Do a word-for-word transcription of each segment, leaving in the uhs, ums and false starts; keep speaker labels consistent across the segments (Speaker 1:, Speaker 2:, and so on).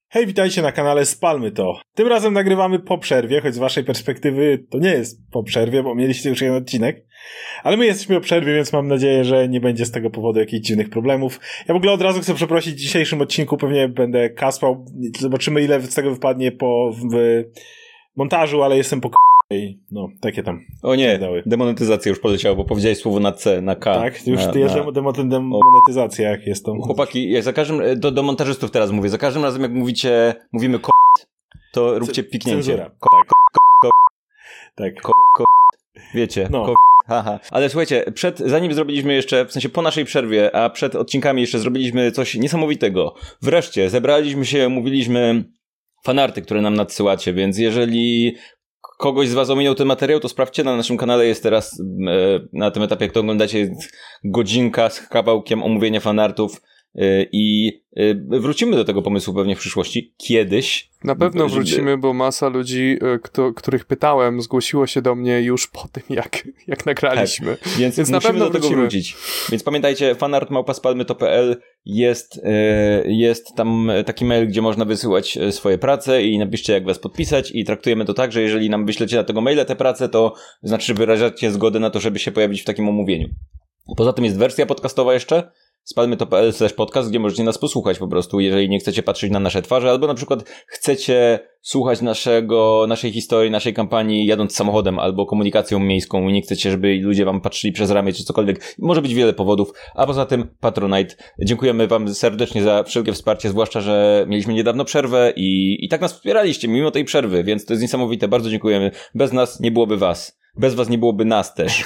Speaker 1: Hej, witajcie na kanale Spalmy to. Tym razem nagrywamy po przerwie, choć z waszej perspektywy to nie jest po przerwie, bo mieliście już jeden odcinek. Ale my jesteśmy po przerwie, więc mam nadzieję, że nie będzie z tego powodu jakichś dziwnych problemów. Ja w ogóle od razu chcę przeprosić, w dzisiejszym odcinku pewnie będę kaspał. Zobaczymy, ile z tego wypadnie po w montażu, ale jestem po i no, takie tam.
Speaker 2: O nie, demonetyzacja już poleciała, bo powiedziałeś słowo na C, na K.
Speaker 1: Tak, już
Speaker 2: na,
Speaker 1: jest
Speaker 2: na...
Speaker 1: demonetyzacja, jak jest to.
Speaker 2: Chłopaki, jak za każdym, do, do montażystów teraz mówię, za każdym razem jak mówicie, mówimy k***, to róbcie piknięcie.
Speaker 1: Cenzura.
Speaker 2: Ko-
Speaker 1: tak.
Speaker 2: Ko- ko-
Speaker 1: tak.
Speaker 2: Ko- ko- wiecie,
Speaker 1: no.
Speaker 2: Ko- haha. Ale słuchajcie, przed, zanim zrobiliśmy jeszcze, w sensie po naszej przerwie, a przed odcinkami jeszcze zrobiliśmy coś niesamowitego. Wreszcie, zebraliśmy się, mówiliśmy fanarty, które nam nadsyłacie, więc jeżeli kogoś z was ominął ten materiał, to sprawdźcie, na naszym kanale jest teraz e, na tym etapie, jak to oglądacie, godzinka z kawałkiem omówienia fanartów e, i e, wrócimy do tego pomysłu pewnie w przyszłości, kiedyś.
Speaker 3: Na pewno
Speaker 2: żeby...
Speaker 3: wrócimy, bo masa ludzi, kto, których pytałem, zgłosiło się do mnie już po tym, jak, jak nagraliśmy.
Speaker 2: Tak, więc, więc musimy do tego wrócimy. wrócić. Więc pamiętajcie, fanart małpa spalmy to kropka p l jest, e, jest tam taki mail, gdzie można wysyłać swoje prace i napiszcie, jak was podpisać i traktujemy to tak, że jeżeli nam wyślecie na tego maila te prace, to znaczy, że wyrażacie zgodę na to, żeby się pojawić w takim omówieniu. Poza tym jest wersja podcastowa jeszcze, spalmy to kropka p l slash podcast, gdzie możecie nas posłuchać po prostu, jeżeli nie chcecie patrzeć na nasze twarze, albo na przykład chcecie słuchać naszego, naszej historii, naszej kampanii jadąc samochodem albo komunikacją miejską i nie chcecie, żeby ludzie wam patrzyli przez ramię czy cokolwiek. Może być wiele powodów, a poza tym Patronite. Dziękujemy wam serdecznie za wszelkie wsparcie, zwłaszcza, że mieliśmy niedawno przerwę i, i tak nas wspieraliście mimo tej przerwy, więc to jest niesamowite. Bardzo dziękujemy. Bez nas nie byłoby was. Bez was nie byłoby nas też.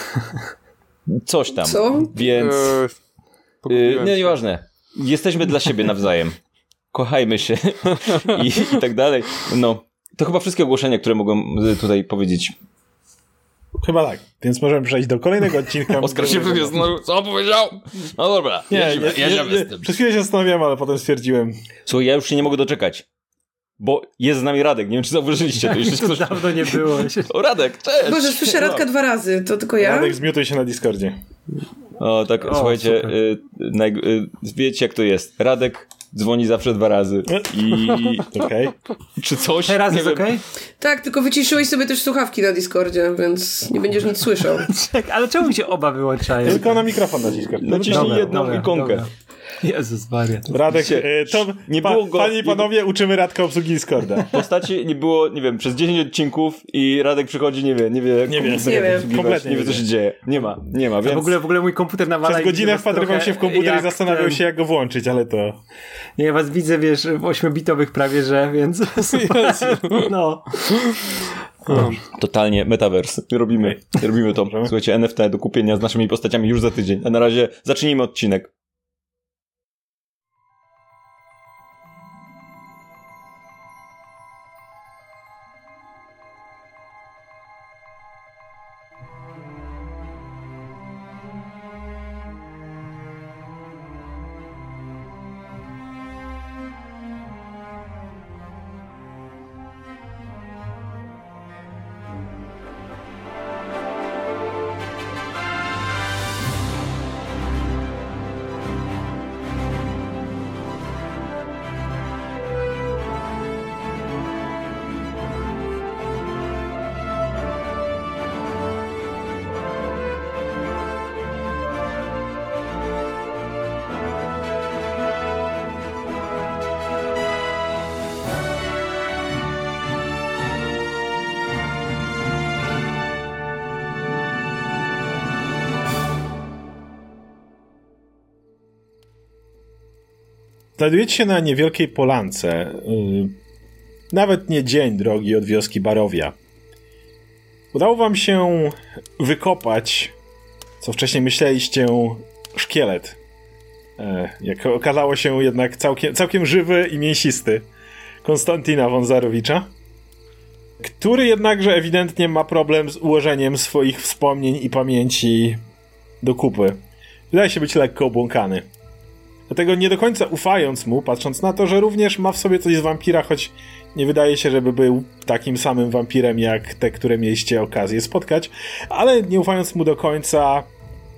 Speaker 2: Coś tam.
Speaker 4: Co?
Speaker 2: Więc...
Speaker 3: Yy,
Speaker 2: nie, nieważne. Jesteśmy dla siebie nawzajem. Kochajmy się I, i tak dalej. No, to chyba wszystkie ogłoszenia, które mogłem tutaj powiedzieć.
Speaker 1: Chyba tak. Więc możemy przejść do kolejnego odcinka.
Speaker 2: Oskar się wywiózł. Co powiedział? No dobra.
Speaker 1: Nie,
Speaker 2: jedziemy,
Speaker 1: nie,
Speaker 2: jedziemy
Speaker 1: nie,
Speaker 2: z tym.
Speaker 1: Przez chwilę się zastanawiałem, ale potem stwierdziłem.
Speaker 2: Słuchaj, ja już się nie mogę doczekać. Bo jest z nami Radek. Nie wiem, czy zauważyliście. To jeszcze ktoś...
Speaker 5: dawno nie było.
Speaker 2: O, Radek, cześć!
Speaker 4: Boże, słyszę Radka no. dwa razy. To tylko ja?
Speaker 1: Radek, zmiutuj się na Discordzie.
Speaker 2: O, tak, o, słuchajcie, y, naj- y, wiecie jak to jest. Radek dzwoni zawsze dwa razy. I...
Speaker 1: Okej.
Speaker 2: Okay. Czy coś?
Speaker 5: Teraz jest okej? Okay?
Speaker 4: Tak, tylko wyciszyłeś sobie też słuchawki na Discordzie, więc nie będziesz nic słyszał.
Speaker 5: Tak, ale czemu mi się oba wyłączają?
Speaker 1: Tylko na mikrofon naciskaj.
Speaker 2: Naciśnij jedną dobra, ikonkę. Dobra.
Speaker 5: Jezus Maria.
Speaker 1: Radek, to nie pa, było go, panie i panowie, nie... uczymy Radka obsługi Discorda.
Speaker 2: W postaci nie było, nie wiem, przez dziesięć odcinków i Radek przychodzi, nie wie, nie wie,
Speaker 1: nie wie,
Speaker 4: nie wie.
Speaker 1: kompletnie
Speaker 2: nie wie, co się dzieje. Nie ma, nie ma, więc...
Speaker 5: W ogóle, w ogóle mój komputer nawala.
Speaker 1: Przez godzinę wpatrywał się w komputer i zastanawiał ten... się, jak go włączyć, ale to...
Speaker 5: Nie, ja was widzę, wiesz, w ośmiobitowych prawie, że, więc... no...
Speaker 2: No. Totalnie metaverse. Robimy, robimy to. Słuchajcie, N F T do kupienia z naszymi postaciami już za tydzień. A na razie zacznijmy odcinek.
Speaker 1: Znajdujecie się na niewielkiej polance. Yy, nawet nie dzień drogi od wioski Barowia. Udało wam się wykopać, co wcześniej myśleliście, szkielet. E, jak okazało się jednak całkiem, całkiem żywy i mięsisty. Konstantina Wązarowicza, który jednakże ewidentnie ma problem z ułożeniem swoich wspomnień i pamięci do kupy. Wydaje się być lekko obłąkany. Dlatego nie do końca ufając mu, patrząc na to, że również ma w sobie coś z wampira, choć nie wydaje się, żeby był takim samym wampirem jak te, które mieliście okazję spotkać, ale nie ufając mu do końca,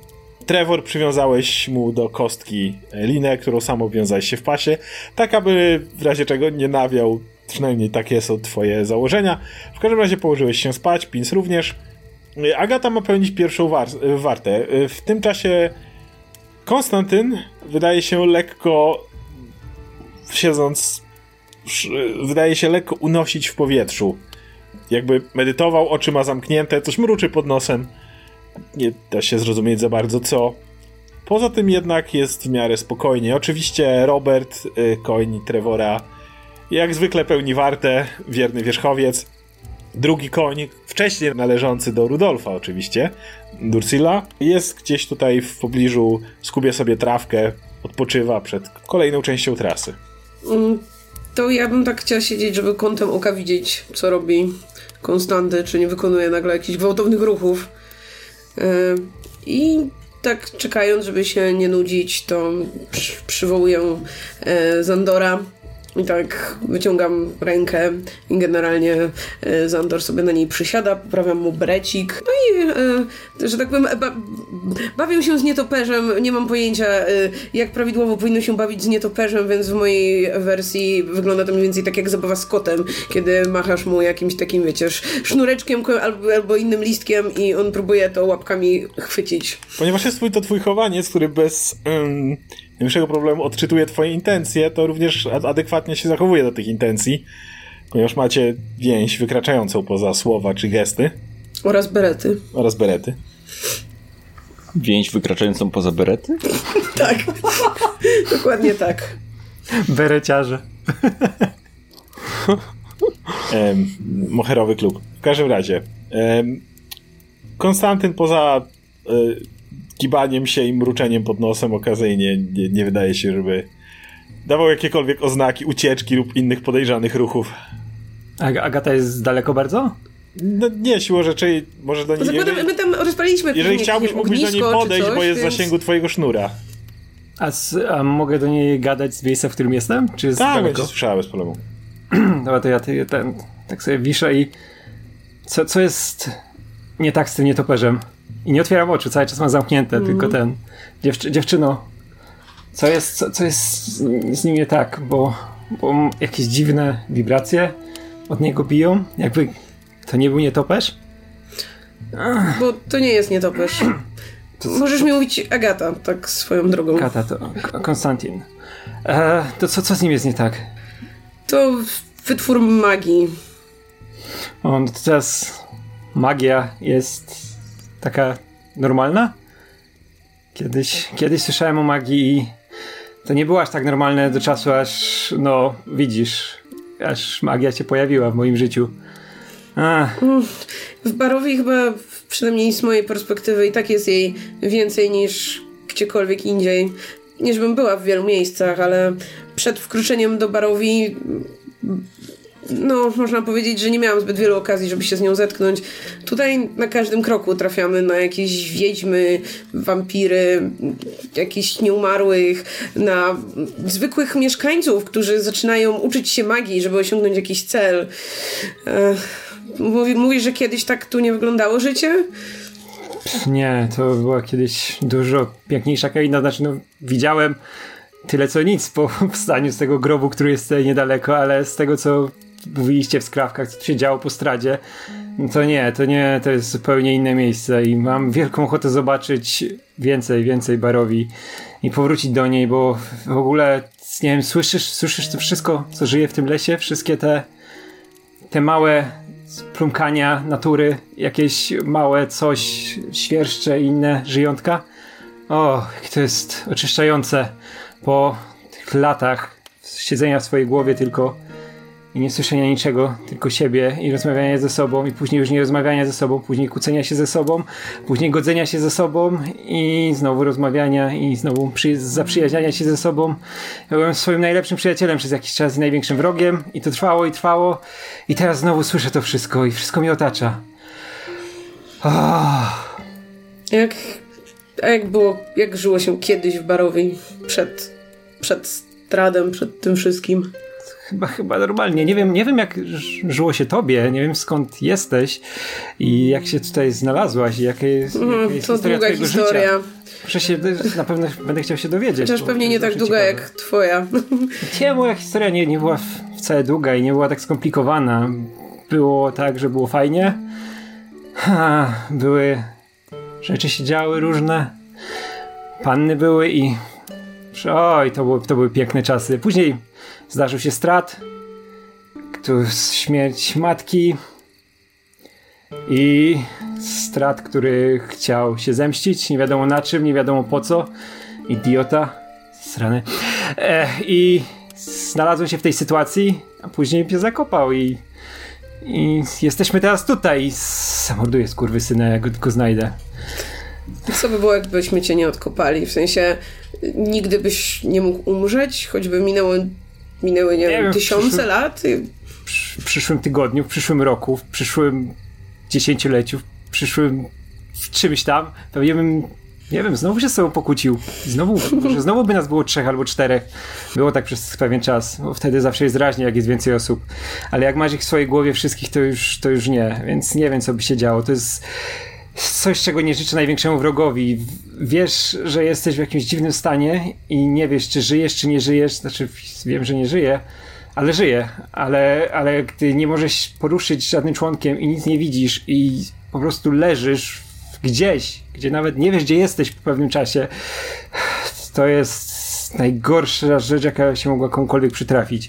Speaker 1: Trevor, przywiązałeś mu do kostki linę, którą sam obwiązałeś się w pasie, tak aby w razie czego nie nawiał, przynajmniej takie są twoje założenia. W każdym razie położyłeś się spać, Pins również. Agata ma pełnić pierwszą war- wartę. W tym czasie Konstantyn wydaje się lekko, siedząc, wydaje się lekko unosić w powietrzu. Jakby medytował, oczy ma zamknięte, coś mruczy pod nosem. Nie da się zrozumieć za bardzo co. Poza tym jednak jest w miarę spokojnie. Oczywiście Robert, koń Trevora, jak zwykle pełni wartę, wierny wierzchowiec. Drugi koń, wcześniej należący do Rudolfa oczywiście, Dursila, jest gdzieś tutaj w pobliżu, skubie sobie trawkę, odpoczywa przed kolejną częścią trasy.
Speaker 4: To ja bym tak chciała siedzieć, żeby kątem oka widzieć, co robi Konstanty, czy nie wykonuje nagle jakichś gwałtownych ruchów. I tak czekając, żeby się nie nudzić, to przy, przywołuję Zandora. I tak wyciągam rękę i generalnie e, Zandor sobie na niej przysiada, poprawiam mu brecik. No i, e, że tak powiem, ba- bawię się z nietoperzem. Nie mam pojęcia, e, jak prawidłowo powinno się bawić z nietoperzem, więc w mojej wersji wygląda to mniej więcej tak jak zabawa z kotem, kiedy machasz mu jakimś takim, wiecie, sznureczkiem albo, albo innym listkiem i on próbuje to łapkami chwycić.
Speaker 1: Ponieważ jest twój, to twój chowaniec, który bez um, najmniejszego problemu odczytuje twoje intencje, to również adekwatnie się zachowuje do tych intencji, ponieważ macie więź wykraczającą poza słowa czy gesty.
Speaker 4: Oraz berety.
Speaker 1: Oraz berety.
Speaker 2: Więź wykraczającą poza berety?
Speaker 4: Tak. Dokładnie tak.
Speaker 5: Bereciarze.
Speaker 1: um, moherowy klub. W każdym razie um, Konstantyn poza um, kibaniem się i mruczeniem pod nosem okazyjnie nie, nie wydaje się, żeby dawał jakiekolwiek oznaki ucieczki lub innych podejrzanych ruchów.
Speaker 5: Ag- Agata jest daleko bardzo?
Speaker 1: No nie, siłą rzeczy może do niej...
Speaker 4: Jeżeli, my tam rozpaliliśmy
Speaker 1: jeżeli chciałbyś, mógłbyś do niej podejść, coś, bo jest
Speaker 4: więc...
Speaker 1: w zasięgu twojego sznura.
Speaker 5: A, z, a mogę do niej gadać z miejsca, w którym jestem? Czy jest
Speaker 1: tak,
Speaker 5: daleko?
Speaker 1: będzie słyszała bez problemu.
Speaker 5: Dobra, to ja ty, ten, tak sobie wiszę i co, co jest nie tak z tym nietoperzem? I nie otwieram oczu, cały czas mam zamknięte, mm. tylko ten... Dziewczy, dziewczyno, co jest, co, co jest z nim nie tak? Bo, bo jakieś dziwne wibracje od niego biją? Jakby to nie był nietoperz?
Speaker 4: Ach. Bo to nie jest nietoperz. To, Możesz to... mi mówić Agata, tak swoją drogą.
Speaker 5: Agata, to Konstantin. E, to co, co z nim jest nie tak?
Speaker 4: To wytwór magii.
Speaker 5: O, no to teraz magia jest taka normalna? Kiedyś, kiedyś słyszałem o magii i to nie było aż tak normalne do czasu, aż, no, widzisz, aż magia się pojawiła w moim życiu. Ach.
Speaker 4: W Barovii chyba, przynajmniej z mojej perspektywy, i tak jest jej więcej niż gdziekolwiek indziej. Nie żebym była w wielu miejscach, ale przed wkroczeniem do Barovii, no, można powiedzieć, że nie miałam zbyt wielu okazji, żeby się z nią zetknąć. Tutaj na każdym kroku trafiamy na jakieś wiedźmy, wampiry, jakichś nieumarłych, na zwykłych mieszkańców, którzy zaczynają uczyć się magii, żeby osiągnąć jakiś cel. Mówi, mówisz, że kiedyś tak tu nie wyglądało życie?
Speaker 5: Nie, to była kiedyś dużo piękniejsza kraina. Znaczy, no, widziałem tyle co nic po wstaniu z tego grobu, który jest tutaj niedaleko, ale z tego, co mówiliście w skrawkach, co się działo po stradzie, no to nie, to nie, to jest zupełnie inne miejsce i mam wielką ochotę zobaczyć więcej, więcej Barovii i powrócić do niej, bo w ogóle, nie wiem, słyszysz, słyszysz to wszystko, co żyje w tym lesie? Wszystkie te te małe plumkania natury, jakieś małe coś, świerszcze i inne żyjątka? O, jak to jest oczyszczające po tych latach siedzenia w swojej głowie tylko i nie słyszenia niczego, tylko siebie i rozmawiania ze sobą i później już nie rozmawiania ze sobą, później kłócenia się ze sobą, później godzenia się ze sobą i znowu rozmawiania i znowu przy- zaprzyjaźniania się ze sobą. Ja byłem swoim najlepszym przyjacielem przez jakiś czas i największym wrogiem i to trwało i trwało i teraz znowu słyszę to wszystko i wszystko mnie otacza. Oh.
Speaker 4: Jak, a jak było, jak żyło się kiedyś w Barovii przed, przed stradem, przed tym wszystkim?
Speaker 5: Chyba, chyba normalnie. Nie wiem, nie wiem jak żyło się tobie, nie wiem skąd jesteś i jak się tutaj znalazłaś i jaka jest,
Speaker 4: mm,
Speaker 5: jaka jest
Speaker 4: to
Speaker 5: historia
Speaker 4: długa
Speaker 5: twojego
Speaker 4: historia.
Speaker 5: życia. Muszę się, na pewno będę chciał się dowiedzieć.
Speaker 4: Chociaż pewnie nie tak długa
Speaker 5: ciekawe.
Speaker 4: jak twoja.
Speaker 5: Nie, moja historia nie, nie była wcale długa i nie była tak skomplikowana. Było tak, że było fajnie. Ha, były rzeczy się działy różne. Panny były i oj, to były, to były piękne czasy. Później zdarzył się strat, tu śmierć matki i strat, który chciał się zemścić, nie wiadomo na czym, nie wiadomo po co. Idiota. Srany. E, I znalazłem się w tej sytuacji, a później mnie zakopał i, i jesteśmy teraz tutaj. Zamorduję skurwysynę, jak go tylko znajdę.
Speaker 4: Co by było, jakbyśmy cię nie odkopali? W sensie nigdy byś nie mógł umrzeć, choćby minęło, minęły nie, nie wiem, tysiące przyszłym, lat?
Speaker 5: W przyszłym tygodniu, w przyszłym roku, w przyszłym dziesięcioleciu, w przyszłym w czymś tam, pewnie bym, nie wiem, znowu się z sobą pokłócił. Znowu, może znowu by nas było trzech albo czterech. Było tak przez pewien czas, bo wtedy zawsze jest raźnie, jak jest więcej osób. Ale jak masz ich w swojej głowie wszystkich, to już, to już nie. Więc nie wiem, co by się działo. To jest coś, czego nie życzę największemu wrogowi. Wiesz, że jesteś w jakimś dziwnym stanie i nie wiesz, czy żyjesz, czy nie żyjesz. Znaczy, wiem, że nie żyję, ale żyję. Ale, ale gdy nie możesz poruszyć żadnym członkiem i nic nie widzisz i po prostu leżysz gdzieś, gdzie nawet nie wiesz, gdzie jesteś po pewnym czasie, to jest najgorsza rzecz, jaka się mogła komukolwiek przytrafić.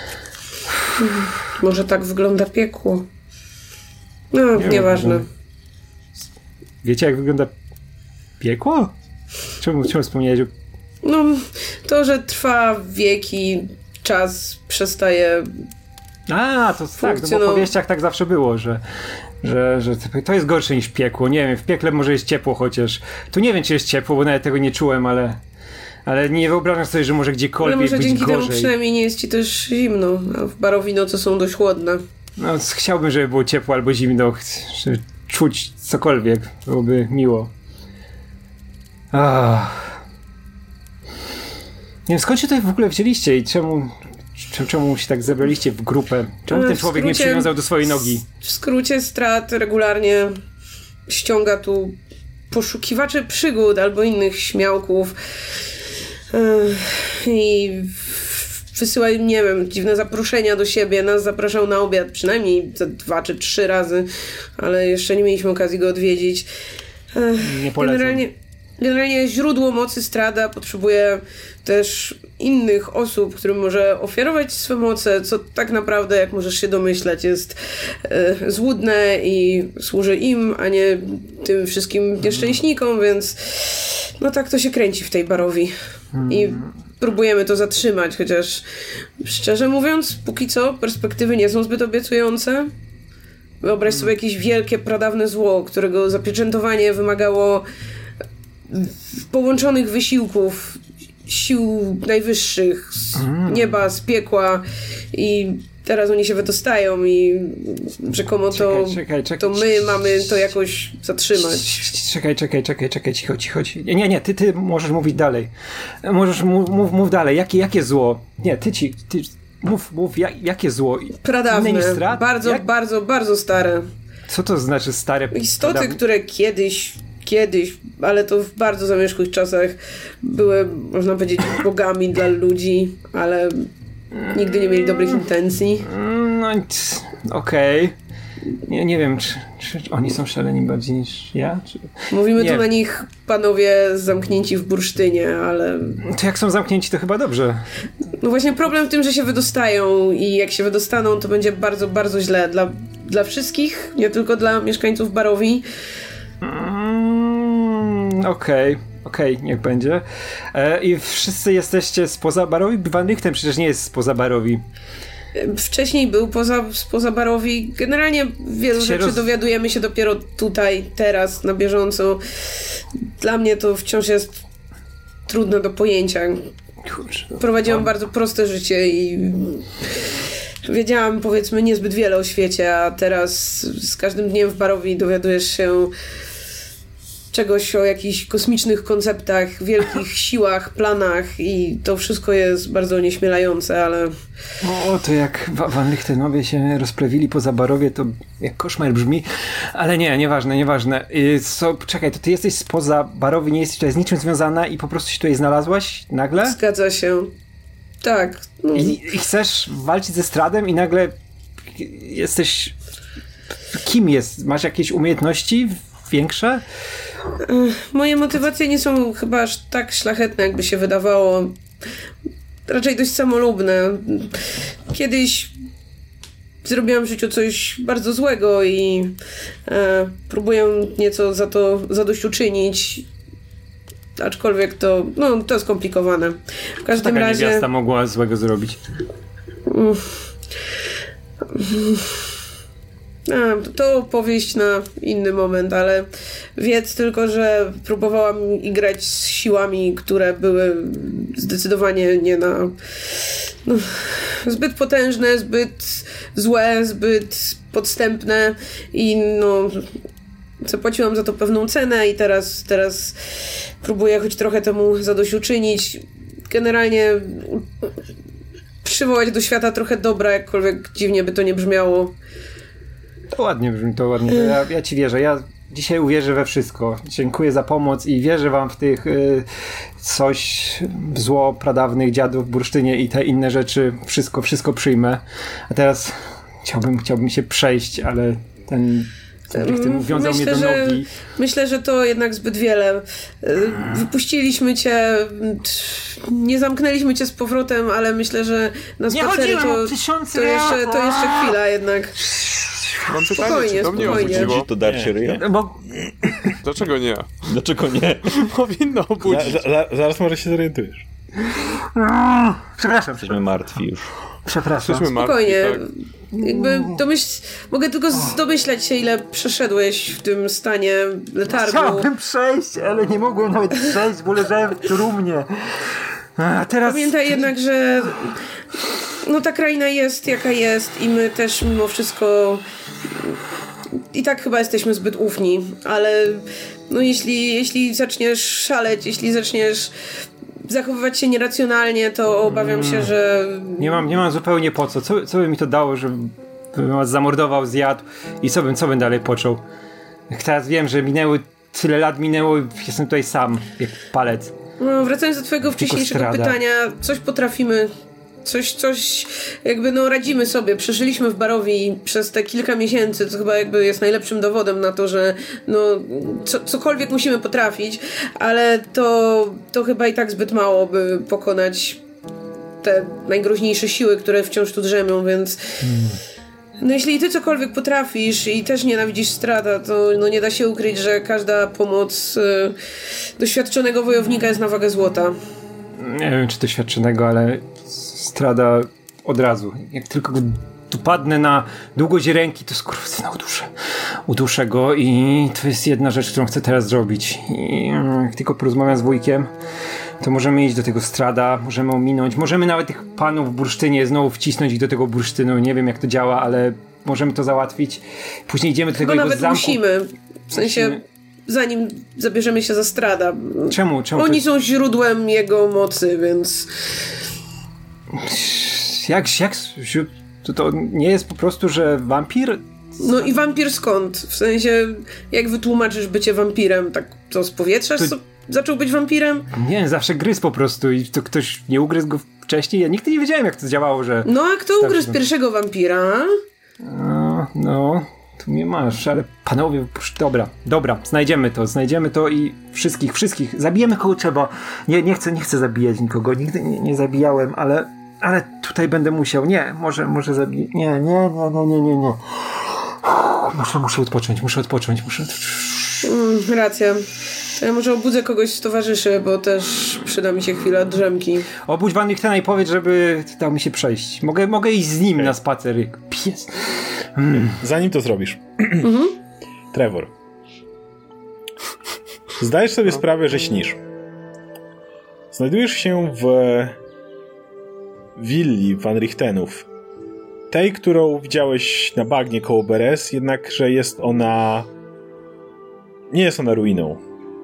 Speaker 4: Może tak wygląda piekło. No, nie nieważne.
Speaker 5: Wiem, wiecie, jak wygląda piekło? Czemu, czemu wspomniałeś o...
Speaker 4: No, to, że trwa wieki, czas przestaje...
Speaker 5: A, to tak, no bo w opowieściach tak zawsze było, że, że, że to jest gorsze niż piekło. Nie wiem, w piekle może jest ciepło chociaż. Tu nie wiem, czy jest ciepło, bo nawet tego nie czułem, ale, ale nie wyobrażam sobie, że może gdziekolwiek być gorzej.
Speaker 4: Ale może dzięki temu przynajmniej nie jest ci też zimno, a w Barovii noce są dość chłodne.
Speaker 5: No, chciałbym, żeby było ciepło albo zimno, żeby czuć cokolwiek, byłoby miło. Ach. Nie wiem, skąd się tutaj w ogóle wzięliście i czemu... Czemu się tak zebraliście w grupę? Czemu ten człowiek skrócie, nie przywiązał do swojej nogi?
Speaker 4: W skrócie Strat regularnie ściąga tu poszukiwaczy przygód albo innych śmiałków yy, i wysyła im, nie wiem, dziwne zaproszenia do siebie. Nas zapraszał na obiad przynajmniej ze dwa czy trzy razy, ale jeszcze nie mieliśmy okazji go odwiedzić. Yy,
Speaker 5: nie polecam.
Speaker 4: Generalnie, generalnie źródło mocy Strada potrzebuje też innych osób, którym może ofiarować swe moce, co tak naprawdę, jak możesz się domyśleć, jest e, złudne i służy im, a nie tym wszystkim nieszczęśnikom, więc no tak to się kręci w tej Barovii. I próbujemy to zatrzymać, chociaż szczerze mówiąc, póki co perspektywy nie są zbyt obiecujące. Wyobraź sobie jakieś wielkie, pradawne zło, którego zapieczętowanie wymagało połączonych wysiłków sił najwyższych, z nieba, z piekła i teraz oni się wydostają i rzekomo to, czekaj, czekaj, czekaj. to my mamy to jakoś zatrzymać.
Speaker 5: Czekaj, czekaj, czekaj, czekaj, cicho, cicho. Nie, nie, ty, ty możesz mówić dalej. Możesz, mów, mów, mów dalej. Jakie, jakie zło? Nie, ty ci, ty, mów, mów, jak, jakie zło?
Speaker 4: Pradawne, bardzo, jak? bardzo, bardzo stare.
Speaker 5: Co to znaczy stare?
Speaker 4: Istoty,
Speaker 5: pradawne?
Speaker 4: które kiedyś Kiedyś, ale to w bardzo zamierzchłych czasach były, można powiedzieć, bogami dla ludzi, ale nigdy nie mieli dobrych intencji.
Speaker 5: No okej. Okay. Nie, nie wiem, czy, czy oni są szaleni bardziej niż ja? Czy...
Speaker 4: Mówimy
Speaker 5: nie.
Speaker 4: tu na nich panowie zamknięci w bursztynie, ale...
Speaker 5: To jak są zamknięci, to chyba dobrze.
Speaker 4: No właśnie problem w tym, że się wydostają i jak się wydostaną, to będzie bardzo, bardzo źle dla, dla wszystkich, nie tylko dla mieszkańców Barovii.
Speaker 5: Mm, okej, okay, okej, okay, niech będzie. E, I wszyscy jesteście spoza Barovii? Van Richten przecież nie jest spoza Barovii.
Speaker 4: Wcześniej był poza, spoza Barovii. Generalnie wielu rzeczy roz... dowiadujemy się dopiero tutaj, teraz, na bieżąco. Dla mnie to wciąż jest trudne do pojęcia. Kurczę, Prowadziłam no. bardzo proste życie i wiedziałam, powiedzmy, niezbyt wiele o świecie, a teraz z każdym dniem w Barovii dowiadujesz się czegoś o jakichś kosmicznych konceptach, wielkich siłach, planach i to wszystko jest bardzo onieśmielające, ale...
Speaker 5: O, to jak Van Lichtenowie się rozprawili po Zabarowie, to jak koszmar brzmi, ale nie, nieważne, nieważne. So, czekaj, to ty jesteś spoza Barowi, nie jesteś tutaj z niczym związana i po prostu się tutaj znalazłaś nagle?
Speaker 4: Zgadza się. Tak. No.
Speaker 5: I, I chcesz walczyć ze Stradem i nagle jesteś... Kim jest? Masz jakieś umiejętności większe?
Speaker 4: Moje motywacje nie są chyba aż tak szlachetne, jakby się wydawało. Raczej dość samolubne. Kiedyś zrobiłam w życiu coś bardzo złego i e, próbuję nieco za to zadośćuczynić. Aczkolwiek to, no, to skomplikowane. W każdym
Speaker 5: Taka
Speaker 4: razie...
Speaker 5: niewiasta mogła złego zrobić?
Speaker 4: Uff. A, to opowieść na inny moment, ale wiedz tylko, że próbowałam igrać z siłami, które były zdecydowanie nie na... No, zbyt potężne, zbyt złe, zbyt podstępne i no... Zapłaciłam za to pewną cenę i teraz, teraz próbuję choć trochę temu zadośćuczynić. Generalnie przywołać do świata trochę dobra, jakkolwiek dziwnie by to nie brzmiało.
Speaker 5: To ładnie brzmi, to ładnie. Ja, ja ci wierzę. Ja dzisiaj uwierzę we wszystko. Dziękuję za pomoc i wierzę wam w tych y, coś zło pradawnych dziadów w bursztynie i te inne rzeczy. Wszystko, wszystko przyjmę. A teraz chciałbym, chciałbym się przejść, ale ten... Ten wiązał
Speaker 4: myślę,
Speaker 5: mnie do
Speaker 4: że,
Speaker 5: nogi.
Speaker 4: myślę, że to jednak zbyt wiele. Wypuściliśmy cię, nie zamknęliśmy cię z powrotem, ale myślę, że na spacery to, to, jeszcze, to jeszcze chwila jednak.
Speaker 3: Mam pytanie,
Speaker 4: Spokojnie,
Speaker 3: czy to mnie
Speaker 4: spokojnie.
Speaker 3: obudziło?
Speaker 2: To darcie ryja?
Speaker 5: Bo...
Speaker 3: Dlaczego nie?
Speaker 2: Dlaczego nie?
Speaker 3: Powinno obudzić.
Speaker 1: Za, za, zaraz może się zorientujesz.
Speaker 5: Przepraszam.
Speaker 2: Jesteśmy martwi już.
Speaker 5: Przepraszam.
Speaker 3: Jesteśmy martwi,
Speaker 4: Spokojnie.
Speaker 3: tak?
Speaker 4: Jakby domyśl... Mogę tylko domyślać się, ile przeszedłeś w tym stanie letargu.
Speaker 5: Chciałbym przejść, ale nie mogłem nawet przejść, bo leżałem w trumnie. A teraz...
Speaker 4: Pamiętaj jednak, że no ta kraina jest jaka jest i my też mimo wszystko i tak chyba jesteśmy zbyt ufni, ale no jeśli, jeśli zaczniesz szaleć, jeśli zaczniesz zachowywać się nieracjonalnie, to obawiam się, że...
Speaker 5: Nie mam, nie mam zupełnie po co. co. Co by mi to dało, żebym was zamordował, zjadł i co bym, co bym dalej począł? Jak teraz wiem, że minęły, tyle lat minęło i jestem tutaj sam, jak palec.
Speaker 4: No, wracając do twojego wcześniejszego
Speaker 5: strada.
Speaker 4: pytania, coś potrafimy, coś, coś jakby no radzimy sobie. Przeżyliśmy w Barowi przez te kilka miesięcy, co chyba jakby jest najlepszym dowodem na to, że no co, cokolwiek musimy potrafić, ale to, to chyba i tak zbyt mało, by pokonać te najgroźniejsze siły, które wciąż tu drzemią, więc hmm. no jeśli ty cokolwiek potrafisz i też nienawidzisz Strada, to no nie da się ukryć, że każda pomoc y, doświadczonego wojownika jest na wagę złota.
Speaker 5: Nie wiem, czy doświadczonego, ale Strada od razu. Jak tylko go tu padnę na długość ręki, to skurwysyna uduszę. Uduszę go i to jest jedna rzecz, którą chcę teraz zrobić. I jak tylko porozmawiam z wujkiem, to możemy iść do tego Strada, możemy ominąć, możemy nawet tych panów w bursztynie znowu wcisnąć ich do tego bursztynu. Nie wiem, jak to działa, ale możemy to załatwić. Później idziemy do tego
Speaker 4: Chyba
Speaker 5: jego
Speaker 4: nawet
Speaker 5: zamku.
Speaker 4: musimy. W sensie, musimy. Zanim zabierzemy się za Strada.
Speaker 5: Czemu? Czemu
Speaker 4: Oni
Speaker 5: to...
Speaker 4: są źródłem jego mocy, więc...
Speaker 5: Jak, jak to, to nie jest po prostu, że wampir?
Speaker 4: No i wampir skąd? W sensie, jak wytłumaczysz bycie wampirem? Tak to z powietrza to... zaczął być wampirem?
Speaker 5: Nie, zawsze gryzł po prostu i to ktoś nie ugryzł go wcześniej. Ja nigdy nie wiedziałem, jak to działało, że...
Speaker 4: No a kto ugryzł pierwszego wampira?
Speaker 5: No, no, tu mnie masz, ale panowie, dobra, dobra, znajdziemy to, znajdziemy to i wszystkich, wszystkich, zabijemy kogo trzeba. Nie, nie chcę, nie chcę zabijać nikogo, nigdy nie, nie zabijałem, ale, ale tutaj będę musiał, nie, może, może zabiję, nie, nie, nie, nie, nie, nie, nie. Muszę, muszę odpocząć, muszę odpocząć, muszę...
Speaker 4: Mm, racja. To ja może obudzę kogoś z towarzyszy, bo też przyda mi się chwila drzemki.
Speaker 5: Obudź Van Lichtena i powiedz, żeby dał mi się przejść. Mogę, mogę iść z nim okay. na spacer. Pies. Mm.
Speaker 1: Zanim to zrobisz. Trevor. Zdajesz sobie sprawę, że śnisz. Znajdujesz się w willi Van Richtenów. Tej, którą widziałeś na bagnie koło Beres, jednakże jest ona... Nie jest ona ruiną.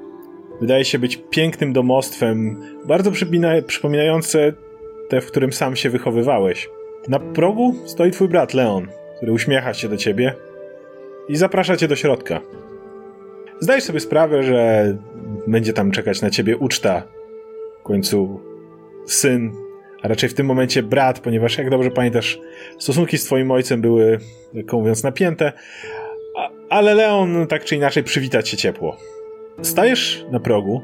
Speaker 1: wydaje się być pięknym domostwem, bardzo przypomina- przypominające te, w którym sam się wychowywałeś. Na progu stoi twój brat Leon, który uśmiecha się do ciebie i zaprasza cię do środka. Zdajesz sobie sprawę, że będzie tam czekać na ciebie uczta. W końcu syn, a raczej w tym momencie brat, ponieważ jak dobrze pamiętasz, stosunki z twoim ojcem były, lekko mówiąc, napięte, a, ale Leon tak czy inaczej przywita cię ciepło. Stajesz na progu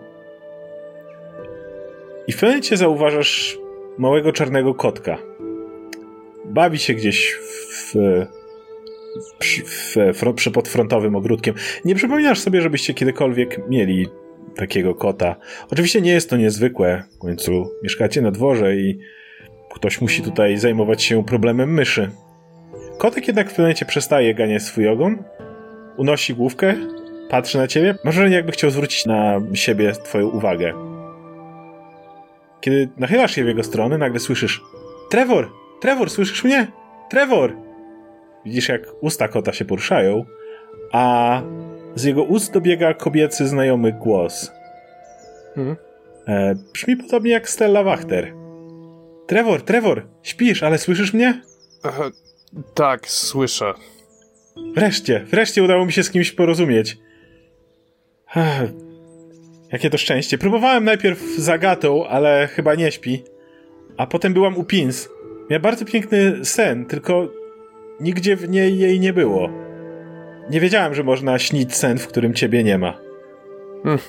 Speaker 1: i w pewnym momencie zauważasz małego czarnego kotka. Bawi się gdzieś w, w, w, w, pod frontowym ogródkiem. Nie przypominasz sobie, żebyście kiedykolwiek mieli takiego kota. Oczywiście nie jest to niezwykłe. W końcu mieszkacie na dworze i ktoś musi tutaj zajmować się problemem myszy. Kotek jednak w pewnym momencie przestaje ganiać swój ogon, unosi główkę, patrzy na ciebie. Masz wrażenie, jakby chciał zwrócić na siebie twoją uwagę. Kiedy nachylasz się w jego stronę, nagle słyszysz: Trevor! Trevor, słyszysz mnie? Trevor! Widzisz, jak usta kota się poruszają, a z jego ust dobiega kobiecy znajomy głos.
Speaker 3: Mhm.
Speaker 1: E, brzmi podobnie jak Stella Wachter. Trevor, Trevor, śpisz, ale słyszysz mnie?
Speaker 3: E, tak, słyszę.
Speaker 1: Wreszcie, wreszcie udało mi się z kimś porozumieć. Ech, jakie to szczęście. Próbowałem najpierw z Agatą, ale chyba nie śpi. A potem byłam u Pins. Miała bardzo piękny sen, tylko nigdzie w niej jej nie było. Nie wiedziałem, że można śnić sen, w którym ciebie nie ma.
Speaker 3: Hmm.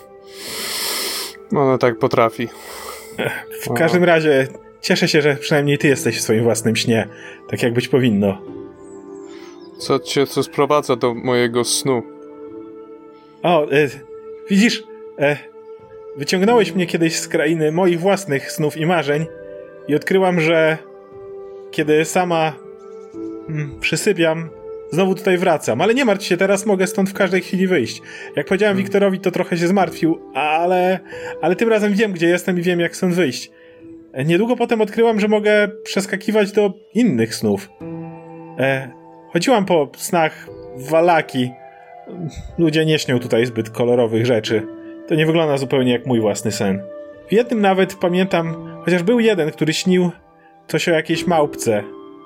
Speaker 3: Ona tak potrafi.
Speaker 1: W każdym razie cieszę się, że przynajmniej ty jesteś w swoim własnym śnie. Tak jak być powinno.
Speaker 3: Co cię co sprowadza do mojego snu?
Speaker 1: O, e, widzisz, e, wyciągnąłeś mnie kiedyś z krainy moich własnych snów i marzeń i odkryłam, że kiedy sama mm, przysypiam, znowu tutaj wracam. Ale nie martw się, teraz mogę stąd w każdej chwili wyjść. Jak powiedziałem hmm. Wiktorowi, to trochę się zmartwił, ale, ale tym razem wiem, gdzie jestem i wiem, jak stąd wyjść. Niedługo potem odkryłam, że mogę przeskakiwać do innych snów. E, chodziłam po snach Wallaki. Ludzie nie śnią tutaj zbyt kolorowych rzeczy. To nie wygląda zupełnie jak mój własny sen. W jednym nawet pamiętam, chociaż był jeden, który śnił coś o jakiejś małpce.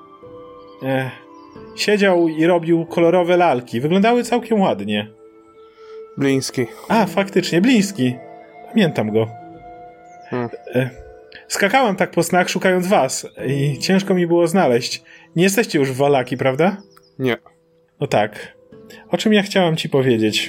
Speaker 1: E, siedział i robił kolorowe lalki. Wyglądały całkiem ładnie.
Speaker 3: Bliński.
Speaker 1: A, faktycznie, Bliński. Pamiętam go.
Speaker 3: Hmm.
Speaker 1: E, skakałam tak po snach, szukając was i ciężko mi było znaleźć. Nie jesteście już w Wallaki, prawda?
Speaker 3: Nie.
Speaker 1: No tak. O czym ja chciałam ci powiedzieć?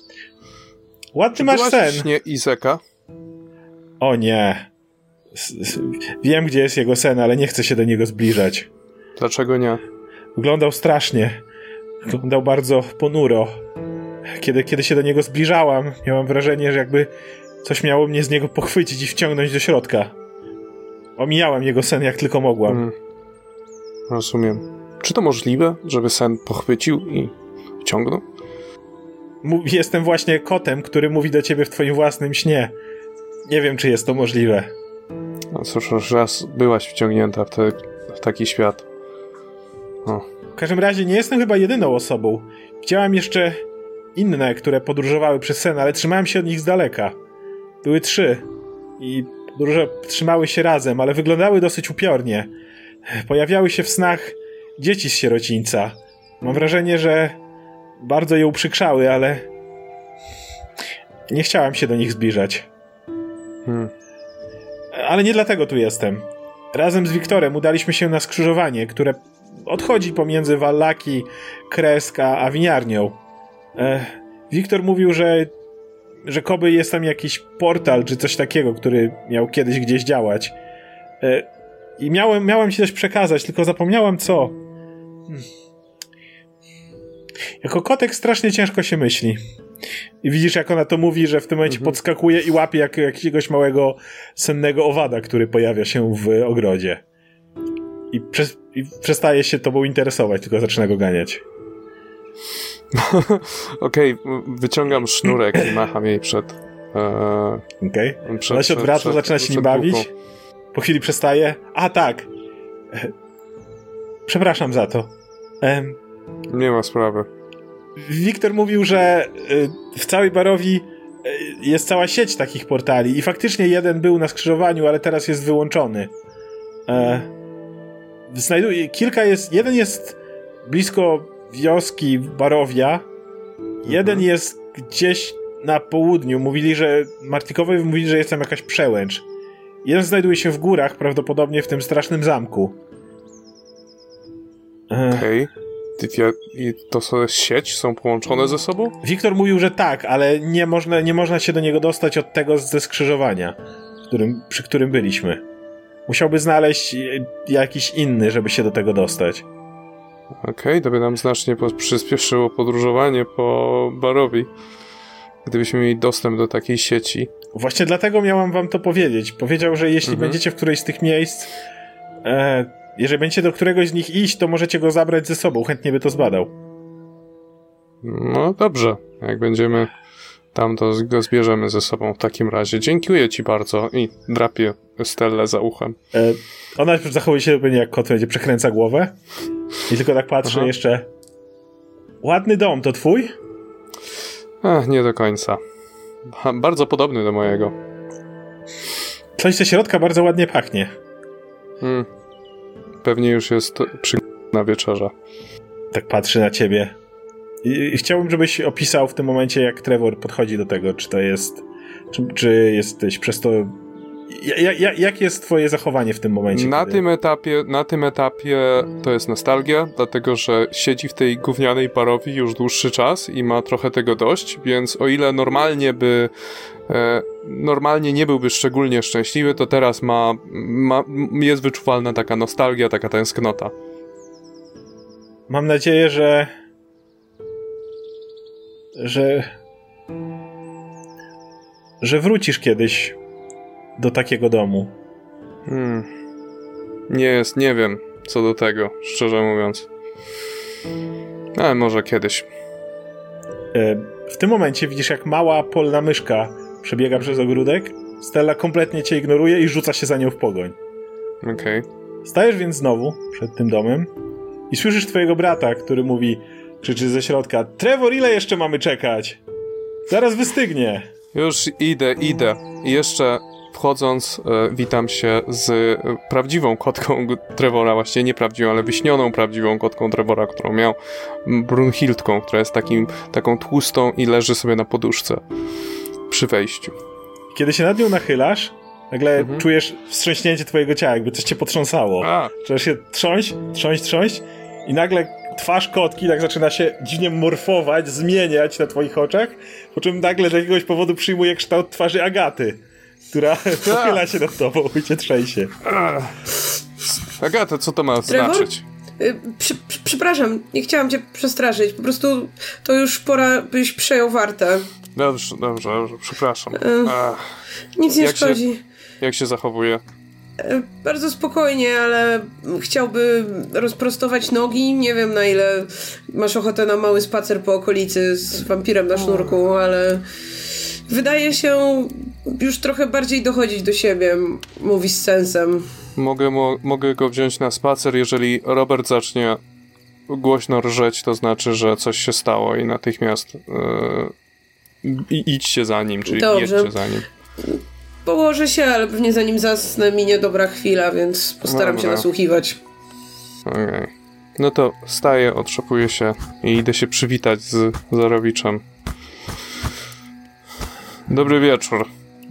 Speaker 1: Ładny
Speaker 3: Czy
Speaker 1: masz sen.
Speaker 3: w śnie Izeka?
Speaker 1: O nie. S- s- wiem, gdzie jest jego sen, ale nie chcę się do niego zbliżać.
Speaker 3: Dlaczego nie?
Speaker 1: Wyglądał strasznie. Wyglądał bardzo ponuro. Kiedy, kiedy się do niego zbliżałam, miałam wrażenie, że jakby coś miało mnie z niego pochwycić i wciągnąć do środka. Omijałam jego sen jak tylko mogłam.
Speaker 3: Hmm. Rozumiem. Czy to możliwe, żeby sen pochwycił i wciągnął?
Speaker 1: M- jestem właśnie kotem, który mówi do ciebie w twoim własnym śnie. Nie wiem, czy jest to możliwe.
Speaker 3: No cóż, już raz byłaś wciągnięta w, te, w taki świat. O.
Speaker 1: W każdym razie nie jestem chyba jedyną osobą. Widziałam jeszcze inne, które podróżowały przez sen, ale trzymałem się od nich z daleka. Były trzy i podróże trzymały się razem, ale wyglądały dosyć upiornie. Pojawiały się w snach dzieci z sierocińca. Mam wrażenie, że bardzo je uprzykrzały, ale nie chciałem się do nich zbliżać.
Speaker 3: Hmm.
Speaker 1: Ale nie dlatego tu jestem. Razem z Wiktorem udaliśmy się na skrzyżowanie, które odchodzi pomiędzy Wallaki, Kreska a winiarnią. E, Wiktor mówił, że że koby jest tam jakiś portal czy coś takiego, który miał kiedyś gdzieś działać. E, I miałem, miałem ci coś przekazać, tylko zapomniałem co. Hmm. Jako kotek strasznie ciężko się myśli. I widzisz, jak ona to mówi, że w tym momencie mhm. podskakuje i łapie jak, jakiegoś małego sennego owada, który pojawia się w ogrodzie. I, prze, i przestaje się tobą interesować, tylko zaczyna go ganiać.
Speaker 3: Okej, okay, wyciągam sznurek i macham jej przed...
Speaker 1: E, Okej. Okay. Ona się odwraca, zaczyna się nim bawić. Kółką. Po chwili przestaje. A tak. E, przepraszam za to. E,
Speaker 3: Nie ma sprawy.
Speaker 1: Wiktor mówił, że w całej Barovii jest cała sieć takich portali i faktycznie jeden był na skrzyżowaniu, ale teraz jest wyłączony. E, znajduję, kilka jest, jeden jest blisko wioski Barowia, jeden mhm. jest gdzieś na południu. Mówili, że Martikowie mówili, że jest tam jakaś przełęcz. Jeden znajduje się w górach, prawdopodobnie w tym strasznym zamku.
Speaker 3: Okej. Okay. I to są sieć? Są połączone ze sobą?
Speaker 1: Wiktor mówił, że tak, ale nie można, nie można się do niego dostać od tego ze skrzyżowania, którym, przy którym byliśmy. Musiałby znaleźć jakiś inny, żeby się do tego dostać.
Speaker 3: Okej, okay, to by nam znacznie przyspieszyło podróżowanie po Barowi, gdybyśmy mieli dostęp do takiej sieci.
Speaker 1: Właśnie dlatego miałam wam to powiedzieć. Powiedział, że jeśli mhm. będziecie w którejś z tych miejsc, e, jeżeli będziecie do któregoś z nich iść, to możecie go zabrać ze sobą. Chętnie by to zbadał.
Speaker 3: No dobrze. Jak będziemy tam, to go zbierzemy ze sobą w takim razie. Dziękuję ci bardzo i drapię Stellę za uchem. E,
Speaker 1: ona zachowuje się pewnie jak kot, będzie przekręca głowę i tylko tak patrzy. Aha. Jeszcze. Ładny dom, to twój?
Speaker 3: Ach, nie do końca. Bardzo podobny do mojego.
Speaker 1: Coś ze środka bardzo ładnie pachnie.
Speaker 3: Hmm. Pewnie już jest przy... na wieczorze.
Speaker 1: Tak patrzy na ciebie. I, I chciałbym, żebyś opisał w tym momencie, jak Trevor podchodzi do tego. Czy to jest... Czy, czy jesteś przez to... Ja, ja, jak jest twoje zachowanie w tym momencie?
Speaker 3: Na
Speaker 1: kiedy...
Speaker 3: tym etapie, na tym etapie to jest nostalgia, dlatego że siedzi w tej gównianej Barowi już dłuższy czas i ma trochę tego dość, więc o ile normalnie by e, normalnie nie byłby szczególnie szczęśliwy, to teraz ma, ma jest wyczuwalna taka nostalgia, taka tęsknota.
Speaker 1: Mam nadzieję, że że że wrócisz kiedyś do takiego domu.
Speaker 3: Hmm. Nie jest, nie wiem co do tego, szczerze mówiąc. Ale może kiedyś.
Speaker 1: W tym momencie widzisz, jak mała polna myszka przebiega przez ogródek. Stella kompletnie cię ignoruje i rzuca się za nią w pogoń.
Speaker 3: Okej. Okay.
Speaker 1: Stajesz więc znowu przed tym domem i słyszysz twojego brata, który mówi, krzyczy ze środka: Trevor, ile jeszcze mamy czekać? Zaraz wystygnie.
Speaker 3: Już idę, idę. I jeszcze wchodząc, e, witam się z e, prawdziwą kotką Trevora, właściwie nie prawdziwą, ale wyśnioną prawdziwą kotką Trevora, którą miał, Brunhildką, która jest takim, taką tłustą i leży sobie na poduszce przy wejściu.
Speaker 1: Kiedy się nad nią nachylasz, nagle mhm. czujesz wstrząśnięcie twojego ciała, jakby coś cię potrząsało. Czujesz się trząść, trząść, trząść i nagle twarz kotki tak zaczyna się dziwnie morfować, zmieniać na twoich oczach, po czym nagle z jakiegoś powodu przyjmuje kształt twarzy Agaty, która pochyla się nad tobą i cię trzęsie.
Speaker 3: Agata, co to ma znaczyć?
Speaker 4: Przy, przy, przepraszam, nie chciałam cię przestraszyć. Po prostu to już pora, byś przejął wartę.
Speaker 3: Dobrze, dobrze, dobrze, przepraszam.
Speaker 4: Ach, nic nie
Speaker 3: jak
Speaker 4: szkodzi.
Speaker 3: Się, jak się zachowuje?
Speaker 4: Bardzo spokojnie, ale chciałby rozprostować nogi. Nie wiem, na ile masz ochotę na mały spacer po okolicy z wampirem na sznurku, ale wydaje się już trochę bardziej dochodzić do siebie, mówi z sensem.
Speaker 3: Mogę, mo- mogę go wziąć na spacer, jeżeli Robert zacznie głośno rżeć, to znaczy, że coś się stało i natychmiast yy, idźcie za nim, czyli
Speaker 4: Dobrze.
Speaker 3: jedźcie za nim.
Speaker 4: Położę się, ale pewnie zanim zasnę minie dobra chwila, więc postaram Dobra. się nasłuchiwać.
Speaker 3: Okej. Okay. No to wstaję, otrzepuję się i idę się przywitać z Zarowiczem. Dobry wieczór.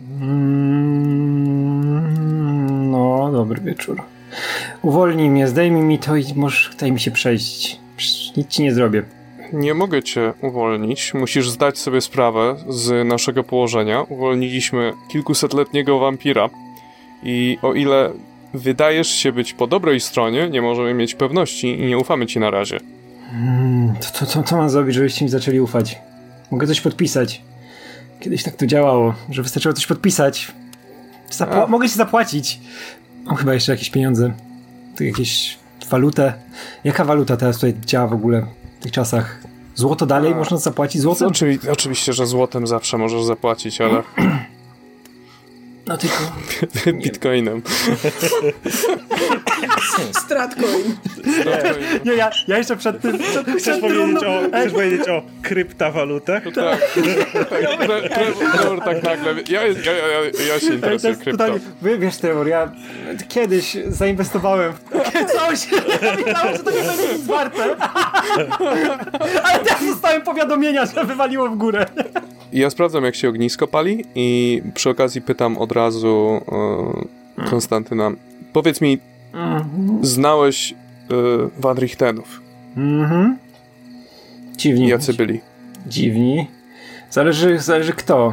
Speaker 5: Mm, no, dobry wieczór. Uwolnij mnie, zdejmij mi to i możesz daj mi się przejść. Nic ci nie zrobię.
Speaker 3: Nie mogę cię uwolnić. Musisz zdać sobie sprawę z naszego położenia. Uwolniliśmy kilkusetletniego wampira i o ile wydajesz się być po dobrej stronie, nie możemy mieć pewności i nie ufamy ci na razie.
Speaker 5: Hmm, to, to, to co mam zrobić, żebyście mi zaczęli ufać? Mogę coś podpisać. Kiedyś tak to działało, że wystarczyło coś podpisać. Zapła- mogę się zapłacić. Mam chyba jeszcze jakieś pieniądze. To jakieś walutę. Jaka waluta teraz tutaj działa w ogóle w tych czasach? Złoto dalej? A, można zapłacić złotem?
Speaker 3: Oczywi- oczywiście, że złotem zawsze możesz zapłacić, ale...
Speaker 5: No tylko...
Speaker 3: Bitcoinem.
Speaker 4: Stratcoin.
Speaker 5: Nie, ja, ja jeszcze przed tym... Przed,
Speaker 1: Chcesz,
Speaker 5: przed
Speaker 1: powiedzieć
Speaker 5: trumną-
Speaker 1: o, chcesz powiedzieć o kryptowalutach?
Speaker 3: Tak, tak, Tre- Trevor tak nagle, ja, ja, ja, ja, ja się
Speaker 5: To
Speaker 3: interesuję
Speaker 5: jest
Speaker 3: krypto.
Speaker 5: totalnie, wy- wiesz, Trevor, ja kiedyś zainwestowałem w coś, myślałem, że to nie będzie nic warte. Ale teraz dostałem powiadomienia, że wywaliło w górę.
Speaker 3: Ja sprawdzam, jak się ognisko pali i przy okazji pytam od razu e, Konstantyna. Powiedz mi, znałeś e, Van Richtenów?
Speaker 5: Mhm. Dziwni.
Speaker 3: Jacy byli?
Speaker 5: Dziwni. Zależy, zależy kto.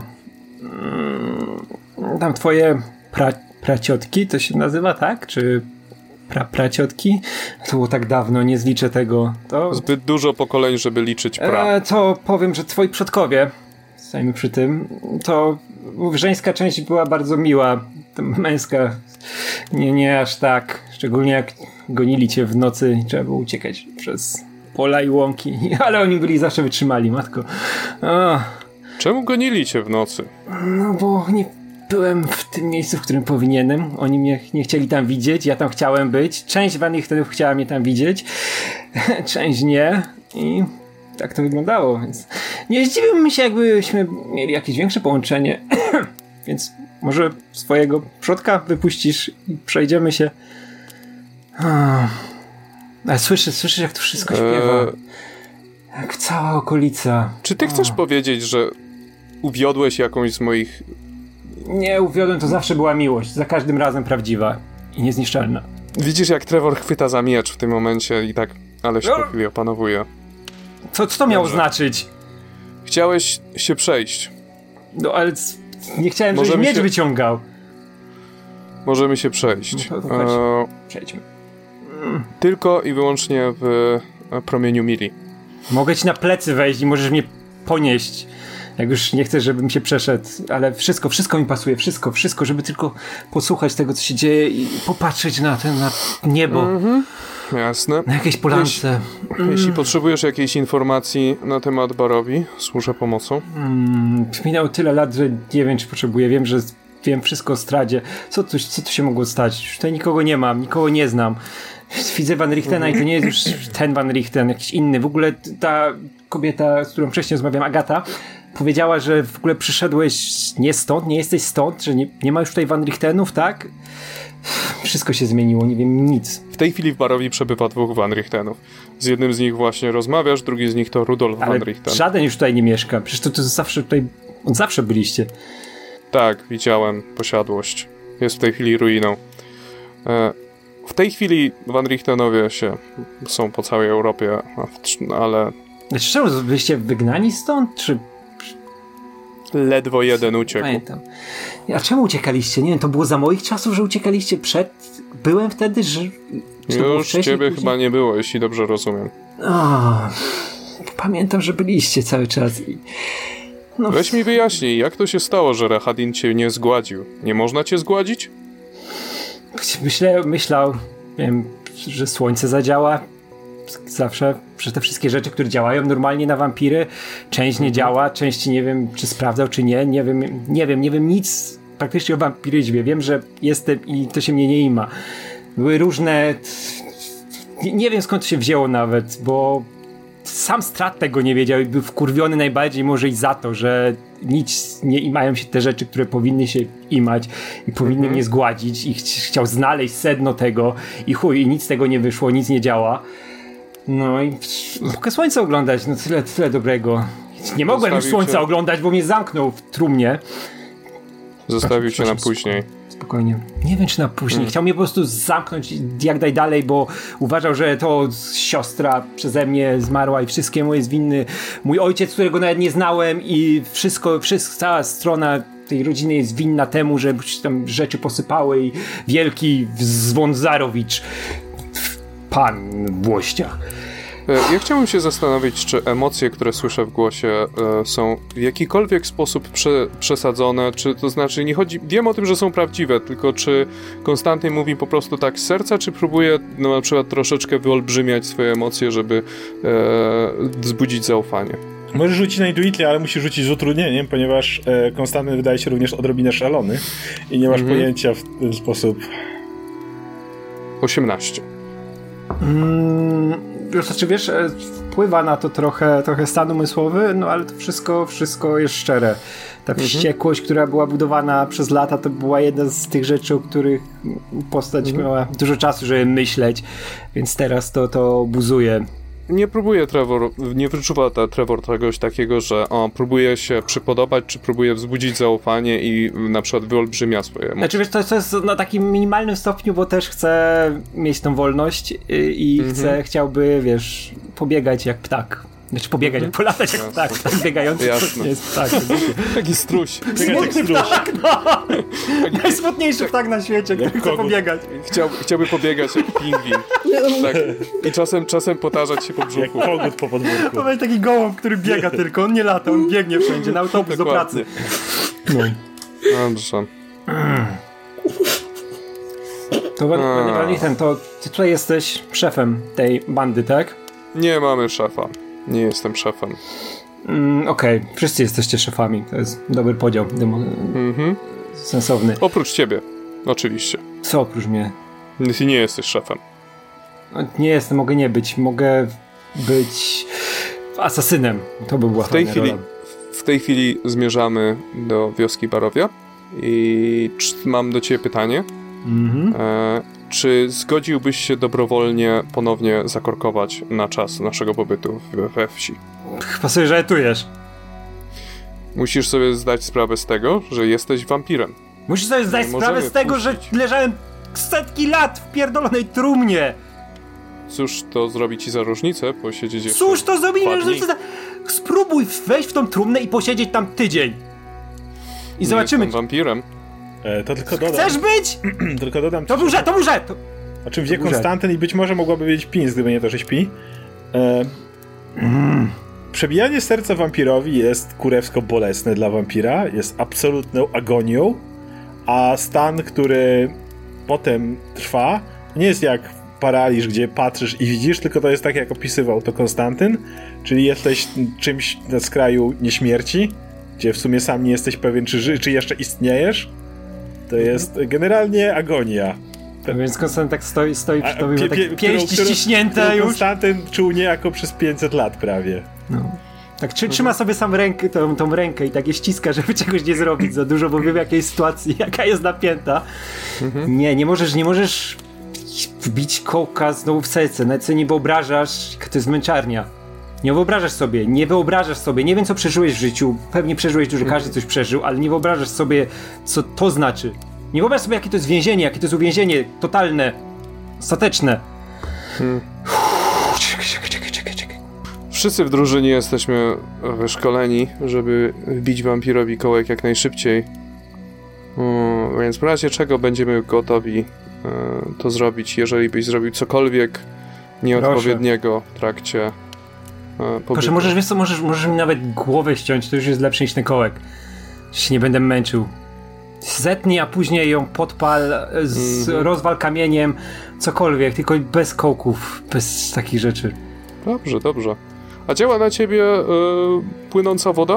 Speaker 5: Mm, Tam twoje pra, praciotki, to się nazywa, tak? Czy pra, praciotki? To było tak dawno, nie zliczę tego. To,
Speaker 3: Zbyt dużo pokoleń, żeby liczyć pra.
Speaker 5: e, to powiem, że twoi przodkowie, stajmy przy tym, to żeńska część była bardzo miła. Ta męska nie, nie aż tak. Szczególnie jak gonili cię w nocy i trzeba było uciekać przez pola i łąki. Ale oni byli zawsze wytrzymali, matko. O.
Speaker 3: Czemu gonili cię w nocy?
Speaker 5: No bo nie byłem w tym miejscu, w którym powinienem. Oni mnie nie chcieli tam widzieć, ja tam chciałem być. Część Van Richtenów chciała mnie tam widzieć, część nie. I tak to wyglądało, więc nie zdziwiłbym się, jakbyśmy mieli jakieś większe połączenie. Więc może swojego przodka wypuścisz i przejdziemy się. Ah. Ale słyszysz, słyszysz jak to wszystko śpiewa.
Speaker 3: Eee,
Speaker 5: Jak cała okolica.
Speaker 3: czy ty chcesz
Speaker 5: O.
Speaker 3: powiedzieć, że uwiodłeś jakąś z moich...
Speaker 5: Nie, uwiodłem, to zawsze była miłość. Za każdym razem prawdziwa i niezniszczalna.
Speaker 3: Widzisz, jak Trevor chwyta za miecz w tym momencie i tak, ale się
Speaker 5: No.
Speaker 3: po chwili opanowuje.
Speaker 5: Co, co to miało
Speaker 3: Dobrze.
Speaker 5: znaczyć?
Speaker 3: Chciałeś się przejść.
Speaker 5: No ale c- nie chciałem, żebyś
Speaker 3: Możemy
Speaker 5: miecz
Speaker 3: się-
Speaker 5: wyciągał.
Speaker 3: Możemy się przejść.
Speaker 5: No to chodź.
Speaker 3: E,
Speaker 5: Przejdźmy.
Speaker 3: tylko i wyłącznie w e, promieniu mili.
Speaker 5: Mogę ci na plecy wejść i możesz mnie ponieść. Jak już nie chcesz, żebym się przeszedł. Ale wszystko, wszystko mi pasuje. Wszystko, wszystko, żeby tylko posłuchać tego, co się dzieje i popatrzeć na ten, na niebo.
Speaker 3: Jasne.
Speaker 5: Na jakieś polance.
Speaker 3: Jeśli potrzebujesz jakiejś informacji na temat Barowi, służę pomocą.
Speaker 5: Mm, minęło tyle lat, że nie wiem, czy potrzebuję. Wiem, że wiem wszystko o Stradzie. Co tu, co tu się mogło stać? Już tutaj nikogo nie mam, nikogo nie znam. Widzę Van Richtena i to nie jest już ten Van Richten, jakiś inny. W ogóle ta kobieta, z którą wcześniej rozmawiałem, Agata, powiedziała, że w ogóle przyszedłeś nie stąd, nie jesteś stąd, że nie, nie ma już tutaj Van Richtenów, tak? Wszystko się zmieniło, nie wiem nic.
Speaker 3: W tej chwili w Barowi przebywa dwóch Van Richtenów. Z jednym z nich właśnie rozmawiasz, drugi z nich to Rudolf
Speaker 5: Ale
Speaker 3: Van Richten.
Speaker 5: żaden już tutaj nie mieszka. Przecież to, to zawsze tutaj, od zawsze byliście.
Speaker 3: Tak, widziałem posiadłość. Jest w tej chwili ruiną. E, w tej chwili Van Richtenowie się są po całej Europie, a w, ale
Speaker 5: Znaczy, czemu byliście wygnani stąd, czy...
Speaker 3: ledwo jeden uciekł.
Speaker 5: Pamiętam. A czemu uciekaliście? Nie wiem, to było za moich czasów, że uciekaliście przed... Byłem wtedy, że... Czy to było
Speaker 3: Już
Speaker 5: wcześniej,
Speaker 3: ciebie
Speaker 5: później?
Speaker 3: chyba nie było, jeśli dobrze rozumiem.
Speaker 5: O, pamiętam, że byliście cały czas i... No,
Speaker 3: Weź mi wyjaśnij, jak to się stało, że Rahadin cię nie zgładził? Nie można cię zgładzić?
Speaker 5: myślę, myślał, wiem, że słońce zadziała. Zawsze, że te wszystkie rzeczy, które działają normalnie na wampiry, część nie działa, część nie wiem, czy sprawdzał, czy nie. Nie wiem, nie wiem, nie wiem nic praktycznie o wampiryzmie. Wiem, że jestem i to się mnie nie ima. Były różne... Nie, nie wiem, skąd to się wzięło nawet, bo sam Strat tego nie wiedział i był wkurwiony najbardziej może i za to, że nic nie imają się te rzeczy, które powinny się imać i powinny
Speaker 3: Mhm.
Speaker 5: mnie zgładzić i ch- chciał znaleźć sedno tego i chuj, i nic z tego nie wyszło, nic nie działa. No i mogę słońce oglądać, no tyle, tyle dobrego. Nie mogłem już
Speaker 3: Zostawił
Speaker 5: słońca
Speaker 3: cię-
Speaker 5: oglądać, bo mnie zamknął w trumnie.
Speaker 3: Zostawił cię na
Speaker 5: Przepraszam,
Speaker 3: później.
Speaker 5: Spokojnie. Nie wiem, czy na później.
Speaker 3: Hmm.
Speaker 5: Chciał mnie po prostu zamknąć jak najdalej, bo uważał, że to siostra przeze mnie zmarła i wszystkiemu jest winny mój ojciec, którego nawet nie znałem i wszystko, wszystko cała strona tej rodziny jest winna temu, że się tam rzeczy posypały i wielki Zwądzarowicz, pan w łościach.
Speaker 3: E, Ja chciałbym się zastanowić, czy emocje, które słyszę w głosie e, są w jakikolwiek sposób prze, przesadzone, czy to znaczy nie chodzi, wiem o tym, że są prawdziwe, tylko czy Konstantyn mówi po prostu tak z serca, czy próbuje no, na przykład troszeczkę wyolbrzymiać swoje emocje, żeby e, wzbudzić zaufanie.
Speaker 1: Możesz rzucić na intuicję, ale musisz rzucić z utrudnieniem, ponieważ e, Konstantyn wydaje się również odrobinę szalony i nie masz
Speaker 3: Mhm.
Speaker 1: pojęcia w ten sposób.
Speaker 3: osiemnaście.
Speaker 5: Mm, znaczy, wiesz, wpływa na to trochę, trochę stan umysłowy, no ale to wszystko, wszystko jest szczere. Ta mhm. wściekłość, która była budowana przez lata, to była jedna z tych rzeczy, o których postać mhm. miała dużo czasu, żeby myśleć, więc teraz to, to buzuje.
Speaker 3: Nie próbuje Trevor, nie wyczuwa ta Trevor czegoś takiego, że o, próbuje się przypodobać, czy próbuje wzbudzić zaufanie i na przykład wyolbrzymia swoje emocje. Znaczy,
Speaker 5: wiesz, to, to jest na takim minimalnym stopniu, bo też chce mieć tą wolność i mhm. chce, chciałby, wiesz, pobiegać jak ptak. Znaczy pobiegać, mhm. jak polatać jak ptak, tak biegający.
Speaker 3: Jasne.
Speaker 5: Jest ptak.
Speaker 3: Taki struś.
Speaker 5: Biegać jak struś. Ptak, no. Taki... Najsmutniejszy ptak na świecie, który chce pobiegać.
Speaker 3: Chciał, chciałby pobiegać jak pingwin. Tak. I czasem, czasem potarzać się po brzuchu.
Speaker 1: Jak kogut po podwórku.
Speaker 5: To jest taki gołąb, który biega tylko, on nie lata, on biegnie wszędzie, na autobus do pracy.
Speaker 3: No. Dobrze.
Speaker 5: To ten, to ty tutaj jesteś szefem tej bandy, tak?
Speaker 3: Nie mamy szefa. Nie jestem szefem.
Speaker 5: Mm, Okej, okay. Wszyscy jesteście szefami. To jest dobry podział. Demo... Mm-hmm. Sensowny.
Speaker 3: Oprócz ciebie. Oczywiście.
Speaker 5: Co oprócz mnie?
Speaker 3: Ty nie jesteś szefem.
Speaker 5: No, nie jestem, mogę nie być. Mogę być asasynem. To by była
Speaker 3: w tej chwili,
Speaker 5: rola.
Speaker 3: W tej chwili zmierzamy do wioski Barowia i mam do ciebie pytanie. Mm-hmm. E, czy zgodziłbyś się dobrowolnie ponownie zakorkować na czas naszego pobytu we, we wsi?
Speaker 5: Chyba sobie żartujesz.
Speaker 3: Musisz sobie zdać sprawę z tego, że jesteś wampirem.
Speaker 5: Musisz sobie zdać
Speaker 3: nie
Speaker 5: sprawę z tego,
Speaker 3: puścić.
Speaker 5: że leżałem setki lat w pierdolonej trumnie.
Speaker 3: Cóż to zrobi ci za różnicę? Posiedzieć jeszcze
Speaker 5: Cóż to zrobi?
Speaker 3: że...
Speaker 5: Spróbuj wejść w tą trumnę i posiedzieć tam tydzień. I
Speaker 3: nie
Speaker 5: zobaczymy.
Speaker 3: Jestem wampirem.
Speaker 1: E, to tylko dodam.
Speaker 5: Chcesz być?
Speaker 1: Tylko dodam.
Speaker 5: To był żart, to był żart. To...
Speaker 1: O czym wie Konstantyn i być może mogłaby wiedzieć Pins, gdyby nie to, że śpi. E, mm. Przebijanie serca wampirowi jest kurewsko bolesne dla wampira, jest absolutną agonią, a stan, który potem trwa, nie jest jak paraliż, gdzie patrzysz i widzisz, tylko to jest tak, jak opisywał to Konstantyn, czyli jesteś czymś na skraju nieśmierci, gdzie w sumie sam nie jesteś pewien, czy, czy jeszcze istniejesz. To jest generalnie agonia.
Speaker 5: To więc Konstantyn tak stoi, stoi przy tobie,
Speaker 1: pie,
Speaker 5: pie, tak pięści ściśnięte
Speaker 1: którą
Speaker 5: już.
Speaker 1: Konstantyn czuł niejako przez pięćset lat prawie.
Speaker 5: No. Tak trzy, trzyma sobie sam rękę, tą, tą rękę i tak je ściska, żeby czegoś nie zrobić za dużo, bo wie w jakiej sytuacji, jaka jest napięta. Mhm. Nie, nie możesz, nie możesz wbić kołka znowu w serce, nawet sobie nie wyobrażasz, jaka to jest męczarnia. Nie wyobrażasz sobie, nie wyobrażasz sobie, nie wiem co przeżyłeś w życiu, pewnie przeżyłeś dużo, każdy coś przeżył, ale nie wyobrażasz sobie, co to znaczy. Nie wyobraź sobie, jakie to jest więzienie, jakie to jest uwięzienie totalne, ostateczne. Hmm. Uff, czekaj, czekaj, czekaj, czekaj, czekaj.
Speaker 3: Wszyscy w drużynie jesteśmy wyszkoleni, żeby wbić wampirowi kołek jak najszybciej. Hmm, więc w razie czego będziemy gotowi y, to zrobić, jeżeli byś zrobił cokolwiek nieodpowiedniego w trakcie y, pobytu.
Speaker 5: Proszę, możesz, wiesz co, możesz, możesz mi nawet głowę ściąć, to już jest lepszy niż ten kołek. Się nie będę męczył. Zetnij, a później ją podpal, z, mm. rozwal kamieniem, cokolwiek, tylko bez kołków, bez takich rzeczy.
Speaker 3: Dobrze, dobrze. A działa na ciebie y, płynąca woda?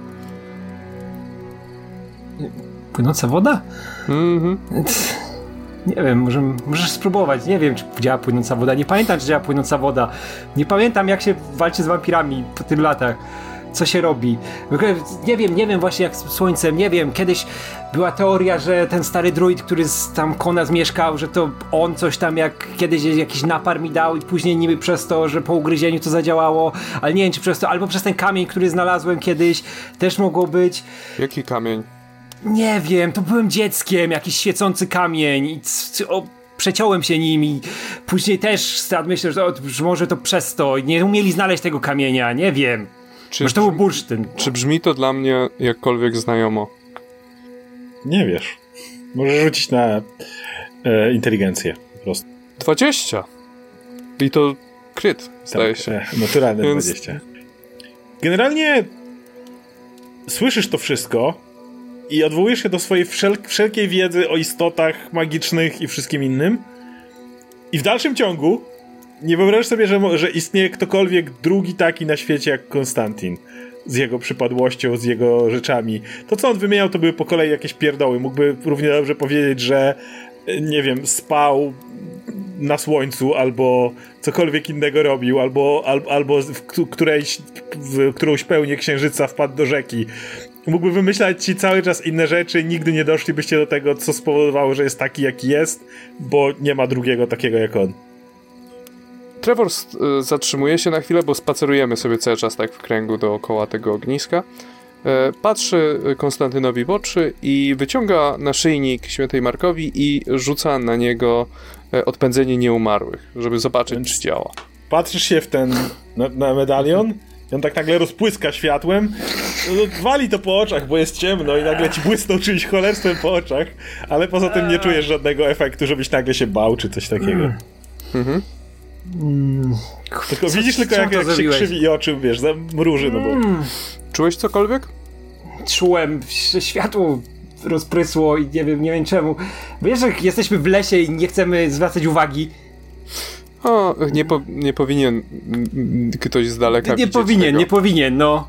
Speaker 5: Płynąca woda?
Speaker 3: Mhm.
Speaker 5: Nie wiem, może, możesz spróbować. Nie wiem, czy działa płynąca woda. Nie pamiętam, czy działa płynąca woda. Nie pamiętam, jak się walczy z wampirami po tylu latach. Co się robi. Nie wiem, nie wiem właśnie jak z słońcem, nie wiem. Kiedyś była teoria, że ten stary druid, który z tam Konas mieszkał, że to on coś tam jak kiedyś jakiś napar mi dał i później niby przez to, że po ugryzieniu to zadziałało, ale nie wiem czy przez to, albo przez ten kamień, który znalazłem kiedyś, też mogło być.
Speaker 3: Jaki kamień?
Speaker 5: Nie wiem, to byłem dzieckiem, jakiś świecący kamień i c- o, przeciąłem się nim i później też myślę, że, o, że może to przez to nie umieli znaleźć tego kamienia, nie wiem.
Speaker 3: Czy,
Speaker 5: może to był bursztyn.
Speaker 3: Czy brzmi to dla mnie jakkolwiek znajomo?
Speaker 1: Nie wiesz. Możesz rzucić na e, inteligencję po prostu.
Speaker 3: dwadzieścia. I to kryt, zdaje
Speaker 1: tak,
Speaker 3: się.
Speaker 1: E, naturalne
Speaker 3: Więc...
Speaker 1: dwadzieścia. Generalnie słyszysz to wszystko i odwołujesz się do swojej wszel- wszelkiej wiedzy o istotach magicznych i wszystkim innym. I w dalszym ciągu nie wyobrażasz sobie, że, że istnieje ktokolwiek drugi taki na świecie jak Konstantin. Z jego przypadłością, z jego rzeczami. To, co on wymieniał, to były po kolei jakieś pierdoły. Mógłby równie dobrze powiedzieć, że nie wiem, spał na słońcu, albo cokolwiek innego robił, albo, albo, albo w, którejś, w którąś pełnię księżyca wpadł do rzeki. Mógłby wymyślać ci cały czas inne rzeczy, nigdy nie doszlibyście do tego, co spowodowało, że jest taki, jaki jest, bo nie ma drugiego takiego jak on.
Speaker 3: Trevor y, zatrzymuje się na chwilę, bo spacerujemy sobie cały czas tak w kręgu dookoła tego ogniska. E, patrzy Konstantynowi w oczy i wyciąga naszyjnik świętej Markowi i rzuca na niego e, odpędzenie nieumarłych, żeby zobaczyć, Więc czy działa.
Speaker 1: Patrzysz się w ten na, na medalion i on tak nagle rozpłyska światłem, no, wali to po oczach, bo jest ciemno i nagle ci błysnął czymś cholerstwem po oczach, ale poza tym nie czujesz żadnego efektu, żebyś nagle się bał, czy coś takiego. Mm. Mhm. Mm. Tylko co, widzisz tylko jak, jak się krzywi i oczy, wiesz, zamruży, no bo... Mm.
Speaker 3: Czułeś cokolwiek?
Speaker 5: Czułem, że światło rozprysło i nie wiem, nie wiem czemu. Wiesz, że jesteśmy w lesie i nie chcemy zwracać uwagi.
Speaker 3: O, nie, po, nie powinien ktoś z daleka
Speaker 5: Nie, nie powinien,
Speaker 3: tego.
Speaker 5: nie powinien, no.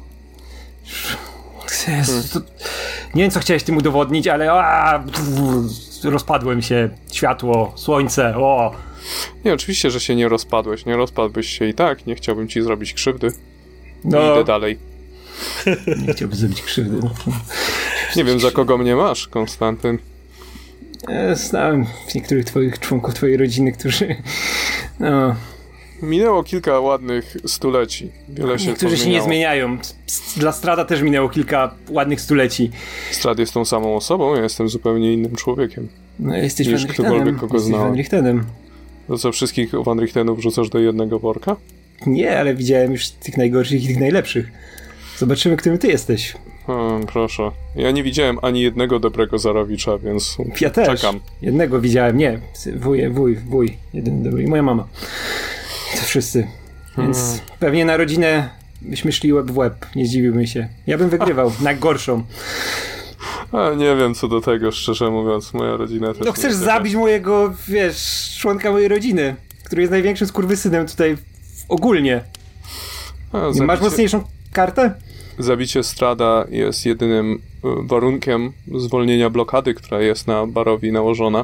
Speaker 5: Jezu, to... Nie wiem, co chciałeś tym udowodnić, ale a, rozpadłem się. Światło, słońce, o.
Speaker 3: Nie, oczywiście, że się nie rozpadłeś. Nie rozpadłbyś się i tak. Nie chciałbym ci zrobić krzywdy. No. Idę dalej.
Speaker 5: Nie chciałbym zrobić krzywdy.
Speaker 3: Nie wiem, za kogo mnie masz, Konstantyn.
Speaker 5: Ja znałem niektórych twoich członków twojej rodziny, którzy... No...
Speaker 3: Minęło kilka ładnych stuleci. Wiele się
Speaker 5: Niektórzy się nie zmieniają. Dla Strada też minęło kilka ładnych stuleci.
Speaker 3: Strad jest tą samą osobą, ja jestem zupełnie innym człowiekiem.
Speaker 5: No jesteś Van Richtenem.
Speaker 3: Kogo jesteś
Speaker 5: Van Richtenem.
Speaker 3: To co, wszystkich Van Richtenów wrzucasz do jednego worka?
Speaker 5: Nie, ale widziałem już tych najgorszych i tych najlepszych. Zobaczymy, którym ty jesteś.
Speaker 3: Hmm, proszę. Ja nie widziałem ani jednego dobrego Zarowicza, więc
Speaker 5: ja też.
Speaker 3: Czekam.
Speaker 5: Jednego widziałem, nie. Wuj, wuj, wuj. Jeden dobry. I moja mama. To wszyscy. Więc hmm. pewnie na rodzinę byśmy szli łeb w łeb. Nie zdziwiłbym się. Ja bym wygrywał. Na gorszą.
Speaker 3: A nie wiem co do tego, szczerze mówiąc. Moja rodzina też...
Speaker 5: No chcesz zabić mojego, wiesz, członka mojej rodziny, który jest największym skurwysynem tutaj ogólnie. A, nie zabicie... Masz mocniejszą kartę?
Speaker 3: Zabicie Strada jest jedynym warunkiem zwolnienia blokady, która jest na Barowi nałożona.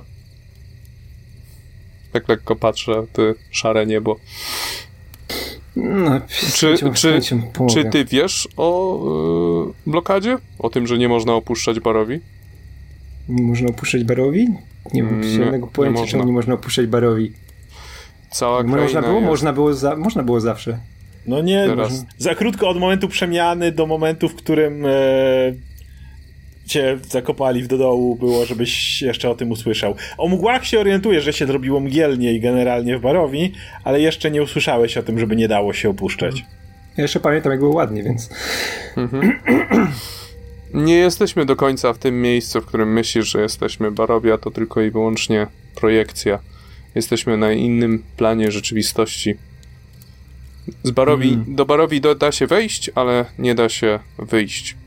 Speaker 3: Tak lekko patrzę, ty szare niebo.
Speaker 5: No,
Speaker 3: czy, czy, czy ty wiesz o y, blokadzie? O tym, że nie można opuszczać Barowi?
Speaker 5: Nie można opuszczać Barowi? Nie mam żadnego pojęcia, czemu nie można opuszczać Barowi.
Speaker 3: Cała kraina
Speaker 5: można było,
Speaker 3: jest...
Speaker 5: można było, za, można było zawsze.
Speaker 1: No nie, Teraz. za krótko od momentu przemiany do momentu, w którym e, cię zakopali w dołu było, żebyś jeszcze o tym usłyszał. O mgłach się orientujesz, że się zrobiło mgielnie i generalnie w Barowi, ale jeszcze nie usłyszałeś o tym, żeby nie dało się opuszczać.
Speaker 5: Ja jeszcze pamiętam, jak było ładnie, więc...
Speaker 3: Mhm. Nie jesteśmy do końca w tym miejscu, w którym myślisz, że jesteśmy. Barowia to tylko i wyłącznie projekcja. Jesteśmy na innym planie rzeczywistości. Z Barowi, mm. Do Barowi do, da się wejść, ale nie da się wyjść.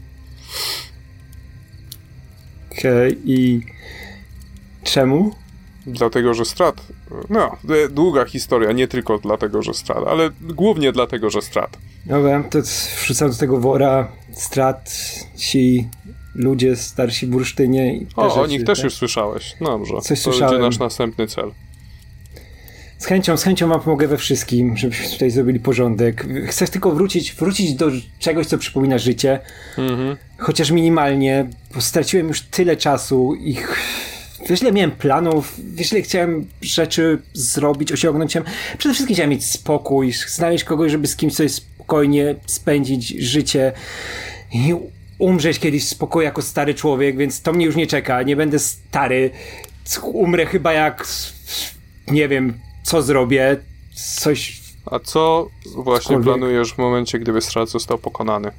Speaker 5: Okej, okay, i czemu?
Speaker 3: Dlatego, że Strad. No, długa historia, nie tylko dlatego, że Strad, ale głównie dlatego, że Strad.
Speaker 5: Dobra, to wrzucam do tego wora Strad, ci ludzie starsi w bursztynie i te
Speaker 3: O,
Speaker 5: rzeczy,
Speaker 3: o nich
Speaker 5: tak?
Speaker 3: też już słyszałeś. Dobrze,
Speaker 5: Coś
Speaker 3: to
Speaker 5: słyszałem.
Speaker 3: będzie nasz następny cel.
Speaker 5: Z chęcią, z chęcią wam pomogę we wszystkim, żebyśmy tutaj zrobili porządek. Chcę tylko wrócić, wrócić do czegoś, co przypomina życie. Mhm. Chociaż minimalnie, bo straciłem już tyle czasu i wiesz, ile miałem planów, wiesz, ile chciałem rzeczy zrobić, osiągnąć. Przede wszystkim chciałem mieć spokój, znaleźć kogoś, żeby z kimś sobie spokojnie spędzić życie i umrzeć kiedyś w spokoju jako stary człowiek, więc to mnie już nie czeka. Nie będę stary. Umrę chyba jak, nie wiem, co zrobię, coś...
Speaker 3: A co właśnie cokolwiek planujesz w momencie, gdyby Strad został pokonany?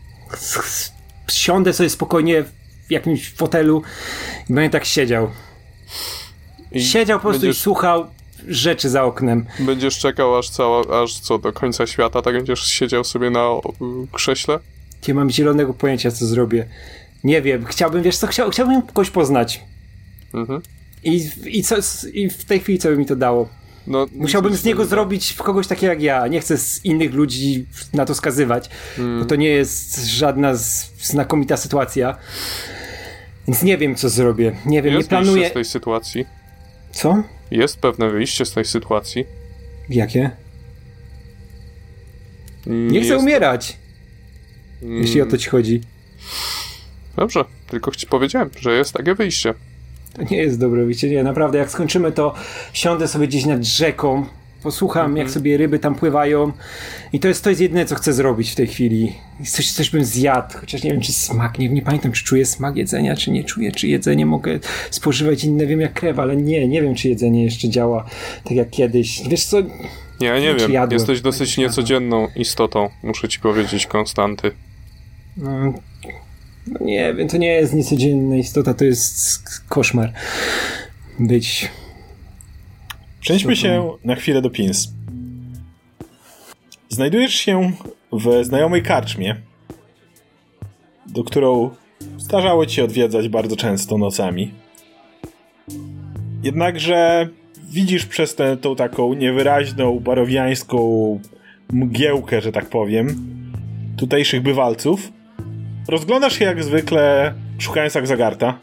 Speaker 5: Siądę sobie spokojnie w jakimś fotelu i będę tak siedział. I siedział po prostu będziesz... i słuchał rzeczy za oknem.
Speaker 3: Będziesz czekał aż, cała, aż co, do końca świata, tak będziesz siedział sobie na krześle?
Speaker 5: Nie mam zielonego pojęcia, co zrobię. Nie wiem, chciałbym, wiesz co, chciał, chciałbym kogoś poznać. Mhm. I, i, co, I w tej chwili co by mi to dało? No, musiałbym z niego zrobić kogoś takiego jak ja. Nie chcę z innych ludzi na to skazywać, hmm. bo to nie jest żadna z, znakomita sytuacja. Więc nie wiem, co zrobię. Nie wiem,
Speaker 3: jest
Speaker 5: nie planuję...
Speaker 3: z tej sytuacji?
Speaker 5: Co?
Speaker 3: Jest pewne wyjście z tej sytuacji.
Speaker 5: Jakie?
Speaker 3: Nie,
Speaker 5: Nie chcę
Speaker 3: jest...
Speaker 5: umierać,
Speaker 3: Mm.
Speaker 5: jeśli o to ci chodzi.
Speaker 3: Dobrze, tylko ci powiedziałem, że jest takie wyjście.
Speaker 5: To nie jest dobre wyjście, nie, naprawdę, jak skończymy to siądę sobie gdzieś nad rzeką, posłucham mhm. jak sobie ryby tam pływają i to jest, to jest jedyne, co chcę zrobić w tej chwili. Coś, coś bym zjadł, chociaż nie wiem, czy smak, nie, nie pamiętam, czy czuję smak jedzenia, czy nie czuję, czy jedzenie mogę spożywać inne, wiem jak krew, ale nie, nie wiem, czy jedzenie jeszcze działa tak jak kiedyś. Wiesz co...
Speaker 3: Nie, ja nie wiem,
Speaker 5: jadłem.
Speaker 3: Jesteś dosyć niecodzienną istotą, muszę ci powiedzieć, Konstanty.
Speaker 5: No, no nie wiem, to nie jest niecodzienna istota, to jest koszmar. Być...
Speaker 1: Przenieśmy się na chwilę do Pins. Znajdujesz się w znajomej karczmie, do którą zdarzało ci się odwiedzać bardzo często nocami. Jednakże widzisz przez tę tą taką niewyraźną, barowiańską mgiełkę, że tak powiem, tutejszych bywalców. Rozglądasz się jak zwykle, szukając Akzagarta.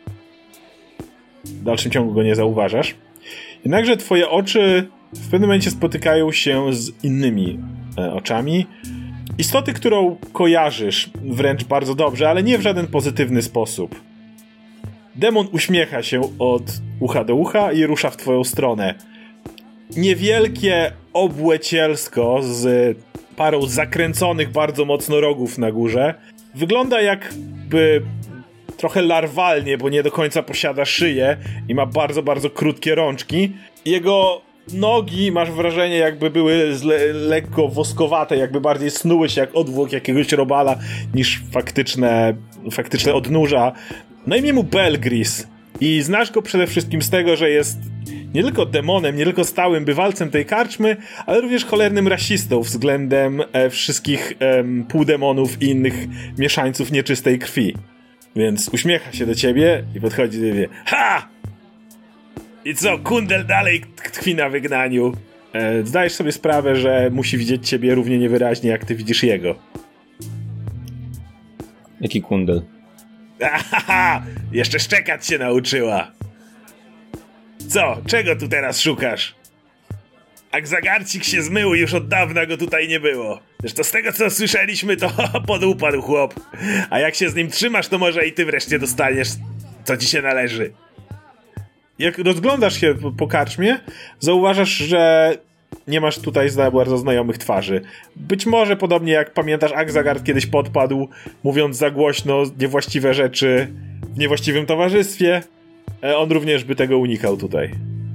Speaker 1: W dalszym ciągu go nie zauważasz. Jednakże twoje oczy w pewnym momencie spotykają się z innymi e, oczami. Istoty, którą kojarzysz wręcz bardzo dobrze, ale nie w żaden pozytywny sposób. Demon uśmiecha się od ucha do ucha i rusza w twoją stronę. Niewielkie obłecielsko z parą zakręconych bardzo mocno rogów na górze. Wygląda jakby trochę larwalnie, bo nie do końca posiada szyję i ma bardzo, bardzo krótkie rączki. Jego nogi, masz wrażenie, jakby były le- lekko woskowate, jakby bardziej snuły się jak odwłok jakiegoś robala niż faktyczne, faktyczne odnóża. Na imię mu Belgris i znasz go przede wszystkim z tego, że jest nie tylko demonem, nie tylko stałym bywalcem tej karczmy, ale również cholernym rasistą względem e, wszystkich e, półdemonów i innych mieszańców nieczystej krwi. Więc uśmiecha się do ciebie i podchodzi do ciebie. Ha! I co, kundel dalej tkwi na wygnaniu. E, zdajesz sobie sprawę, że musi widzieć ciebie równie niewyraźnie, jak ty widzisz jego.
Speaker 2: Jaki kundel?
Speaker 1: Ahaha! Jeszcze szczekać się nauczyła. Co? Czego tu teraz szukasz? Akzagarcik się zmył i już od dawna go tutaj nie było. Zresztą z tego, co słyszeliśmy, to podupadł chłop. A jak się z nim trzymasz, to może i ty wreszcie dostaniesz, co ci się należy. Jak rozglądasz się po karczmie, zauważasz, że nie masz tutaj za bardzo znajomych twarzy. Być może podobnie jak pamiętasz, Akzagard kiedyś podpadł, mówiąc za głośno niewłaściwe rzeczy w niewłaściwym towarzystwie. On również by tego unikał tutaj.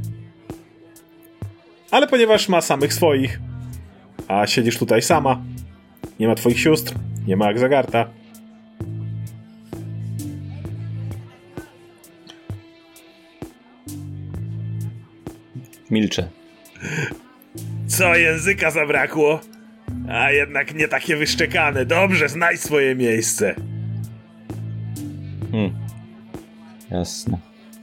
Speaker 1: Ale ponieważ ma samych swoich, a siedzisz tutaj sama, nie ma twoich sióstr, nie ma Akzagarta.
Speaker 2: Milczę.
Speaker 1: Co, języka zabrakło? A jednak nie takie wyszczekane. Dobrze, znajdź swoje miejsce.
Speaker 2: Hmm. Jasne.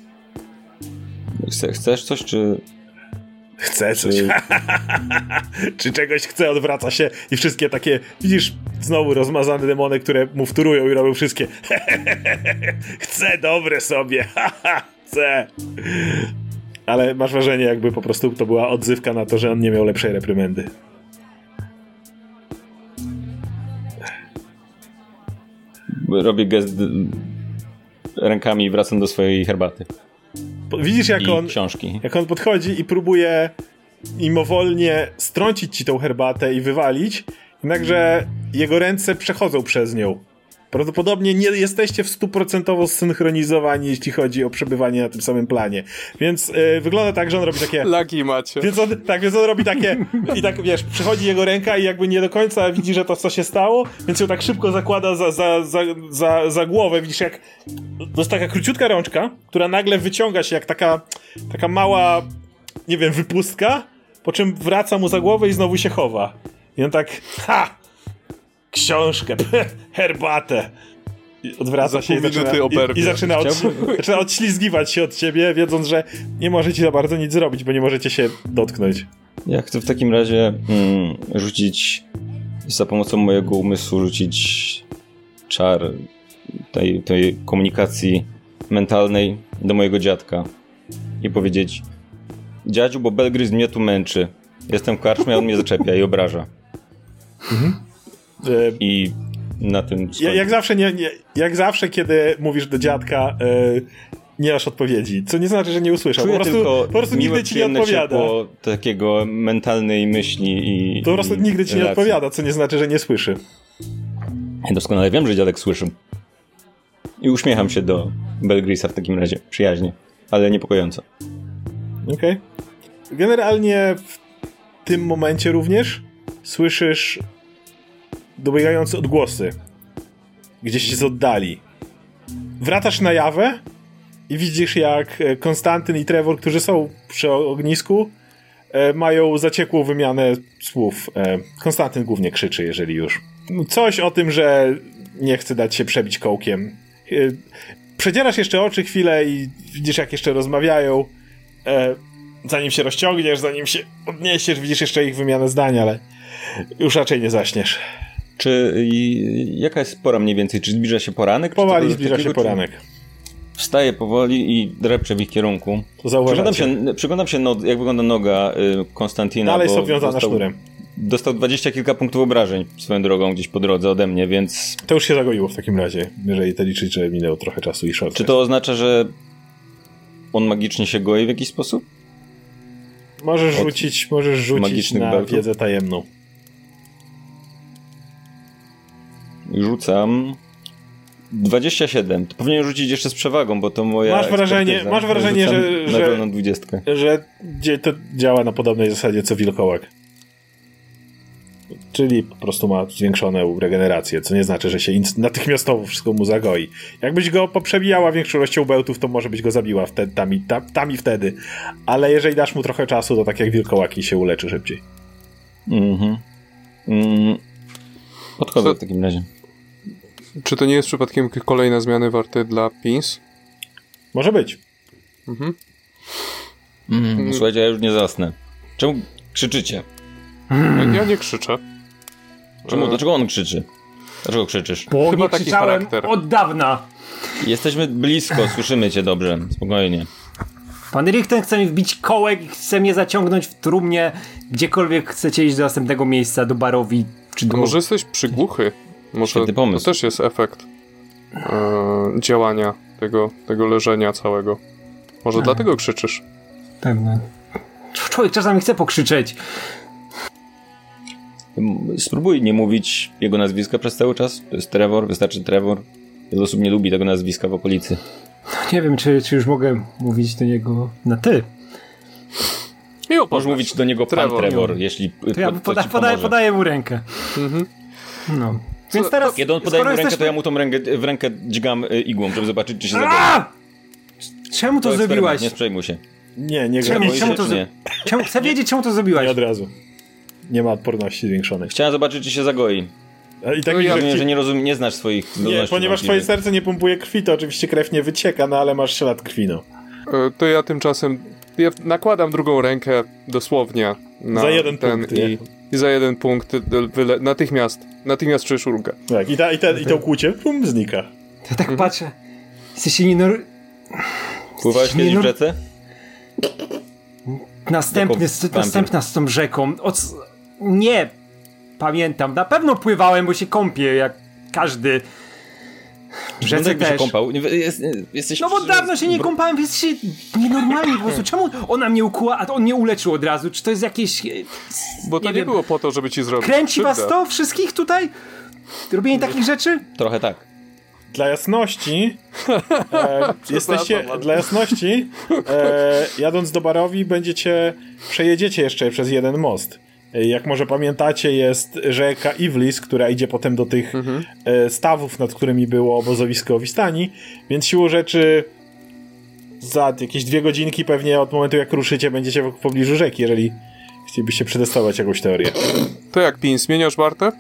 Speaker 2: Chce, chcesz coś, czy...
Speaker 1: Chcę coś. Czy... czy czegoś chce, odwraca się i wszystkie takie, widzisz, znowu rozmazane demony, które mu wtórują i robią wszystkie chcę, dobre sobie. Chcę. Ale masz wrażenie, jakby po prostu to była odzywka na to, że on nie miał lepszej reprymendy.
Speaker 2: Robię gest rękami i wracam do swojej herbaty.
Speaker 1: Widzisz, jak
Speaker 2: I
Speaker 1: on,
Speaker 2: książki.
Speaker 1: jak on podchodzi i próbuje mimowolnie strącić ci tą herbatę i wywalić, jednakże jego ręce przechodzą przez nią. Prawdopodobnie nie jesteście w stuprocentowo zsynchronizowani, jeśli chodzi o przebywanie na tym samym planie. Więc yy, wygląda tak, że on robi takie...
Speaker 3: Lagi macie.
Speaker 1: Więc on, tak, więc on robi takie... I tak, wiesz, przychodzi jego ręka i jakby nie do końca widzi, że to co się stało, więc ją tak szybko zakłada za, za, za, za, za głowę. Widzisz, jak... To jest taka króciutka rączka, która nagle wyciąga się jak taka, taka mała, nie wiem, wypustka, po czym wraca mu za głowę i znowu się chowa. I on tak... Ha! Książkę, herbatę. I odwraca
Speaker 3: za
Speaker 1: się i zaczyna, i, i zaczyna, od, zaczyna odślizgiwać się od ciebie, wiedząc, że nie możecie za bardzo nic zrobić, bo nie możecie się dotknąć.
Speaker 2: Ja chcę w takim razie mm, rzucić, za pomocą mojego umysłu rzucić czar tej, tej komunikacji mentalnej do mojego dziadka i powiedzieć: dziadziu, bo Belgryz mnie tu męczy. Jestem w karczmie, a on mnie zaczepia i obraża. Mhm. I na tym
Speaker 1: ja, jak, zawsze nie, nie, jak zawsze, kiedy mówisz do dziadka, yy, nie masz odpowiedzi. Co nie znaczy, że nie usłyszał.
Speaker 2: Czuję
Speaker 1: po prostu,
Speaker 2: tylko
Speaker 1: po prostu
Speaker 2: miłe,
Speaker 1: nigdy ci nie odpowiada.
Speaker 2: Ciepło takiego mentalnej myśli i
Speaker 1: To po prostu
Speaker 2: i
Speaker 1: nigdy ci
Speaker 2: relacji.
Speaker 1: nie odpowiada, co nie znaczy, że nie słyszy.
Speaker 2: Ja doskonale wiem, że dziadek słyszy. I uśmiecham się do Belgrisa w takim razie. Przyjaźnie, ale niepokojąco.
Speaker 1: Okej. Okay. Generalnie w tym momencie również słyszysz dobiegające odgłosy gdzieś z oddali. Wracasz na jawę i widzisz, jak Konstantyn i Trevor, którzy są przy ognisku, mają zaciekłą wymianę słów. Konstantyn głównie krzyczy, jeżeli już. Coś o tym, że nie chce dać się przebić kołkiem. Przedzierasz jeszcze oczy chwilę i widzisz, jak jeszcze rozmawiają. Zanim się rozciągniesz, zanim się podniesiesz, widzisz jeszcze ich wymianę zdań, ale już raczej nie zaśniesz.
Speaker 2: Czy i, jaka jest pora mniej więcej? Czy zbliża się poranek?
Speaker 1: Powoli zbliża takiego, się poranek.
Speaker 2: Wstaję powoli i drepczę w ich kierunku. Przyglądam się, przyglądam się no, jak wygląda noga y, Konstantina.
Speaker 1: Dalej są wiązane sznurem.
Speaker 2: Dostał dwadzieścia kilka punktów obrażeń swoją drogą gdzieś po drodze ode mnie, więc...
Speaker 1: To już się zagoiło w takim razie, jeżeli to liczyć, że minęło trochę czasu i short.
Speaker 2: Czy to oznacza, że on magicznie się goi w jakiś sposób?
Speaker 1: Możesz Od rzucić, możesz rzucić na beltów? Wiedzę tajemną.
Speaker 2: Rzucam dwadzieścia siedem. To powinien rzucić jeszcze z przewagą, bo to moja
Speaker 1: Masz wrażenie, masz wrażenie, że, że,
Speaker 2: dwudziestkę.
Speaker 1: że to działa na podobnej zasadzie co wilkołak. Czyli po prostu ma zwiększoną regenerację, co nie znaczy, że się natychmiastowo wszystko mu zagoi. Jakbyś go poprzebijała większą ilością bełtów, to może byś go zabiła wtedy, tam, i, tam, tam i wtedy. Ale jeżeli dasz mu trochę czasu, to tak jak wilkołaki się uleczy szybciej.
Speaker 2: Mhm. Mm. Podchodzę w takim razie.
Speaker 3: Czy to nie jest przypadkiem kolejne zmiany warte dla Pins?
Speaker 1: Może być.
Speaker 3: Mhm.
Speaker 2: Mm. Słuchajcie, ja już nie zasnę. Czemu krzyczycie?
Speaker 3: Hmm. Ja nie krzyczę.
Speaker 2: Czemu? Dlaczego on krzyczy? Dlaczego krzyczysz?
Speaker 5: Bo
Speaker 3: Chyba
Speaker 5: nie
Speaker 3: taki
Speaker 5: krzyczałem
Speaker 3: charakter.
Speaker 5: Od dawna.
Speaker 2: Jesteśmy blisko, słyszymy cię dobrze. Spokojnie.
Speaker 5: Pan Richten chce mi wbić kołek i chce mnie zaciągnąć w trumnie, gdziekolwiek chcecie iść do następnego miejsca, do barowi, czy do...
Speaker 3: A może jesteś przygłuchy? Może to też jest efekt e, działania tego, tego leżenia całego. Może A. dlatego krzyczysz?
Speaker 5: Pewnie. Człowiek czasami chce pokrzyczeć.
Speaker 2: Spróbuj nie mówić jego nazwiska przez cały czas. To jest Trevor, wystarczy Trevor. Wiele osób nie lubi tego nazwiska w okolicy.
Speaker 5: Nie wiem, czy, czy już mogę mówić do niego na ty.
Speaker 3: Miło
Speaker 2: Możesz mówić do niego pan Trevor, Trevor jeśli
Speaker 5: to ja poda, podaję, podaję mu rękę.
Speaker 2: Mhm.
Speaker 5: No. Więc Co, teraz,
Speaker 2: kiedy on podaje mu rękę, jesteśmy... to ja mu tą rękę, w rękę dźgam igłą, żeby zobaczyć, czy się zagoi.
Speaker 5: Czemu to, to zrobiłaś?
Speaker 2: Nie przejmuj się.
Speaker 1: Nie, nie
Speaker 5: czemu, czemu to nie? Czemu, chcę wiedzieć, czemu to zrobiłaś.
Speaker 1: Nie od razu. Nie ma odporności zwiększonej.
Speaker 2: Chciałem zobaczyć, czy się zagoi.
Speaker 1: I tak
Speaker 2: no ja wiem, że nie, rozum, nie znasz swoich zdolności.
Speaker 1: Nie, ponieważ twoje serce nie pompuje krwi, to oczywiście krew nie wycieka, no ale masz ślad krwi, no.
Speaker 3: To ja tymczasem ja nakładam drugą rękę dosłownie na
Speaker 1: za jeden
Speaker 3: ten
Speaker 1: punkt,
Speaker 3: i, i za jeden punkt wyle, natychmiast natychmiast czujesz ulgę.
Speaker 1: Tak, i, ta, i, te, i to kłucie pum, znika.
Speaker 5: Ja tak mhm. patrzę. Jesteście nienor...
Speaker 2: Pływałeś kiedyś nienor... w rzece?
Speaker 5: Następny, następna z tą rzeką. Od... Nie pamiętam. Na pewno pływałem, bo się kąpię jak każdy. W rzece też.
Speaker 2: Się kąpał. Jest, jesteś
Speaker 5: no bo dawno się nie kąpałem, jesteście nienormalni po prostu. Czemu ona mnie ukuła, a on mnie uleczył od razu? Czy to jest jakieś...
Speaker 3: Bo to nie, nie było po to, żeby ci zrobić
Speaker 5: Kręci was to? Wszystkich tutaj? Robienie takich rzeczy?
Speaker 2: Trochę tak.
Speaker 1: Dla jasności e, jesteście, dla jasności e, jadąc do Barowi będziecie, przejedziecie jeszcze przez jeden most. Jak może pamiętacie, jest rzeka Ivlis, która idzie potem do tych mhm. e, stawów, nad którymi było obozowisko Wistani, więc siłą rzeczy za jakieś dwie godzinki pewnie od momentu jak ruszycie będziecie w pobliżu rzeki, jeżeli chcielibyście przetestować jakąś teorię.
Speaker 3: To jak, Pin, zmieniasz Bartę?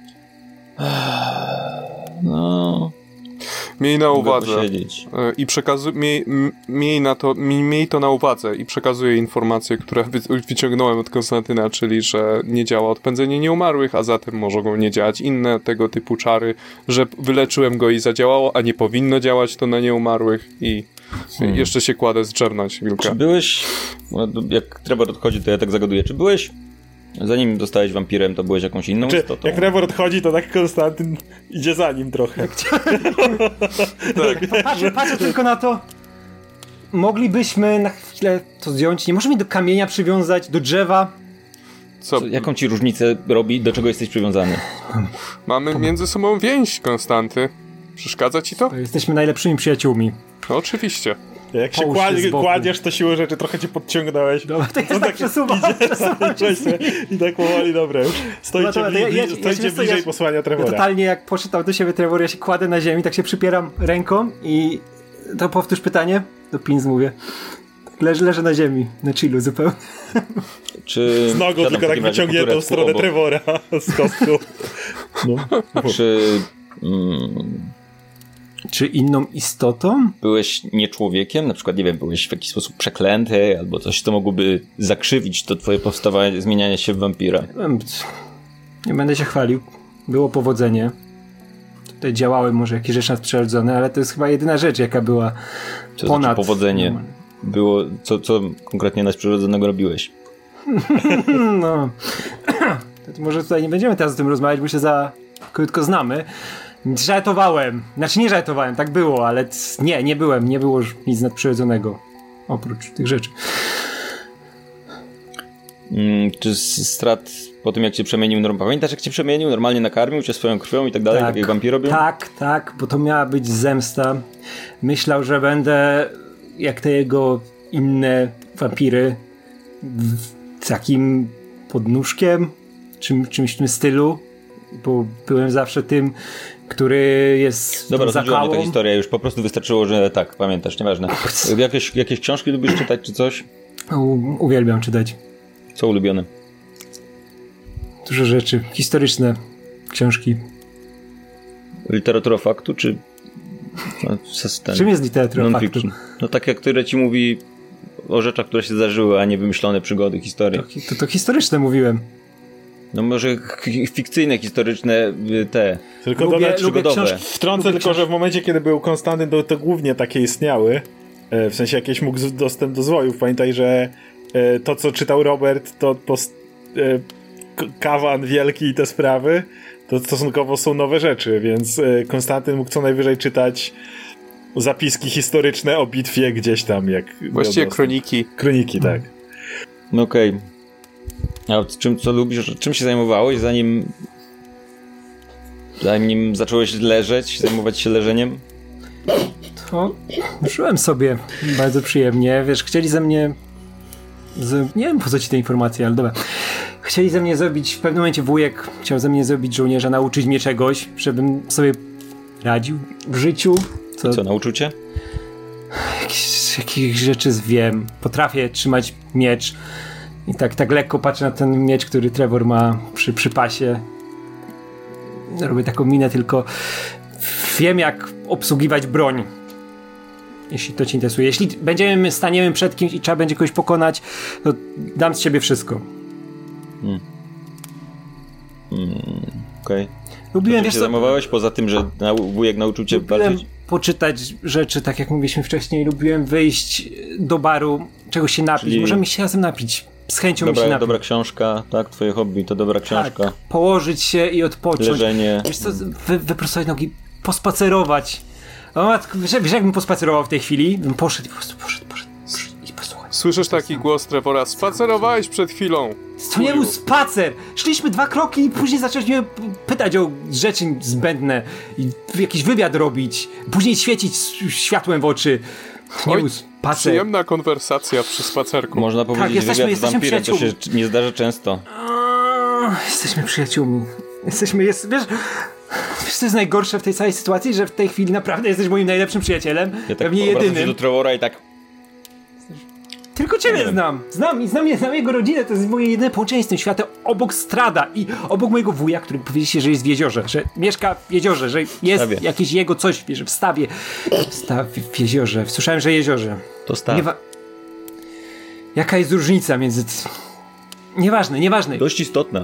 Speaker 2: No...
Speaker 3: Miej na uwadze i przekazuj, miej, miej, na to, miej to na uwadze i przekazuję informacje, które wyciągnąłem od Konstantyna, czyli że nie działa odpędzenie nieumarłych, a zatem mogą nie działać inne tego typu czary, że wyleczyłem go i zadziałało, a nie powinno działać to na nieumarłych i Hmm. Jeszcze się kładę zdrzemnąć wilka.
Speaker 2: Czy byłeś, no, jak Trevor odchodzi, to ja tak zagaduję, czy byłeś, zanim zostałeś wampirem, to byłeś jakąś inną
Speaker 1: czy,
Speaker 2: istotą?
Speaker 1: Jak Trevor odchodzi, to tak Konstantyn idzie za nim trochę.
Speaker 5: tak. Patrzę, patrzę tylko na to. Moglibyśmy na chwilę to zdjąć. Nie możemy do kamienia przywiązać, do drzewa.
Speaker 3: Co?
Speaker 2: Jaką ci różnicę robi, do czego jesteś przywiązany?
Speaker 3: Mamy między sobą więź, Konstanty. Przeszkadza ci to?
Speaker 5: Jesteśmy najlepszymi przyjaciółmi.
Speaker 3: No, oczywiście.
Speaker 1: Jak się kładzie, kładziesz, to siłą rzeczy trochę cię podciągnąłeś.
Speaker 5: Dobra, to ja tak, tak przesuwam.
Speaker 1: I tak powoli, dobra, już stoicie, no, bli, ja, ja, stoicie ja, bliżej ja, posłania Trevora.
Speaker 5: Ja totalnie jak poczytał do siebie Trevor, ja się kładę na ziemi, tak się przypieram ręką i to powtórz pytanie, do Pins mówię. Tak leży, leżę na ziemi, na chillu zupełnie.
Speaker 2: Czy
Speaker 1: z nogą tylko tak wyciągniętą w stronę obok. Trevora z kostką. No.
Speaker 2: Czy... Mm,
Speaker 5: Czy inną istotą?
Speaker 2: Byłeś nie człowiekiem? Na przykład, nie wiem, byłeś w jakiś sposób przeklęty albo coś, co mogłoby zakrzywić to twoje powstawanie, zmienianie się w wampira?
Speaker 5: Nie będę się chwalił. Było powodzenie. Tutaj działały może jakieś rzeczy nadprzyrodzone, ale to jest chyba jedyna rzecz, jaka była
Speaker 2: co
Speaker 5: ponad...
Speaker 2: Znaczy powodzenie? Było... Co, co konkretnie nadprzyrodzonego robiłeś?
Speaker 5: No... To może tutaj nie będziemy teraz o tym rozmawiać, bo się za krótko znamy. Żartowałem. Znaczy nie żartowałem, tak było, ale c- nie, nie byłem. Nie było nic nadprzyrodzonego. Oprócz tych rzeczy.
Speaker 2: Mm, czy Strat po tym jak cię przemienił, norm- pamiętasz jak cię przemienił? Normalnie nakarmił cię swoją krwią i tak dalej, tak, tak jak wampir robią?
Speaker 5: Tak, tak, bo to miała być zemsta. Myślał, że będę jak te jego inne wampiry w takim podnóżkiem, czym, czymś w tym stylu, bo byłem zawsze tym, który jest
Speaker 2: Dobra, rozchodziła mnie ta
Speaker 5: zakałą.
Speaker 2: historia, już po prostu wystarczyło, że tak, pamiętasz, nieważne. Jakieś, jakieś książki lubisz czytać, czy coś?
Speaker 5: U, uwielbiam czytać.
Speaker 2: Co ulubione?
Speaker 5: Dużo rzeczy. Historyczne książki.
Speaker 2: Literatura faktu, czy... No, ten,
Speaker 5: czym jest literatura faktu?
Speaker 2: No takie, które ci mówi o rzeczach, które się zdarzyły, a nie wymyślone przygody, historie.
Speaker 5: To, to, to historyczne mówiłem.
Speaker 2: No może fikcyjne, historyczne te.
Speaker 1: Tylko
Speaker 5: lubię,
Speaker 1: dodać
Speaker 5: lubię
Speaker 1: przygodowe.
Speaker 5: Książki,
Speaker 1: Wtrącę tylko, że w momencie, kiedy był Konstantyn, to, to głównie takie istniały. W sensie jakieś mógł dostęp do zwojów. Pamiętaj, że to, co czytał Robert, to post, kawan wielki i te sprawy, to stosunkowo są nowe rzeczy, więc Konstantyn mógł co najwyżej czytać zapiski historyczne o bitwie gdzieś tam. Jak
Speaker 3: właściwie kroniki.
Speaker 1: Kroniki, tak.
Speaker 2: No okej. Okay. A czym, co lubisz, czym się zajmowałeś, zanim zanim zacząłeś leżeć, zajmować się leżeniem?
Speaker 5: To żyłem sobie bardzo przyjemnie. Wiesz, chcieli ze mnie z... nie wiem po co ci te informacje, ale dobra. Chcieli ze mnie zrobić, w pewnym momencie wujek chciał ze mnie zrobić żołnierza, nauczyć mnie czegoś, żebym sobie radził w życiu.
Speaker 2: Co, co nauczył cię?
Speaker 5: Jakieś, jakieś rzeczy wiem. Potrafię trzymać miecz. I tak, tak lekko patrzę na ten miecz, który Trevor ma przy, przy pasie. Robię taką minę, tylko wiem, jak obsługiwać broń. Jeśli to cię interesuje. Jeśli będziemy, staniemy przed kimś i trzeba będzie kogoś pokonać, to dam z siebie wszystko.
Speaker 2: Hmm. Hmm, okej. Okay.
Speaker 5: Lubiłem,
Speaker 2: czym się zajmowałeś? Poza tym, że nau- wujek nauczył cię
Speaker 5: lubiłem
Speaker 2: walczyć?
Speaker 5: Poczytać rzeczy, tak jak mówiliśmy wcześniej. Lubiłem wyjść do baru, czegoś się napić. Czyli... Możemy się razem napić. Z chęcią
Speaker 2: dobra,
Speaker 5: mi się napić.
Speaker 2: Dobra książka, tak? Twoje hobby to dobra książka.
Speaker 5: Tak, położyć się i odpocząć.
Speaker 2: Leżenie.
Speaker 5: Wiesz co, wy, wyprostować nogi, pospacerować. O matko, wiesz, wiesz jakbym pospacerował w tej chwili? Bym poszedł i po prostu poszedł, poszedł, poszedł i posłuchaj.
Speaker 3: Słyszysz taki głos Trevora? Spacerowałeś przed chwilą.
Speaker 5: To nie był spacer! Szliśmy dwa kroki i później zaczęliśmy pytać o rzeczy zbędne i jakiś wywiad robić. Później świecić światłem w oczy. Nie
Speaker 3: Oj,
Speaker 5: był spacer.
Speaker 3: Przyjemna konwersacja przy spacerku.
Speaker 2: Można powiedzieć,
Speaker 5: tak, jesteśmy,
Speaker 2: wywiad z wampirem, to się nie zdarza często.
Speaker 5: O, jesteśmy przyjaciółmi. Jesteśmy, jest, wiesz... Wiesz, co jest najgorsze w tej całej sytuacji? Że w tej chwili naprawdę jesteś moim najlepszym przyjacielem.
Speaker 2: Ja tak
Speaker 5: pewnie jedynym.
Speaker 2: się do Trevora i tak...
Speaker 5: Tylko ciebie nie znam. Znam i znam, znam jego rodzinę. To jest moje jedyne połączenie z tym światem obok Strada i obok mojego wuja, który powiedzieliście, że jest w jeziorze, że mieszka w jeziorze, że jest
Speaker 2: Stawie.
Speaker 5: jakieś jego coś, wiesz, w stawie. W stawie, w jeziorze. Słyszałem, że jeziorze.
Speaker 2: To staw.
Speaker 5: Wa- Jaka jest różnica między... Nieważne, nieważne.
Speaker 2: Dość istotna.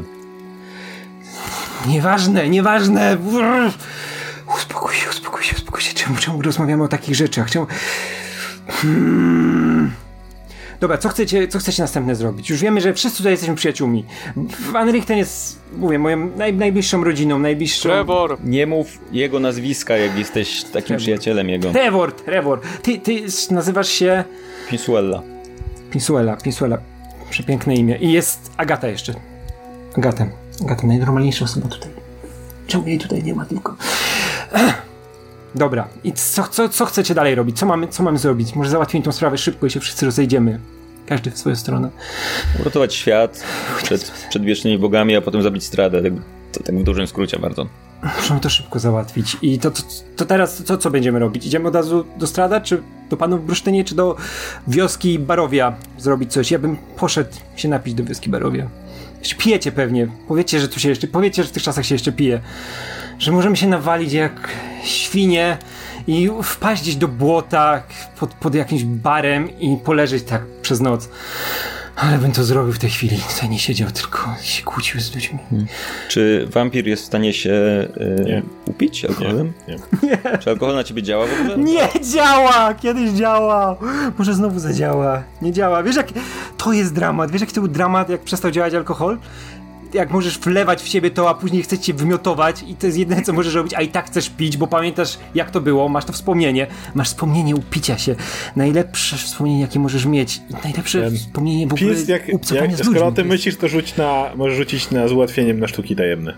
Speaker 5: Nieważne, nieważne. Uspokój się, uspokój się, uspokój się. Czemu, czemu rozmawiamy o takich rzeczach? Czemu... Hmm. Dobra, co chcecie, co chcecie następne zrobić? Już wiemy, że wszyscy tutaj jesteśmy przyjaciółmi. Van Richten jest, mówię, moją naj, najbliższą rodziną, najbliższą...
Speaker 3: Trevor!
Speaker 2: Nie mów jego nazwiska, jak jesteś takim
Speaker 5: Trevor.
Speaker 2: przyjacielem jego.
Speaker 5: Trevor, Trevor. Ty, ty nazywasz się...
Speaker 2: Pinsuella.
Speaker 5: Pinsuela, Pinsuela. Przepiękne imię. I jest Agata jeszcze. Agata. Agata, najnormalniejsza osoba tutaj. Czemu jej tutaj nie ma tylko? Dobra. I co, co, co chcecie dalej robić? Co mamy, co mamy zrobić? Może załatwimy tą sprawę szybko i się wszyscy rozejdziemy. Każdy w swoją stronę.
Speaker 2: Uratować świat przed, przed wiecznymi bogami, a potem zabić Stradę. Tak, to, tak w dużym skrócie bardzo.
Speaker 5: Musimy to szybko załatwić. I to, to, to teraz co, co będziemy robić? Idziemy od razu do Strada, czy do panów w Brusztynie, czy do wioski Barowia zrobić coś? Ja bym poszedł się napić do wioski Barowia. Jeszcze pijecie pewnie. Powiecie, że tu się jeszcze, powiecie, że w tych czasach się jeszcze pije. Że możemy się nawalić jak świnie i wpaść gdzieś do błota pod, pod jakimś barem i poleżeć tak przez noc. Ale bym to zrobił w tej chwili. Tutaj nie siedział, tylko się kłócił z ludźmi.
Speaker 2: Hmm. Czy wampir jest w stanie się y, upić alkoholem?
Speaker 1: Nie, nie.
Speaker 5: Nie.
Speaker 2: Czy alkohol na ciebie działa w ogóle?
Speaker 5: Nie działa! Kiedyś działa! Może znowu zadziała. Nie działa. Wiesz jak... To jest dramat. Wiesz jaki to był dramat, jak przestał działać alkohol? Jak możesz wlewać w siebie to, a później chce cię wymiotować i to jest jedyne, co możesz robić, a i tak chcesz pić, bo pamiętasz, jak to było, masz to wspomnienie. Masz wspomnienie upicia się. Najlepsze wspomnienie, jakie możesz mieć. I najlepsze um, wspomnienie w ogóle
Speaker 1: Pils, jak,
Speaker 5: upcowania
Speaker 1: jak,
Speaker 5: z ludźmi.
Speaker 1: skoro o tym myślisz, to rzuć na... możesz rzucić na z ułatwieniem na sztuki tajemne.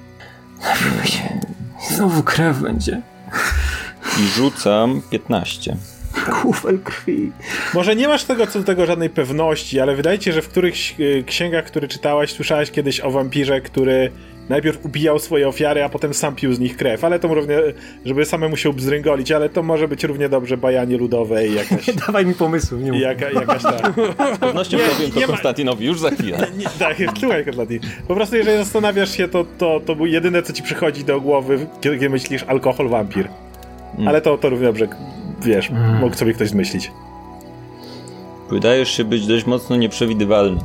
Speaker 5: Znowu krew będzie.
Speaker 2: I rzucam piętnaście.
Speaker 5: Kufel krwi.
Speaker 1: Może nie masz tego co do tego żadnej pewności, ale wydaje ci się, że w którychś y, księgach, które czytałaś, słyszałeś kiedyś o wampirze, który najpierw ubijał swoje ofiary, a potem sam pił z nich krew, ale to równie, żeby samemu się ubzdręgolić, ale to może być równie dobrze bajanie ludowe i jakaś...
Speaker 5: Dawaj mi pomysłu. Nie
Speaker 1: jaka, jakaś ta...
Speaker 2: Z pewnością powiem to Konstantinowi już za chwilę.
Speaker 1: Nie, tak, słuchaj Konstantin. Po prostu jeżeli zastanawiasz się, to, to, to było jedyne, co ci przychodzi do głowy, kiedy, kiedy myślisz alkohol, wampir. Mm. Ale to, to równie dobrze, wiesz, mm. mógł sobie ktoś zmyślić.
Speaker 2: Wydajesz się być dość mocno nieprzewidywalny.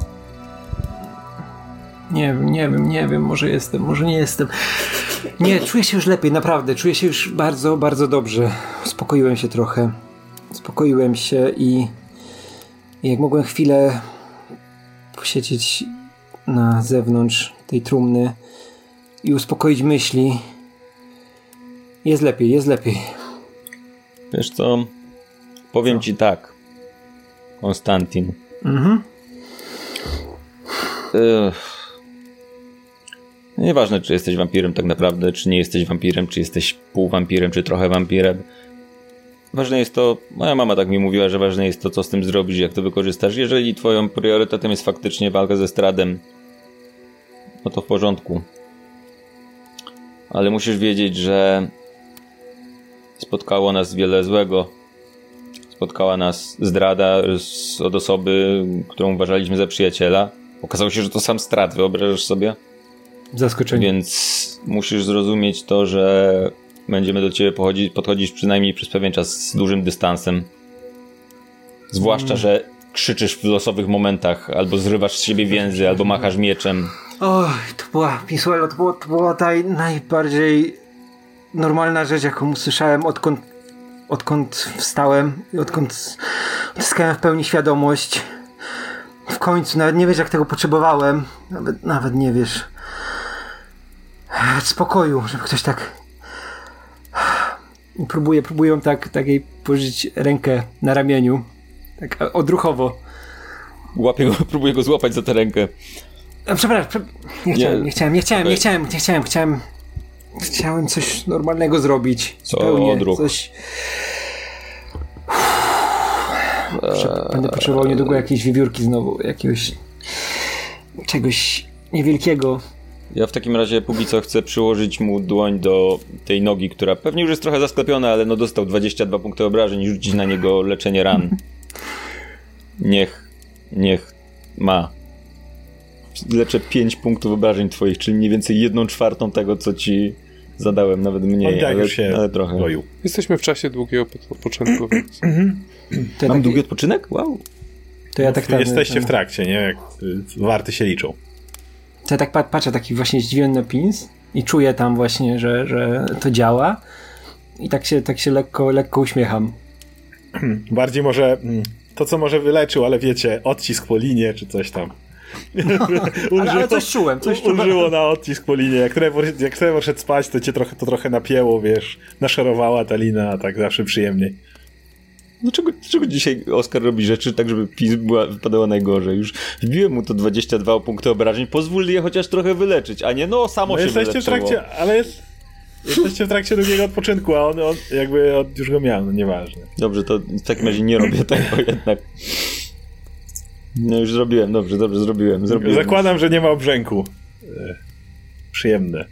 Speaker 5: Nie wiem, nie wiem, nie wiem, może jestem, może nie jestem. Nie, czuję się już lepiej, naprawdę, czuję się już bardzo, bardzo dobrze. Uspokoiłem się trochę. Uspokoiłem się i, i jak mogłem chwilę posiedzieć na zewnątrz tej trumny i uspokoić myśli, jest lepiej, jest lepiej.
Speaker 2: Wiesz co? Powiem co? ci tak, Konstantin.
Speaker 5: Mhm.
Speaker 2: Ech. Nieważne, czy jesteś wampirem tak naprawdę, czy nie jesteś wampirem, czy jesteś półwampirem, czy trochę wampirem. Ważne jest to, moja mama tak mi mówiła, że ważne jest to, co z tym zrobisz, jak to wykorzystasz. Jeżeli twoim priorytetem jest faktycznie walka ze Stradem, no to w porządku. Ale musisz wiedzieć, że spotkało nas wiele złego. Spotkała nas zdrada z, od osoby, którą uważaliśmy za przyjaciela. Okazało się, że to sam Strad, wyobrażasz sobie?
Speaker 5: Zaskoczenie.
Speaker 2: Więc musisz zrozumieć to, że będziemy do ciebie podchodzić, podchodzić przynajmniej przez pewien czas z dużym dystansem. Zwłaszcza, mm. że krzyczysz w losowych momentach, albo zrywasz z siebie więzy, albo machasz mieczem.
Speaker 5: Oj, to była, Pinsuelo, to, było, to była ta najbardziej normalna rzecz, jaką usłyszałem, odkąd, odkąd wstałem i odkąd odzyskałem w pełni świadomość. W końcu, nawet nie wiesz, jak tego potrzebowałem. Nawet, nawet nie wiesz. Spokoju, żeby ktoś tak... Próbuję, próbuję tak, tak jej położyć rękę na ramieniu. Tak odruchowo.
Speaker 2: Łapię go, próbuję go złapać za tę rękę.
Speaker 5: A, przepraszam, prze... nie, chciałem, nie chciałem, nie chciałem, nie chciałem, nie chciałem, chciałem... Chciałem coś normalnego zrobić.
Speaker 2: Co
Speaker 5: Zupełnie,
Speaker 2: odruch?
Speaker 5: coś... Będę potrzebował niedługo jakiejś wiewiórki znowu, jakiegoś czegoś niewielkiego.
Speaker 2: Ja w takim razie póki co chcę przyłożyć mu dłoń do tej nogi, która pewnie już jest trochę zasklepiona, ale no dostał dwadzieścia dwa punkty obrażeń i rzucić na niego leczenie ran. Niech, niech ma. Leczę pięć punktów obrażeń twoich, czyli mniej więcej jedną czwartą tego, co ci zadałem, nawet mniej, ale,
Speaker 1: już się
Speaker 2: ale trochę.
Speaker 1: boił.
Speaker 3: Jesteśmy w czasie długiego odpoczynku, więc...
Speaker 5: To ja
Speaker 2: Mam
Speaker 5: taki...
Speaker 2: długi odpoczynek? Wow.
Speaker 5: To ja tak tam,
Speaker 1: Jesteście
Speaker 5: tam...
Speaker 1: w trakcie, nie? Jak warty się liczą.
Speaker 5: To ja tak patrzę, taki właśnie zdziwiony na Pins i czuję tam właśnie, że, że to działa i tak się, tak się lekko, lekko uśmiecham.
Speaker 1: bardziej może to, co może wyleczył, ale wiecie, odcisk po linie, czy coś tam.
Speaker 5: No, Użyło, ale, ale coś czułem, coś czułem.
Speaker 1: Użyło na odcisk po linie. Jak Trevor, jak Trevor szedł spać, to cię trochę, to trochę napięło, wiesz, naszorowała ta lina, a tak zawsze przyjemniej.
Speaker 2: Dlaczego, dlaczego dzisiaj Oskar robi rzeczy tak, żeby P I S była, wypadała najgorzej? Już wbiłem mu to dwadzieścia dwa punkty obrażeń, pozwól je chociaż trochę wyleczyć, a nie, no samo no się wyleczyło. W trakcie,
Speaker 1: ale jest, jesteście w trakcie drugiego odpoczynku, a on, on jakby on już go miał, no nieważne.
Speaker 2: Dobrze, to w takim razie nie robię tego jednak. No już zrobiłem, dobrze, dobrze, zrobiłem. zrobiłem.
Speaker 1: Zakładam, że nie ma obrzęku. E, przyjemne.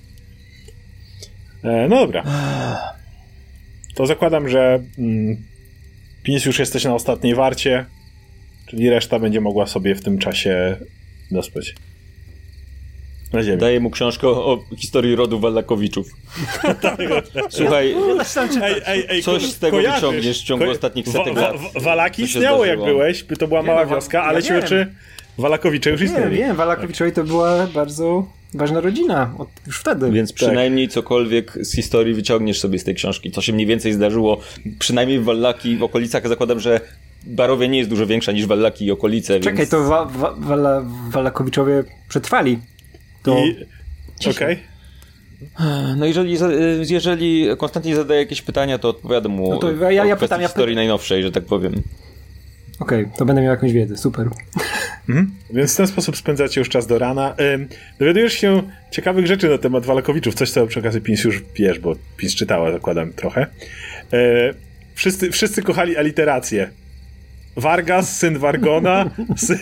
Speaker 1: E, no dobra. To zakładam, że mm, Pinis już jesteś na ostatniej warcie, czyli reszta będzie mogła sobie w tym czasie dospać. Na ziemi.
Speaker 2: Daję mu książkę o, o historii rodu Wallakowiczów. Słuchaj,
Speaker 1: ej, ej, ej,
Speaker 2: coś z tego kojarzysz, wyciągniesz w ciągu ko- ostatnich setek wa- lat.
Speaker 1: wa- Walaki istniało jak byłeś, to była mała nie, no, wioska, ale ja ci czy Wallakowicze już istnieli.
Speaker 5: Nie, wiem, Wallakowiczowie to była bardzo ważna rodzina od, już wtedy.
Speaker 2: Więc przynajmniej tak. Cokolwiek z historii wyciągniesz sobie z tej książki, co się mniej więcej zdarzyło, przynajmniej w Wallaki, w okolicach. Zakładam, że Barowia nie jest dużo większa niż Wallaki i okolice.
Speaker 5: Czekaj,
Speaker 2: więc...
Speaker 5: to wa- wa- Walla- Wallakowiczowie przetrwali. To...
Speaker 1: Okej. Okay.
Speaker 2: No jeżeli, jeżeli Konstantin zadaje jakieś pytania, to odpowiadam mu no to ja, ja, ja pytam, historii ja py... najnowszej, że tak powiem.
Speaker 5: Okej, okay, to będę miał jakąś wiedzę, super.
Speaker 1: Mhm. Więc w ten sposób spędzacie już czas do rana. Ym, dowiadujesz się ciekawych rzeczy na temat Wallakowiczów, coś co przy okazji Pins już wiesz, bo Pins czytała, zakładam, trochę. Yy, wszyscy, wszyscy kochali aliterację. Wargas, syn Wargona, sy...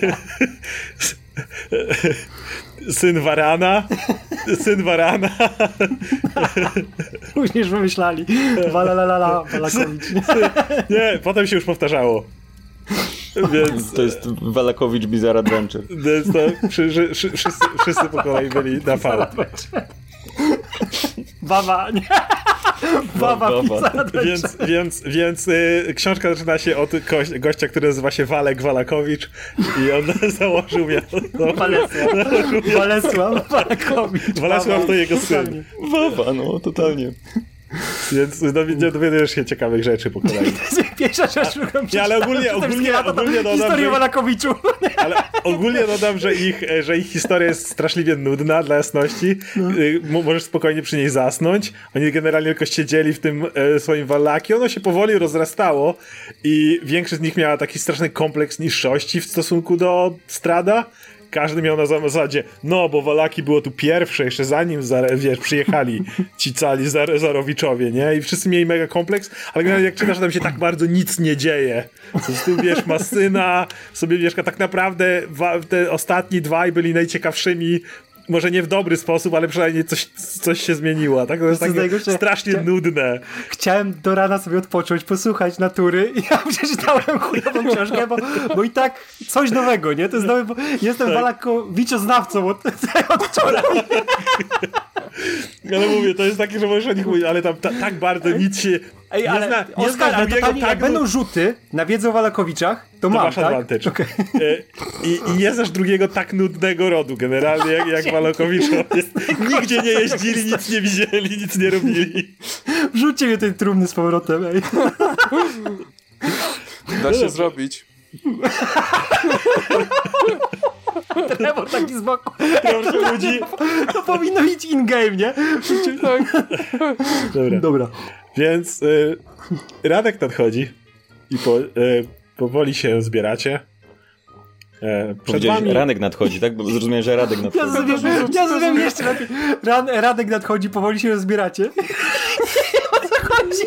Speaker 1: syn Warana, syn Warana.
Speaker 5: Również wymyślali. Walalala, Wallakowicz.
Speaker 1: Nie, potem się już powtarzało. Więc,
Speaker 2: to jest Wallakowicz Bizarre Adventure.
Speaker 1: Więc to wszyscy, wszyscy, wszyscy po kolei byli na fal.
Speaker 5: Baba, nie. Baba, Baba.
Speaker 1: Więc, więc, więc y, książka zaczyna się od goś, gościa, który nazywa się Walek Wallakowicz i on założył miasto.
Speaker 5: Walesław. Walesław Wallakowicz.
Speaker 1: Walesław to jego syn.
Speaker 2: Baba, no, totalnie.
Speaker 1: Więc dowiadujesz się ciekawych rzeczy po kolei.
Speaker 5: To jest pierwsza rzecz, którą
Speaker 1: nie, ale ogólnie, ogólnie, ogólnie dodam,
Speaker 5: historię Wallakowiczu.
Speaker 1: Ale ogólnie dodam, że ich, że ich historia jest straszliwie nudna, dla jasności. No. Możesz spokojnie przy niej zasnąć. Oni generalnie tylko siedzieli w tym e, swoim Wallaki. Ono się powoli rozrastało i większość z nich miała taki straszny kompleks niższości w stosunku do Strada. Każdy miał na zasadzie, no bo Wallaki było tu pierwsze, jeszcze zanim wiesz, przyjechali ci cali zar- Zarowiczowie, nie? I wszyscy mieli mega kompleks, ale generalnie jak czytasz, tam się tak bardzo nic nie dzieje. Po prostu, wiesz, ma syna, sobie, wiesz, tak naprawdę wa- te ostatni dwaj byli najciekawszymi, może nie w dobry sposób, ale przynajmniej coś, coś się zmieniło, tak? To jest takie strasznie Chcia... nudne.
Speaker 5: Chciałem do rana sobie odpocząć, posłuchać natury i ja przeczytałem chujową książkę, bo, bo i tak coś nowego, nie? To jest nowe, bo jestem tak. Wallakowiczoznawcą od, od wczoraj.
Speaker 1: Ale mówię, to jest takie, że możesz o nich mówić, ale tam ta, tak bardzo nic się...
Speaker 5: Ej, nie ale zna, nie Oskar, ale totalnie, tak, jak no... będą rzuty na wiedzę o Wallakowiczach, to, to mam, masz tak? advantage. Okay.
Speaker 1: I, I nie znasz drugiego tak nudnego rodu generalnie, jak, jak Wallakowiczowie. Nigdzie nie jeździli, nic nie widzieli, nic nie robili.
Speaker 5: Wrzućcie mnie tej trumny z powrotem, ej.
Speaker 3: Da się zrobić.
Speaker 5: Trevor taki z boku. Trevor ludzi. To powinno być in-game, nie? Tak.
Speaker 1: Dobra. Dobra. Więc y, Radek nadchodzi i po, y, powoli się zbieracie.
Speaker 2: E, przed wami... Ranek nadchodzi, tak? Bo zrozumiałem, że Radek nadchodzi.
Speaker 5: Ja zrozumiałem, ja zrozumiałem jeszcze lepiej. Ran, Radek nadchodzi, powoli się rozbieracie. O co chodzi?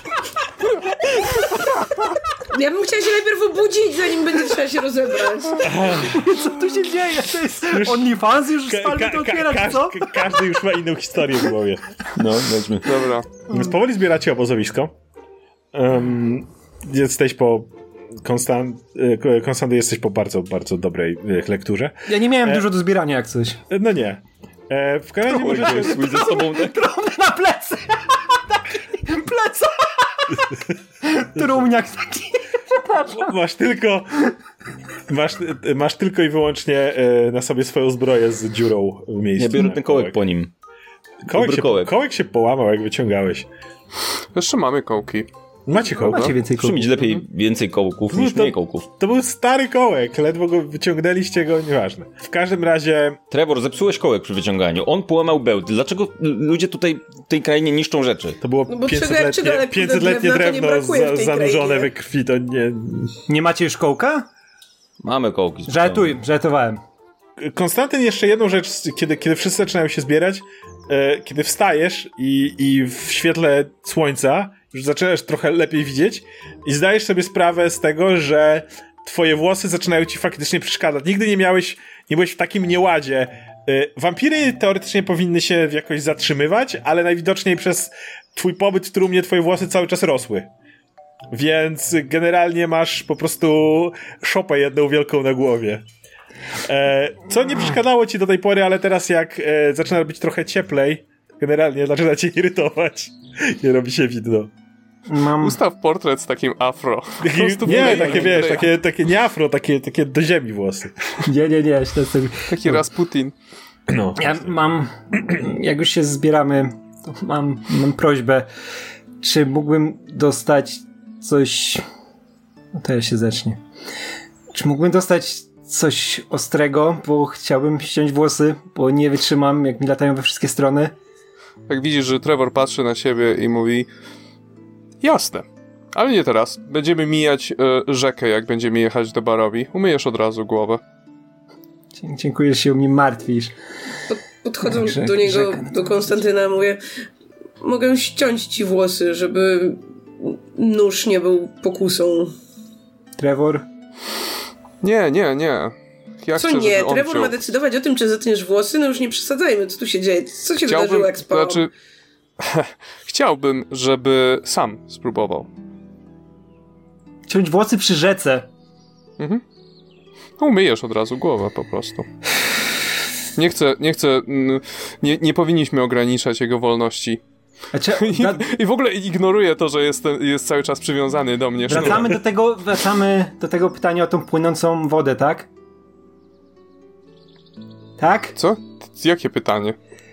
Speaker 4: Ja bym chciała się najpierw obudzić, zanim będzie trzeba się rozebrać.
Speaker 5: Co tu się dzieje? To jest OnlyFans już spalny ka- to otwierać, ka- co?
Speaker 1: Ka- każdy już ma inną historię w głowie.
Speaker 2: No, weźmy.
Speaker 3: Dobra.
Speaker 1: Więc powoli zbieracie obozowisko. Um, jesteś po... Konstant, Konstanty, jesteś po bardzo, bardzo dobrej lekturze.
Speaker 5: Ja nie miałem e... dużo do zbierania jak coś.
Speaker 1: No nie. E, w każdym razie możesz...
Speaker 2: Swój ze sobą, tak?
Speaker 5: Trumny na plecy! Taki pleca! Trumniak taki.
Speaker 1: Masz tylko... Masz, masz tylko i wyłącznie e, na sobie swoją zbroję z dziurą w miejscu.
Speaker 2: Ja biorę ten kołek, kołek po nim.
Speaker 1: Kołek się, kołek się połamał, jak wyciągałeś.
Speaker 3: Jeszcze mamy kołki.
Speaker 1: Macie kołka?
Speaker 5: Macie więcej kołków.
Speaker 2: Muszę mieć lepiej więcej kołków niż
Speaker 1: to,
Speaker 2: mniej kołków.
Speaker 1: To był stary kołek, ledwo go wyciągnęliście go, nieważne. W każdym razie...
Speaker 2: Trevor, zepsułeś kołek przy wyciąganiu. On połamał bełt. Dlaczego ludzie tutaj w tej krainie niszczą rzeczy?
Speaker 1: To było
Speaker 4: No
Speaker 1: pięćsetletnie pięćsetletnie drewno za, zanurzone we krwi, to nie...
Speaker 5: Nie macie już kołka?
Speaker 2: Mamy kołki.
Speaker 5: Żartuj, żartowałem.
Speaker 1: Konstantyn jeszcze jedną rzecz, kiedy, kiedy wszyscy zaczynają się zbierać, e, kiedy wstajesz i, i w świetle słońca już zaczynasz trochę lepiej widzieć i zdajesz sobie sprawę z tego, że twoje włosy zaczynają ci faktycznie przeszkadzać. Nigdy nie miałeś, nie byłeś w takim nieładzie. E, wampiry teoretycznie powinny się jakoś zatrzymywać, ale najwidoczniej przez twój pobyt w trumnie twoje włosy cały czas rosły. Więc generalnie masz po prostu szopę jedną wielką na głowie. E, co nie przeszkadzało ci do tej pory, ale teraz jak e, zaczyna być trochę cieplej, generalnie zaczyna cię irytować. Nie robi się widno.
Speaker 5: Mam...
Speaker 3: Ustaw portret z takim afro.
Speaker 1: Taki, nie, takie wiesz, takie, takie nie afro, takie, takie do ziemi włosy.
Speaker 5: Nie, nie, nie. Sobie...
Speaker 3: Taki Rasputin.
Speaker 1: No.
Speaker 5: Ja mam, jak już się zbieramy, to mam, mam prośbę, czy mógłbym dostać coś... No to ja się zacznie. Czy mógłbym dostać coś ostrego, bo chciałbym ściąć włosy, bo nie wytrzymam, jak mi latają we wszystkie strony.
Speaker 3: Jak widzisz, że Trevor patrzy na siebie i mówi: jasne, ale nie teraz. Będziemy mijać y, rzekę, jak będziemy jechać do Barovii. Umyjesz od razu głowę.
Speaker 5: Dziękuję, że się o mnie martwisz.
Speaker 4: Podchodząc
Speaker 5: Rzek,
Speaker 4: do niego,
Speaker 5: rzeka.
Speaker 4: do Konstantyna, mówię: mogę ściąć ci włosy, żeby nóż nie był pokusą.
Speaker 5: Trevor?
Speaker 3: Nie, nie, nie. Ja
Speaker 4: Co
Speaker 3: chcę,
Speaker 4: nie?
Speaker 3: żeby on
Speaker 4: Trevor
Speaker 3: wziął.
Speaker 4: ma decydować o tym, czy zetniesz włosy? No już nie przesadzajmy, co tu się dzieje? Co się
Speaker 3: Chciałbym,
Speaker 4: wydarzyło, jak spał?
Speaker 3: znaczy, chciałbym, żeby sam spróbował.
Speaker 5: Ciąć włosy przy rzece.
Speaker 3: Mhm. No, umyjesz od razu głowę po prostu. Nie chcę, nie chcę, mm, nie, nie powinniśmy ograniczać jego wolności.
Speaker 5: Znaczy,
Speaker 3: I,
Speaker 5: da-
Speaker 3: I w ogóle ignoruję to, że jest, jest cały czas przywiązany do mnie.
Speaker 5: wracamy do tego, wracamy do tego pytania o tą płynącą wodę, tak? Tak?
Speaker 3: Co? Jakie pytanie?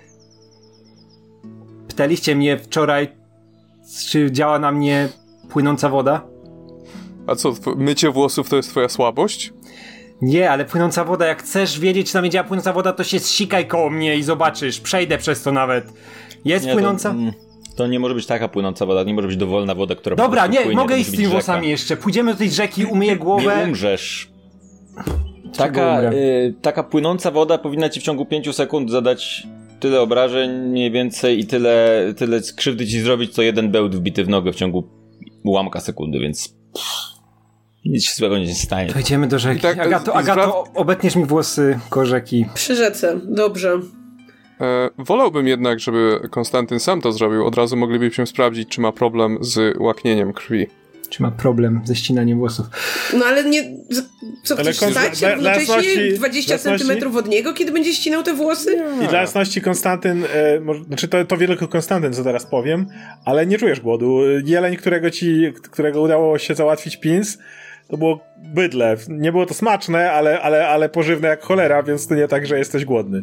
Speaker 5: Pytaliście mnie wczoraj, czy działa na mnie płynąca woda?
Speaker 3: A co, tw- mycie włosów to jest twoja słabość?
Speaker 5: Nie, ale płynąca woda, jak chcesz wiedzieć, czy tam działa płynąca woda, to się zsikaj koło mnie i zobaczysz. Przejdę przez to nawet. Jest
Speaker 2: Nie,
Speaker 5: płynąca?
Speaker 2: To, mm, to nie może być taka płynąca woda, nie może być dowolna woda, która
Speaker 5: Dobra,
Speaker 2: po prostu
Speaker 5: nie,
Speaker 2: płynie,
Speaker 5: mogę
Speaker 2: to
Speaker 5: iść z
Speaker 2: musi
Speaker 5: tymi
Speaker 2: być rzeka.
Speaker 5: włosami jeszcze. Pójdziemy do tej rzeki, umyję głowę.
Speaker 2: Nie umrzesz. Taka,
Speaker 5: umrę?
Speaker 2: y, taka płynąca woda powinna ci w ciągu pięciu sekund zadać tyle obrażeń, mniej więcej, i tyle, tyle krzywdy ci zrobić, co jeden bełt wbity w nogę w ciągu ułamka sekundy, więc pff, nic się złego nie stanie.
Speaker 5: To idziemy do rzeki.
Speaker 3: tak,
Speaker 5: Agato,
Speaker 3: i
Speaker 5: Agato, obetniesz mi włosy koło rzeki.
Speaker 4: Przy rzece, dobrze.
Speaker 3: E, wolałbym jednak, żeby Konstantyn sam to zrobił. Od razu moglibyśmy sprawdzić, czy ma problem z łaknieniem krwi.
Speaker 5: Czy ma problem ze ścinaniem włosów?
Speaker 4: No ale nie... z- Co,
Speaker 1: Ale
Speaker 4: chcesz
Speaker 1: konsta-
Speaker 4: stać
Speaker 1: dla-
Speaker 4: jak
Speaker 1: dla
Speaker 4: równocześnie
Speaker 1: jasności-
Speaker 4: dwadzieścia
Speaker 1: dla jasności-
Speaker 4: centymetrów od niego, kiedy będzie ścinał te włosy?
Speaker 1: I dla jasności Konstantyn, e, może, znaczy to, to wielko Konstantyn, co teraz powiem, ale nie czujesz głodu. Jeleń, którego ci, którego udało się załatwić Pins, to było bydle. Nie było to smaczne, ale, ale, ale pożywne jak cholera, więc to nie tak, że jesteś głodny.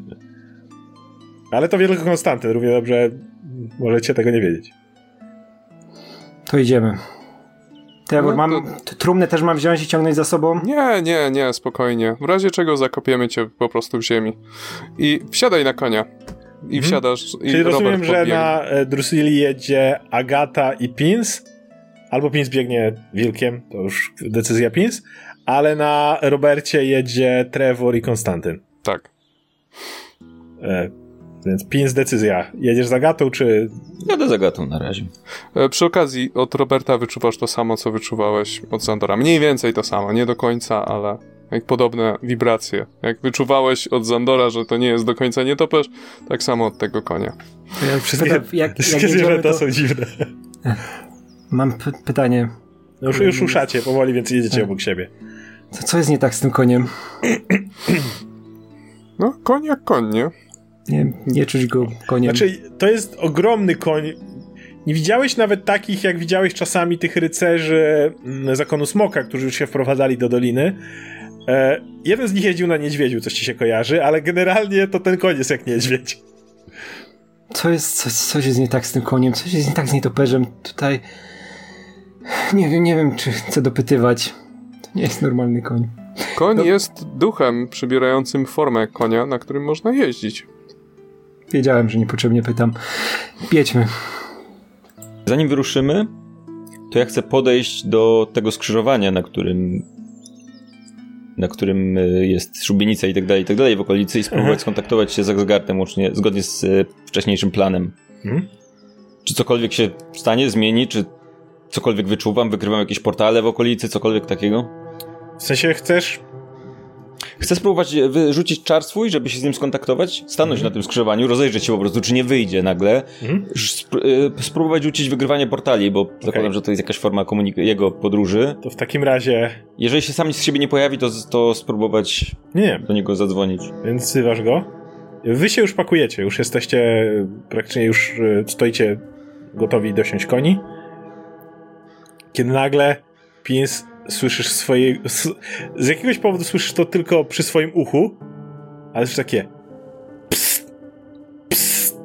Speaker 1: Ale to wielko Konstantyn, równie dobrze możecie tego nie wiedzieć.
Speaker 5: To idziemy. Trevor,
Speaker 3: No
Speaker 5: mam,
Speaker 3: to-
Speaker 5: t- trumnę też mam wziąć i ciągnąć za sobą?
Speaker 3: Nie, nie, nie, spokojnie. W razie czego zakopiemy cię po prostu w ziemi. I wsiadaj na konia. I wsiadasz. I
Speaker 1: Czyli rozumiem,
Speaker 3: Robert
Speaker 1: że
Speaker 3: podbiegnie.
Speaker 1: na e, Drusili jedzie Agata i Pins, albo Pins biegnie wilkiem, to już decyzja Pins, ale na Robercie jedzie Trevor i Konstantyn.
Speaker 3: Tak.
Speaker 1: E, więc Pins decyzja. Jedziesz z Agatą, czy...
Speaker 2: Jadę za gatą na razie.
Speaker 3: E, Przy okazji od Roberta wyczuwasz to samo, co wyczuwałeś od Zandora. Mniej więcej to samo, nie do końca, ale jak podobne wibracje. Jak wyczuwałeś od Zandora, że to nie jest do końca nietoperz, tak samo od tego konia.
Speaker 5: To ja
Speaker 1: Wszystkie,
Speaker 5: pytam, jak, jak
Speaker 1: wszystkie
Speaker 5: jedziemy,
Speaker 1: zwierzęta
Speaker 5: to...
Speaker 1: są dziwne.
Speaker 5: Mam p- pytanie.
Speaker 1: No już, już ruszacie powoli, więc jedziecie obok siebie.
Speaker 5: Co, co jest nie tak z tym koniem?
Speaker 3: No, koń jak koń, nie?
Speaker 5: Nie, nie czuć go koniem.
Speaker 1: Znaczy, to jest ogromny koń. Nie widziałeś nawet takich, jak widziałeś czasami tych rycerzy mm, Zakonu Smoka, którzy już się wprowadzali do doliny. E, jeden z nich jeździł na niedźwiedziu, coś ci się kojarzy, ale generalnie to ten koń jest jak niedźwiedź.
Speaker 5: Co jest, co, coś jest nie tak z tym koniem? Coś jest nie tak z nietoperzem. Tutaj... Nie wiem, nie wiem, czy chcę dopytywać. To nie jest normalny koń.
Speaker 3: Koń
Speaker 5: No.
Speaker 3: jest duchem przybierającym formę konia, na którym można jeździć.
Speaker 5: Wiedziałem, że niepotrzebnie pytam. Jedźmy.
Speaker 2: Zanim wyruszymy, to ja chcę podejść do tego skrzyżowania, na którym na którym jest szubienica i tak dalej, i tak dalej w okolicy i spróbować
Speaker 1: Aha.
Speaker 2: skontaktować się z Axgartem łącznie, zgodnie z e, wcześniejszym planem.
Speaker 1: Hmm?
Speaker 2: Czy cokolwiek się stanie, zmieni, czy cokolwiek wyczuwam, wykrywam jakieś portale w okolicy, cokolwiek takiego?
Speaker 1: W sensie chcesz...
Speaker 2: Chcę spróbować wyrzucić czar swój, żeby się z nim skontaktować, stanąć
Speaker 1: Mhm.
Speaker 2: na tym skrzyżowaniu, rozejrzeć się po prostu, czy nie wyjdzie nagle,
Speaker 1: Mhm.
Speaker 2: Sp- y, spróbować rzucić wygrywanie portali, bo zakładam, że to jest jakaś forma komunik- jego podróży.
Speaker 1: To w takim razie...
Speaker 2: Jeżeli się sam z siebie nie pojawi, to, to spróbować
Speaker 1: Nie, nie.
Speaker 2: do niego zadzwonić.
Speaker 1: Więc wzywasz go. Wy się już pakujecie, już jesteście, praktycznie już e, stoicie gotowi dosiąść koni. Kiedy nagle, Pins, słyszysz swoje... s- Z jakiegoś powodu słyszysz to tylko przy swoim uchu, ale już takie... Psst, psst.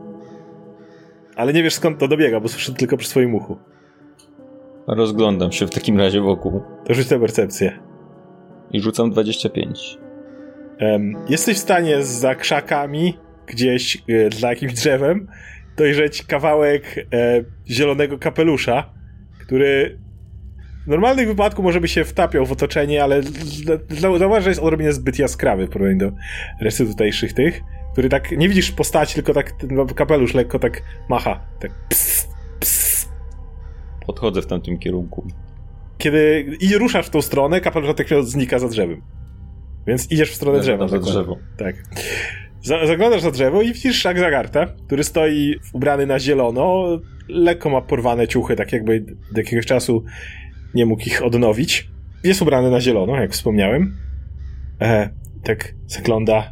Speaker 1: Ale nie wiesz skąd to dobiega, bo słyszysz to tylko przy swoim uchu.
Speaker 2: Rozglądam się w takim razie wokół
Speaker 1: To rzuć tę percepcję.
Speaker 2: i rzucam dwadzieścia pięć.
Speaker 1: Um, jesteś w stanie za krzakami, gdzieś e, za jakimś drzewem, dojrzeć kawałek e, zielonego kapelusza, który w normalnym wypadku może by się wtapiał w otoczenie, ale zauważ, że jest odrobinę zbyt jaskrawy w porównaniu do reszty tutejszych tych, który tak, nie widzisz postaci, tylko tak ten kapelusz lekko tak macha, tak pss, pss.
Speaker 2: Podchodzę w tamtym kierunku.
Speaker 1: Kiedy i ruszasz w tą stronę, kapelusz natychmiast znika za drzewem. Więc idziesz w stronę
Speaker 2: Ja
Speaker 1: drzewa.
Speaker 2: za
Speaker 1: zakładam.
Speaker 2: drzewo.
Speaker 1: Tak. Za- zaglądasz za drzewo i widzisz Axgarta, który stoi ubrany na zielono, lekko ma porwane ciuchy, tak jakby do jakiegoś czasu nie mógł ich odnowić. Jest ubrany na zielono, jak wspomniałem. E, tak zagląda.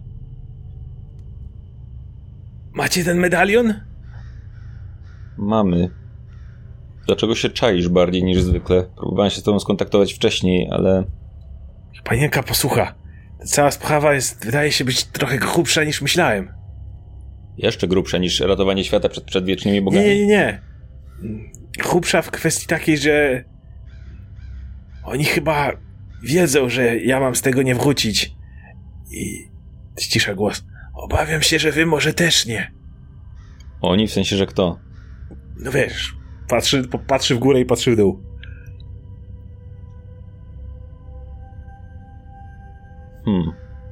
Speaker 1: Macie ten medalion?
Speaker 2: Mamy. Dlaczego się czaisz bardziej niż zwykle? Próbowałem się z tobą skontaktować wcześniej, ale...
Speaker 1: Panienka posłucha. Ta cała sprawa jest, wydaje się być trochę grubsza niż myślałem.
Speaker 2: Jeszcze grubsza niż ratowanie świata przed przedwiecznymi bogami.
Speaker 1: Nie, nie, nie. Grubsza w kwestii takiej, że oni chyba wiedzą, że ja mam z tego nie wrócić. I ścisza głos. Obawiam się, że wy może też nie.
Speaker 2: Oni? W sensie, że kto?
Speaker 1: No wiesz, patrzy, patrzy w górę i patrzy w dół.
Speaker 2: Hmm.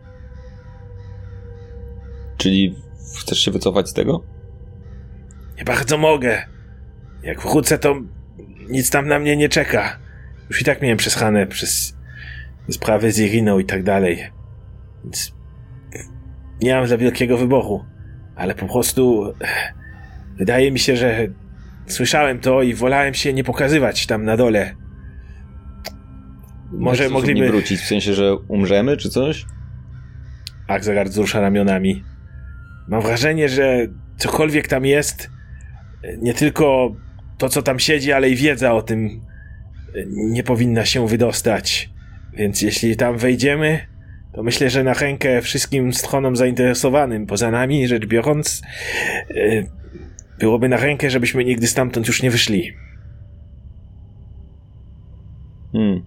Speaker 2: Czyli chcesz się wycofać z tego?
Speaker 1: Nie bardzo mogę. Jak wrócę, to nic tam na mnie nie czeka. Już i tak miałem przesłane przez sprawy z Iriną i tak dalej. Więc nie mam za wielkiego wyboru. Ale po prostu wydaje mi się, że słyszałem to i wolałem się nie pokazywać tam na dole. Może
Speaker 2: Jak
Speaker 1: mogliby...
Speaker 2: nie wrócić, w sensie, że umrzemy czy coś?
Speaker 1: Axgard wzrusza ramionami. Mam wrażenie, że cokolwiek tam jest, nie tylko to, co tam siedzi, ale i wiedza o tym nie powinna się wydostać. Więc jeśli tam wejdziemy, to myślę, że na rękę wszystkim stronom zainteresowanym, poza nami rzecz biorąc, byłoby na rękę, żebyśmy nigdy stamtąd już nie wyszli.
Speaker 2: Hmm.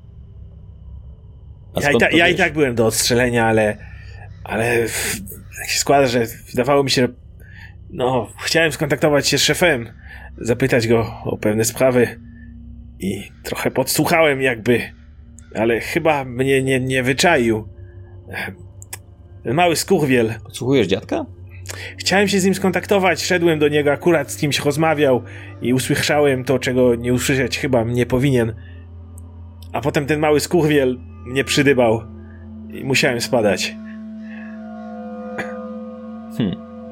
Speaker 2: A
Speaker 1: Ja i,
Speaker 2: skąd
Speaker 1: ta,
Speaker 2: to
Speaker 1: ja i
Speaker 2: wiesz?
Speaker 1: tak byłem do odstrzelenia, ale ale tak się składa, że wydawało mi się, że no, chciałem skontaktować się z szefem, zapytać go o pewne sprawy i trochę podsłuchałem jakby, ale chyba mnie nie, nie wyczaił. Ten mały skurwiel.
Speaker 2: Podsłuchujesz dziadka?
Speaker 1: Chciałem się z nim skontaktować, szedłem do niego, akurat z kimś rozmawiał i usłyszałem to, czego nie usłyszeć chyba nie powinien. A potem ten mały skurwiel mnie przydybał i musiałem spadać.
Speaker 2: Hmm.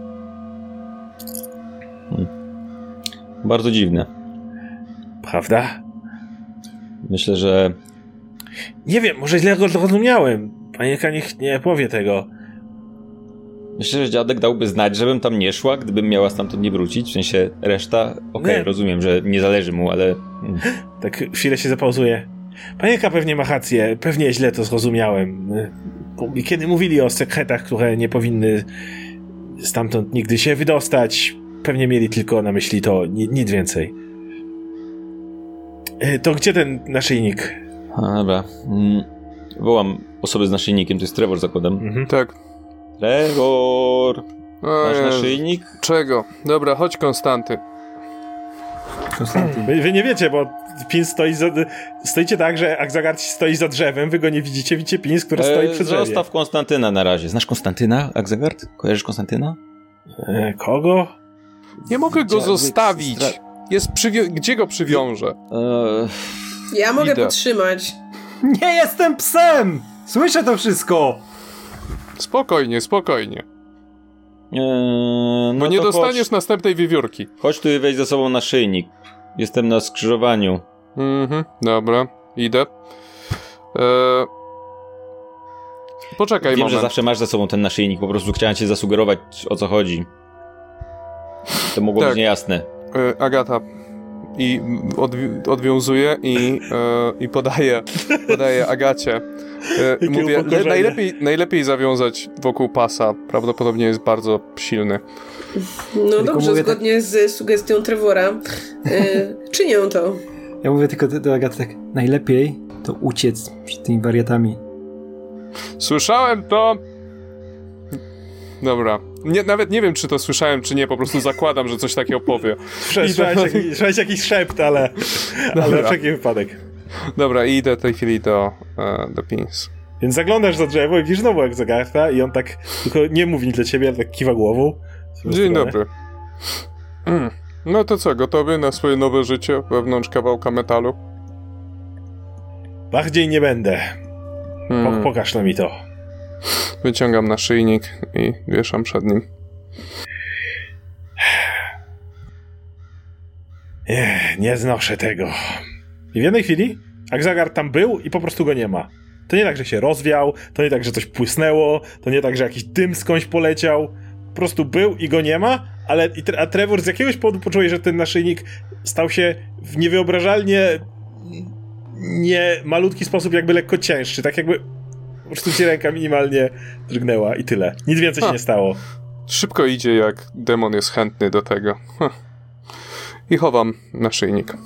Speaker 2: Hmm. Bardzo dziwne.
Speaker 1: Prawda?
Speaker 2: Myślę, że
Speaker 1: Nie wiem, może źle go zrozumiałem. Panienka niech nie powie tego.
Speaker 2: Myślę, że dziadek dałby znać, żebym tam nie szła, gdybym miała stamtąd nie wrócić. W sensie reszta, okej,
Speaker 1: Nie.
Speaker 2: rozumiem, że nie zależy mu, ale...
Speaker 1: Tak chwilę się zapauzuje. Panienka pewnie ma rację, pewnie źle to zrozumiałem. Kiedy mówili o sekretach, które nie powinny stamtąd nigdy się wydostać, pewnie mieli tylko na myśli to, ni- nic więcej. E, to gdzie ten naszyjnik?
Speaker 2: A, dobra. Mm, wołam osobę z naszyjnikiem, to jest Trevor zakładam.
Speaker 1: Mhm.
Speaker 3: Tak.
Speaker 2: Trevor! Masz
Speaker 3: Jezu.
Speaker 2: naszyjnik?
Speaker 3: Czego? Dobra, chodź Konstanty.
Speaker 5: Konstanty.
Speaker 1: Wy, wy nie wiecie, bo Pins stoi za... Stoicie tak, że Akzagard stoi za drzewem, wy go nie widzicie, widzicie Pins, który stoi przy drzewie.
Speaker 2: Zostaw Konstantyna na razie. Znasz Konstantyna, Akzagard? Kojarzysz Konstantyna?
Speaker 1: E, kogo?
Speaker 3: Nie mogę go
Speaker 2: Dziadek
Speaker 3: zostawić.
Speaker 2: stra-
Speaker 3: Jest przywią- Gdzie go przywiążę?
Speaker 2: Eee,
Speaker 4: Ja mogę
Speaker 3: Idę.
Speaker 4: podtrzymać.
Speaker 5: Nie jestem psem! Słyszę to wszystko!
Speaker 3: Spokojnie, spokojnie.
Speaker 2: eee, no
Speaker 3: Bo nie
Speaker 2: to
Speaker 3: dostaniesz
Speaker 2: chodź,
Speaker 3: następnej wiewiórki.
Speaker 2: chodź tu i weź ze sobą naszyjnik. Jestem na skrzyżowaniu.
Speaker 3: Mhm, dobra, idę. Eee... Poczekaj
Speaker 2: Wiem,
Speaker 3: moment.
Speaker 2: że zawsze masz ze sobą ten naszyjnik, po prostu chciałem ci zasugerować, o co chodzi. To mogło
Speaker 3: Tak.
Speaker 2: być niejasne.
Speaker 3: E, Agata. I odwi- odwiązuje i, e, i podaje, podaje Agacie. E,
Speaker 1: Jakie
Speaker 3: mówię, le,
Speaker 1: upokorzenie.
Speaker 3: najlepiej, najlepiej zawiązać wokół pasa. Prawdopodobnie jest bardzo silny.
Speaker 4: No dobrze,
Speaker 5: mówię tak-
Speaker 4: zgodnie z sugestią Trevora. Y, czynię to.
Speaker 5: Ja mówię tylko do, do Agaty tak, najlepiej to uciec przed tymi wariatami.
Speaker 3: Słyszałem to... Dobra. Nie, nawet nie wiem, czy to słyszałem, czy nie. Po prostu zakładam, że coś takiego powie.
Speaker 1: Słyszałeś jakiś, słyszałeś jakiś szept, ale, ale na wszelki wypadek.
Speaker 3: Dobra, i idę w tej chwili do, e, do Pins.
Speaker 1: Więc zaglądasz za drzewo i widzisz znowu Akzagarda i on tak, tylko nie mówi nic do ciebie, ale tak kiwa głową. w swoją
Speaker 3: Dzień
Speaker 1: stronę.
Speaker 3: dobry. Mm. No to co, gotowy na swoje nowe życie wewnątrz kawałka metalu?
Speaker 1: Bardziej nie będę. Po,
Speaker 3: Mm.
Speaker 1: pokaż nam mi to.
Speaker 3: Wyciągam naszyjnik i wieszam przed nim.
Speaker 1: Nie, nie znoszę tego. I w jednej chwili Akzagard tam był i po prostu go nie ma. To nie tak, że się rozwiał, to nie tak, że coś płysnęło, to nie tak, że jakiś dym skądś poleciał. Po prostu był i go nie ma, ale i tre- a Trevor z jakiegoś powodu poczuje, że ten naszyjnik stał się w niewyobrażalnie nie malutki sposób jakby lekko cięższy, tak jakby po prostu ci ręka minimalnie drgnęła i tyle. Nic więcej się
Speaker 3: Ha.
Speaker 1: nie stało.
Speaker 3: Szybko idzie, jak demon jest chętny do tego. Hm. I chowam naszyjnik.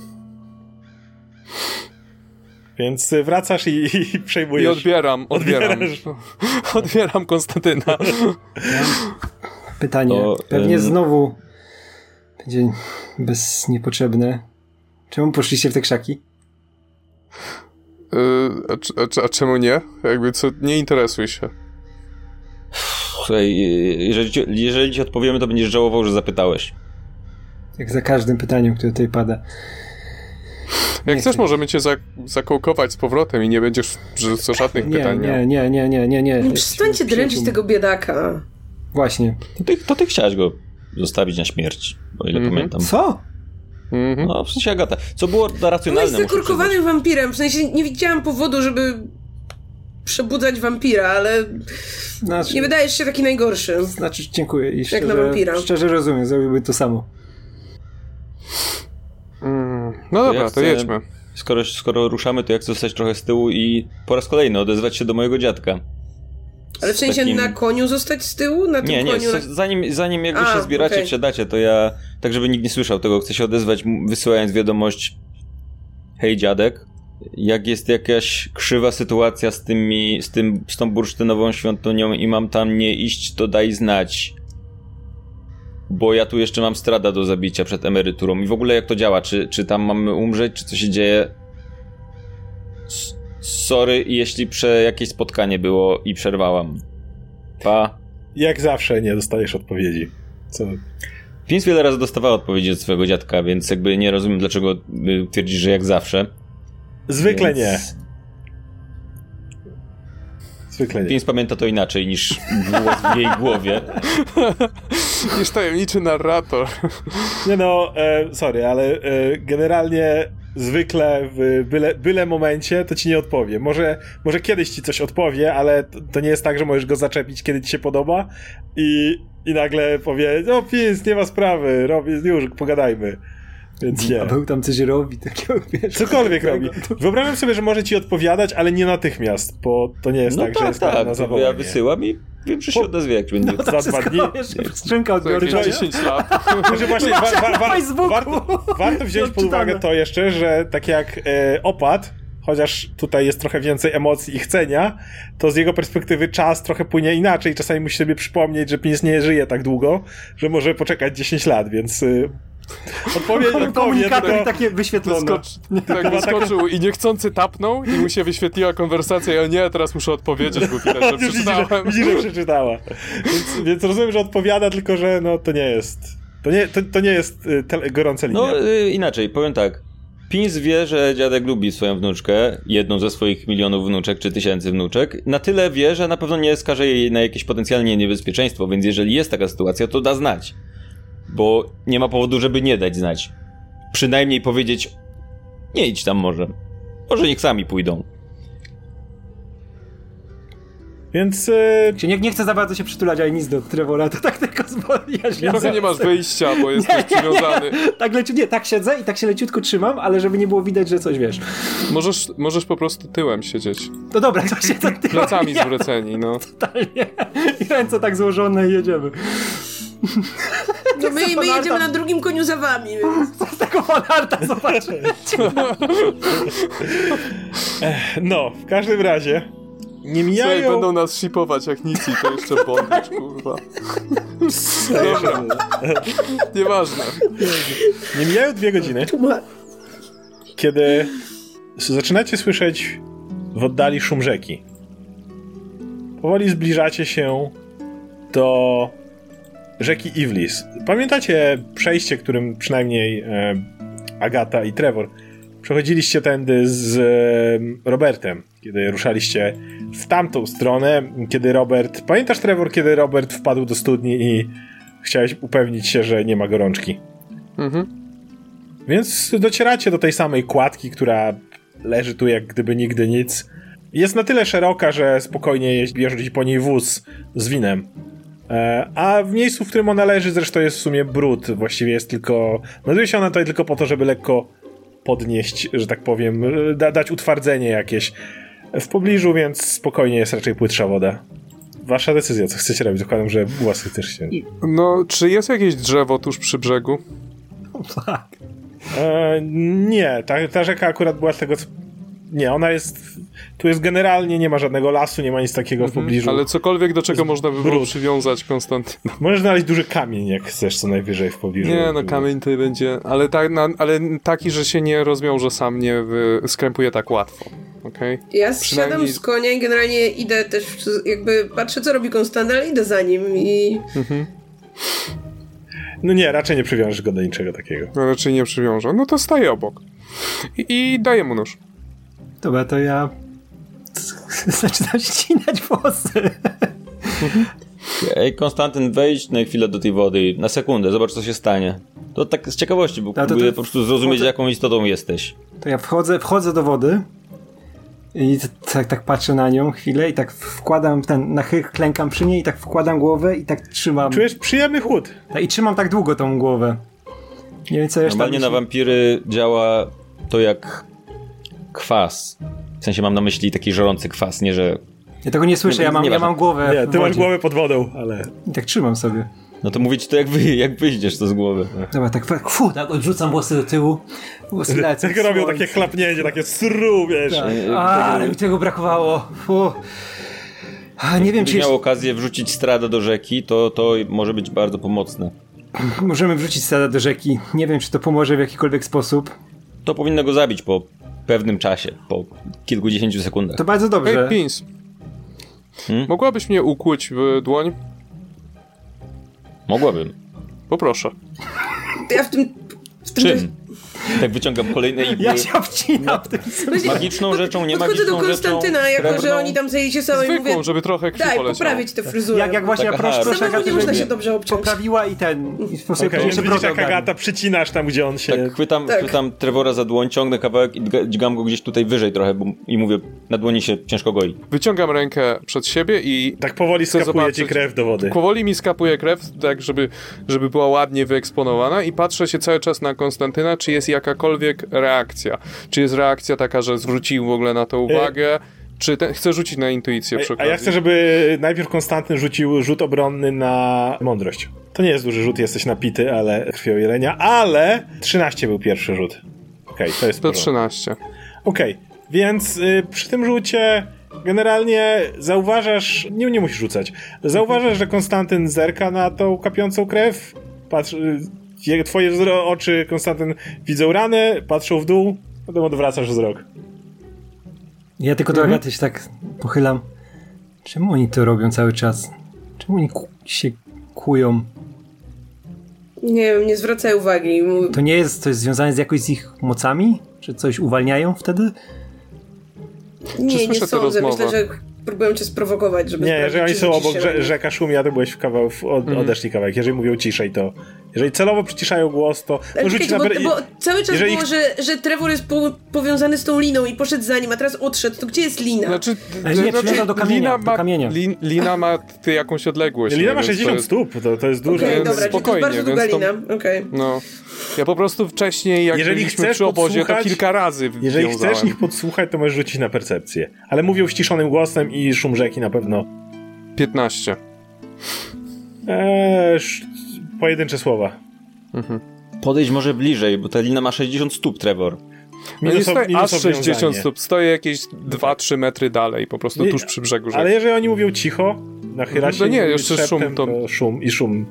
Speaker 1: Więc wracasz i, i przejmujesz.
Speaker 3: I odbieram, odbieram.
Speaker 1: Odbierasz.
Speaker 3: Odbieram Konstantyna.
Speaker 5: Pytanie,
Speaker 2: To,
Speaker 5: pewnie
Speaker 2: ym,
Speaker 5: znowu będzie bez niepotrzebne. Czemu poszliście w te krzaki?
Speaker 3: Yy, a, c- a, c- a czemu nie? Jakby co, nie interesuj się.
Speaker 2: Słuchaj, jeżeli ci, jeżeli ci odpowiemy, to będziesz żałował, że zapytałeś.
Speaker 5: Jak za każdym pytaniem, które tutaj pada.
Speaker 3: Jak
Speaker 5: Nie
Speaker 3: chcesz,
Speaker 5: chcę.
Speaker 3: możemy cię zak- zakołkować z powrotem i nie będziesz że co żadnych
Speaker 5: Nie,
Speaker 3: pytań miał.
Speaker 5: nie, nie, nie, nie, nie, nie.
Speaker 4: Nie przestańcie dręczyć tego biedaka.
Speaker 5: Właśnie.
Speaker 2: To ty, to ty chciałeś go zostawić na śmierć, o ile
Speaker 3: Mhm.
Speaker 2: pamiętam.
Speaker 5: Co?
Speaker 3: Mhm.
Speaker 2: No, w sensie Agata. Co było
Speaker 4: On
Speaker 2: racjonalne,
Speaker 4: jest
Speaker 2: muszę
Speaker 4: zakurkowanym
Speaker 2: przyznać.
Speaker 4: wampirem. W sensie nie widziałam powodu, żeby przebudzać wampira, ale
Speaker 5: Znaczy,
Speaker 4: nie wydajesz się taki najgorszy.
Speaker 5: znaczy dziękuję. I szczerze,
Speaker 4: na wampira.
Speaker 5: szczerze rozumiem, zrobiłby to samo.
Speaker 3: Mm, no dobra,
Speaker 2: ja
Speaker 3: to
Speaker 2: chcę-
Speaker 3: jedźmy.
Speaker 2: Skoro, skoro ruszamy, to jak chcę zostać trochę z tyłu i po raz kolejny odezwać się do mojego dziadka.
Speaker 4: Ale w
Speaker 2: Z
Speaker 4: sensie
Speaker 2: takim-
Speaker 4: na koniu zostać z tyłu? Na tym
Speaker 2: Nie, nie,
Speaker 4: koniu?
Speaker 2: z- zanim, zanim jakby
Speaker 4: A,
Speaker 2: się zbieracie,
Speaker 4: okej.
Speaker 2: wsiadacie, to ja, tak żeby nikt nie słyszał tego, chcę się odezwać, m- wysyłając wiadomość: hej dziadek, jak jest jakaś krzywa sytuacja z tymi, z tym, z tą bursztynową świątynią i mam tam nie iść, to daj znać. Bo ja tu jeszcze mam strada do zabicia przed emeryturą. I w ogóle jak to działa? Czy, czy tam mamy umrzeć? Czy co się dzieje? S- Sorry, jeśli prze jakieś spotkanie było i przerwałam. Pa.
Speaker 1: Jak zawsze nie dostajesz odpowiedzi. Co?
Speaker 2: Pins wiele razy dostawała odpowiedzi od swojego dziadka, więc jakby nie rozumiem, dlaczego y, twierdzisz, że jak zawsze.
Speaker 1: Zwykle nie.
Speaker 2: Więc
Speaker 1: Zwykle nie.
Speaker 2: Pins pamięta to inaczej niż głos w jej głowie.
Speaker 3: Niż tajemniczy narrator.
Speaker 1: Nie no, e, sorry, ale e, generalnie zwykle w byle, byle momencie to ci nie odpowie. Może, może kiedyś ci coś odpowie, ale to, to nie jest tak, że możesz go zaczepić, kiedy ci się podoba i, i nagle powie: no Pins, nie ma sprawy, robię, już pogadajmy. Więc nie.
Speaker 5: A był tam coś robi, takiego, wiesz...
Speaker 1: Cokolwiek robi. Wyobrażam sobie, że może ci odpowiadać, ale nie natychmiast, bo to nie jest
Speaker 2: no
Speaker 1: tak,
Speaker 2: tak,
Speaker 1: że jest
Speaker 2: tak,
Speaker 1: na zawołanie.
Speaker 2: Ja wysyłam i wiem, że się odezwie, jak będzie.
Speaker 5: No to
Speaker 1: za
Speaker 5: wszystko,
Speaker 1: dwa dni.
Speaker 5: wiesz, skrzynka odbiorcza.
Speaker 3: dziesięć lat.
Speaker 1: Że właśnie wa, wa, wa,
Speaker 5: Facebooku.
Speaker 1: warto, warto wziąć pod uwagę to jeszcze, że tak jak e, opad, chociaż tutaj jest trochę więcej emocji i chcenia, to z jego perspektywy czas trochę płynie inaczej. Czasami musi sobie przypomnieć, że pies nie żyje tak długo, że może poczekać dziesięć lat, więc y, odpowiedź, odpowiedź
Speaker 5: Komunikator
Speaker 1: to...
Speaker 5: takie wyświetlone.
Speaker 3: Wyskocz, tak, wyskoczył i niechcący tapnął i mu się wyświetliła konwersacja i o nie, teraz muszę odpowiedzieć, bo widać, że
Speaker 1: Widzisz,
Speaker 3: przeczytałem.
Speaker 1: widzisz, że przeczytała. Więc, więc rozumiem, że odpowiada, tylko że no to nie jest... To nie, to, to nie jest y, te, gorąca linia.
Speaker 2: No y, inaczej, powiem tak. Pins wie, że dziadek lubi swoją wnuczkę, jedną ze swoich milionów wnuczek czy tysięcy wnuczek. Na tyle wie, że na pewno nie skaże jej na jakieś potencjalnie niebezpieczeństwo, więc jeżeli jest taka sytuacja, to da znać. Bo nie ma powodu, żeby nie dać znać. Przynajmniej powiedzieć, nie idź tam może. Może niech sami pójdą.
Speaker 1: Więc... Y...
Speaker 5: Nie, nie chcę za bardzo się przytulać, ani nic do Trevora, to tak tylko zbawiasz.
Speaker 3: Trochę nie masz wyjścia, bo jesteś przywiązany.
Speaker 5: Tak, leci, nie, tak siedzę i tak się leciutko trzymam, ale żeby nie było widać, że coś wiesz.
Speaker 3: Możesz, możesz po prostu tyłem siedzieć.
Speaker 5: No dobra, to się to
Speaker 3: Plecami zwróceni, no.
Speaker 5: Totalnie. I ręce tak złożone i jedziemy.
Speaker 4: No my, my jedziemy na drugim koniu za wami, więc...
Speaker 5: Z tego fanarta zobaczę.
Speaker 1: No, w każdym razie nie mijają...
Speaker 3: Słuchaj, będą nas shipować jak nic i to jeszcze bondage, kurwa. Dobra. Nieważne.
Speaker 1: Nie mijają dwie godziny, kiedy zaczynacie słyszeć w oddali szum rzeki. Powoli zbliżacie się do rzeki Ivlis. Pamiętacie przejście, którym przynajmniej e, Agata i Trevor przechodziliście tędy z e, Robertem, kiedy ruszaliście w tamtą stronę, kiedy Robert... Pamiętasz, Trevor, kiedy Robert wpadł do studni i chciałeś upewnić się, że nie ma gorączki?
Speaker 3: Mhm.
Speaker 1: Więc docieracie do tej samej kładki, która leży tu jak gdyby nigdy nic. Jest na tyle szeroka, że spokojnie jeździ po niej wóz z winem. A w miejscu, w którym ona leży, zresztą jest w sumie brud. Właściwie jest tylko... Znajduje się ona tutaj tylko po to, żeby lekko podnieść, że tak powiem, da, dać utwardzenie jakieś w pobliżu, więc spokojnie jest raczej płytsza woda. Wasza decyzja, co chcecie robić. Dokładam, że własy też się...
Speaker 3: No, czy jest jakieś drzewo tuż przy brzegu?
Speaker 5: Tak.
Speaker 1: E, nie, ta, ta rzeka akurat była z tego, co... Nie, ona jest... Tu jest generalnie, nie ma żadnego lasu, nie ma nic takiego w pobliżu.
Speaker 3: Ale cokolwiek, do czego można by było
Speaker 1: brud.
Speaker 3: przywiązać Konstantyna.
Speaker 1: Możesz znaleźć duży kamień, jak chcesz, co najwyżej w pobliżu.
Speaker 3: Nie, no kamień tutaj będzie, ale, tak, na, ale taki, że się nie rozwiąże sam, nie wy, skrępuje tak łatwo. Okay?
Speaker 4: Ja
Speaker 3: Przynajmniej...
Speaker 4: zsiadam z konia i generalnie idę też, jakby patrzę, co robi Konstanty, ale idę za nim i...
Speaker 3: Mhm.
Speaker 1: No nie, raczej nie przywiążesz go do niczego takiego.
Speaker 3: No raczej nie przywiążę. No to staję obok. I, i daję mu nóż.
Speaker 5: Dobra, to ja zaczynam ścinać włosy.
Speaker 2: Ej, Konstantyn, wejdź na chwilę do tej wody, na sekundę, zobacz, co się stanie. To tak z ciekawości, bo
Speaker 5: to, to,
Speaker 2: próbuję
Speaker 5: to,
Speaker 2: po prostu zrozumieć,
Speaker 5: wchodzę,
Speaker 2: jaką istotą jesteś.
Speaker 5: To ja wchodzę, wchodzę do wody i tak, tak patrzę na nią chwilę i tak wkładam ten, na chy, klękam przy niej i tak wkładam głowę i tak trzymam.
Speaker 1: Czujesz przyjemny chłód.
Speaker 5: I trzymam tak długo tą głowę. Nie wiem, co jeszcze
Speaker 2: Normalnie
Speaker 5: tam
Speaker 2: na
Speaker 5: myśli...
Speaker 2: wampiry działa to jak kwas. W sensie mam na myśli taki żarący kwas, nie że...
Speaker 5: Ja tego nie słyszę,
Speaker 2: Nie,
Speaker 5: ja mam,
Speaker 2: nie
Speaker 5: ja
Speaker 2: ważne.
Speaker 5: mam głowę
Speaker 1: Nie,
Speaker 5: w
Speaker 1: ty masz
Speaker 5: wodzie.
Speaker 1: głowę pod wodą, ale...
Speaker 5: I tak trzymam sobie.
Speaker 2: No to mówić to jak, wy, jak wyjdziesz to z głowy.
Speaker 5: Dobra, tak, fu, tak odrzucam włosy do tyłu. Włosy lecą w
Speaker 1: Tak robią
Speaker 5: słońce.
Speaker 1: takie chlapnięcie, takie sru, wiesz.
Speaker 5: Tak. A, ale mi tego brakowało. Fu. A, nie wiem,
Speaker 2: Gdybyś
Speaker 5: czy
Speaker 2: miał
Speaker 5: jeszcze...
Speaker 2: okazję wrzucić strada do rzeki, to, to może być bardzo pomocne.
Speaker 5: Możemy wrzucić stada do rzeki. Nie wiem, czy to pomoże w jakikolwiek sposób.
Speaker 2: To powinno go zabić po pewnym czasie, po kilkudziesięciu sekundach.
Speaker 5: To bardzo dobrze.
Speaker 3: Hej, Pins.
Speaker 2: Hmm?
Speaker 3: Mogłabyś mnie ukłuć w dłoń?
Speaker 2: Mogłabym.
Speaker 3: Poproszę.
Speaker 4: Ja w tym... W tym
Speaker 2: Czym? Tak wyciągam kolejne igły.
Speaker 5: Ja się obcinam w tym
Speaker 2: No, magiczną rzeczą, nie magiczną
Speaker 4: rzeczą. Podchodzę do Konstantyna,
Speaker 2: rzeczą,
Speaker 4: jako
Speaker 2: srebrną.
Speaker 4: że oni tam zajęli się sobą i
Speaker 3: Zwykłą,
Speaker 4: mówię,
Speaker 3: żeby trochę krwi
Speaker 4: daj,
Speaker 3: poleciało.
Speaker 4: poprawić tę fryzurę.
Speaker 5: Jak, jak właśnie,
Speaker 2: Tak,
Speaker 5: ja proszę,
Speaker 2: aha,
Speaker 5: proszę
Speaker 4: samemu
Speaker 5: Agatę,
Speaker 4: nie można
Speaker 5: żeby
Speaker 4: się dobrze obciąć.
Speaker 5: poprawiła i ten... I po prostu
Speaker 1: Okej,
Speaker 5: okay,
Speaker 1: więc
Speaker 5: się
Speaker 1: widzisz,
Speaker 5: brodę
Speaker 1: jak
Speaker 5: ogarnie.
Speaker 1: Agata przycinasz tam, gdzie on się...
Speaker 2: Tak, chwytam,
Speaker 4: Tak.
Speaker 2: chwytam Trevora za dłoń, ciągnę kawałek i dga- dźgam go gdzieś tutaj wyżej trochę bo, i mówię, na dłoni się ciężko goi.
Speaker 3: Wyciągam rękę przed siebie i
Speaker 1: Tak powoli
Speaker 3: chcę
Speaker 1: skapuje ci
Speaker 3: zobaczyć-
Speaker 1: krew do wody.
Speaker 3: powoli mi skapuje krew, tak żeby, żeby była ładnie wyeksponowana i patrzę się cały czas na Konstantyna, czy jest jakakolwiek reakcja. Czy jest reakcja taka, że zwrócił w ogóle na to uwagę, czy ten, chcę rzucić na intuicję przy
Speaker 1: A, a
Speaker 3: okazji.
Speaker 1: ja chcę, żeby najpierw Konstantyn rzucił rzut obronny na mądrość. To nie jest duży rzut, jesteś napity, ale krwią jelenia, ale trzynaście był pierwszy rzut. Okej, okay, to jest
Speaker 3: To
Speaker 1: sporo.
Speaker 3: trzynaście.
Speaker 1: Okej, okay, więc y, przy tym rzucie generalnie zauważasz, nie, nie musisz rzucać, zauważasz, że Konstantyn zerka na tą kapiącą krew, patrz, y, jego- twoje wzro- oczy, Konstantyn, widzą ranę, patrzą w dół, potem odwracasz wzrok.
Speaker 5: Ja tylko do Agaty się tak pochylam. Czemu oni to robią cały czas? Czemu oni ku- się kują?
Speaker 4: Nie wiem, nie zwracaj uwagi.
Speaker 5: To nie jest coś związane z jakoś z ich mocami? Czy coś uwalniają wtedy?
Speaker 4: Nie, nie
Speaker 3: słyszę tę
Speaker 4: sądzę.
Speaker 3: rozmowę?
Speaker 4: Myślę, że próbują cię sprowokować, żeby
Speaker 1: Nie,
Speaker 4: sprawdzić,
Speaker 1: jeżeli oni
Speaker 4: czy
Speaker 1: są
Speaker 4: rzucisz
Speaker 1: obok
Speaker 4: się
Speaker 1: rze-
Speaker 4: ranny.
Speaker 1: rzeka szumi, a ty byłeś w kawał, w, od, odeszli kawałek. Jeżeli mówią ciszej, to... Jeżeli celowo przyciszają głos, to...
Speaker 4: Ale
Speaker 1: No,
Speaker 4: czekajcie,
Speaker 1: rzuć na
Speaker 4: bo,
Speaker 1: ber-
Speaker 4: bo cały czas
Speaker 1: jeżeli
Speaker 4: było, że, że Trevor jest po, powiązany z tą liną i poszedł za nim, a teraz odszedł. To gdzie jest lina?
Speaker 3: Znaczy,
Speaker 5: Ale nie,
Speaker 3: znaczy,
Speaker 5: przywiązał do kamienia,
Speaker 3: lina
Speaker 5: do
Speaker 3: ma,
Speaker 5: kamienia.
Speaker 3: Lin, lina ma ty jakąś odległość.
Speaker 1: Lina
Speaker 3: nie?
Speaker 1: ma
Speaker 3: Więc to
Speaker 1: sześćdziesiąt
Speaker 3: jest-
Speaker 1: stóp, to, to jest dużo.
Speaker 4: Okej,
Speaker 3: więc
Speaker 4: dobra, czyli to
Speaker 3: spokojnie,
Speaker 4: jest bardzo długa
Speaker 3: więc to-
Speaker 4: lina. Okej.
Speaker 3: No. Ja po prostu wcześniej, jak
Speaker 1: Jeżeli
Speaker 3: byliśmy
Speaker 1: chcesz
Speaker 3: przy obozie, to
Speaker 1: podsłuchać-
Speaker 3: kilka razy
Speaker 1: Jeżeli
Speaker 3: wiązałem.
Speaker 1: chcesz ich podsłuchać, to możesz rzucić na percepcję. Ale mówią ściszonym głosem i szum rzeki na pewno.
Speaker 3: piętnaście.
Speaker 1: Eee, sz- pojedyncze słowa.
Speaker 2: Podejść może bliżej, bo ta lina ma sześćdziesiąt stóp, Trevor.
Speaker 3: No nie
Speaker 1: Minuso-
Speaker 3: stoję aż
Speaker 1: minusowe
Speaker 3: sześćdziesiąt
Speaker 1: wiązanie.
Speaker 3: stóp, stoję jakieś dwa trzy metry dalej, po prostu
Speaker 1: Nie,
Speaker 3: tuż przy brzegu rzeki.
Speaker 1: Ale jeżeli oni mówią cicho, nachyla się
Speaker 3: No nie,
Speaker 1: i mówi
Speaker 3: jeszcze
Speaker 1: szeptem,
Speaker 3: szum to-
Speaker 1: to szum i szum.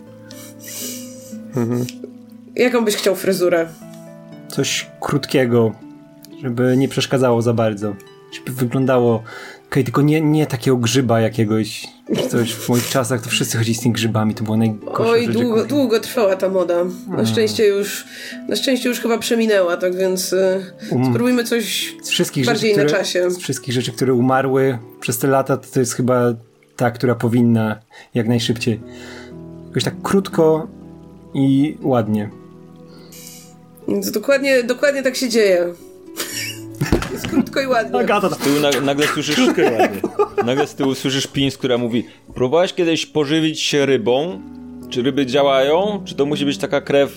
Speaker 4: Jaką byś chciał fryzurę?
Speaker 5: Coś krótkiego, żeby nie przeszkadzało za bardzo. Żeby wyglądało... Okej, tylko nie, nie takiego grzyba jakiegoś. Coś w moich czasach to wszyscy chodzili z tymi grzybami, to było najgorsze.
Speaker 4: Oj,
Speaker 5: rzeczy,
Speaker 4: długo,
Speaker 5: jaką-
Speaker 4: długo trwała ta moda. Na szczęście już na szczęście już chyba przeminęła, tak więc y,
Speaker 5: Um.
Speaker 4: spróbujmy coś
Speaker 5: Z wszystkich
Speaker 4: bardziej
Speaker 5: rzeczy,
Speaker 4: na
Speaker 5: które,
Speaker 4: czasie.
Speaker 5: Z wszystkich rzeczy, które umarły przez te lata, to, to jest chyba ta, która powinna jak najszybciej. Jakoś tak krótko i ładnie.
Speaker 4: Więc dokładnie, dokładnie tak się dzieje. Jest krótko i ładnie.
Speaker 5: Agata,
Speaker 2: Z tyłu na, nagle słyszysz...
Speaker 1: Krótko i ładnie.
Speaker 2: Nagle z tyłu słyszysz Pins, która mówi: próbowałeś kiedyś pożywić się rybą? Czy ryby działają? Czy to musi być taka krew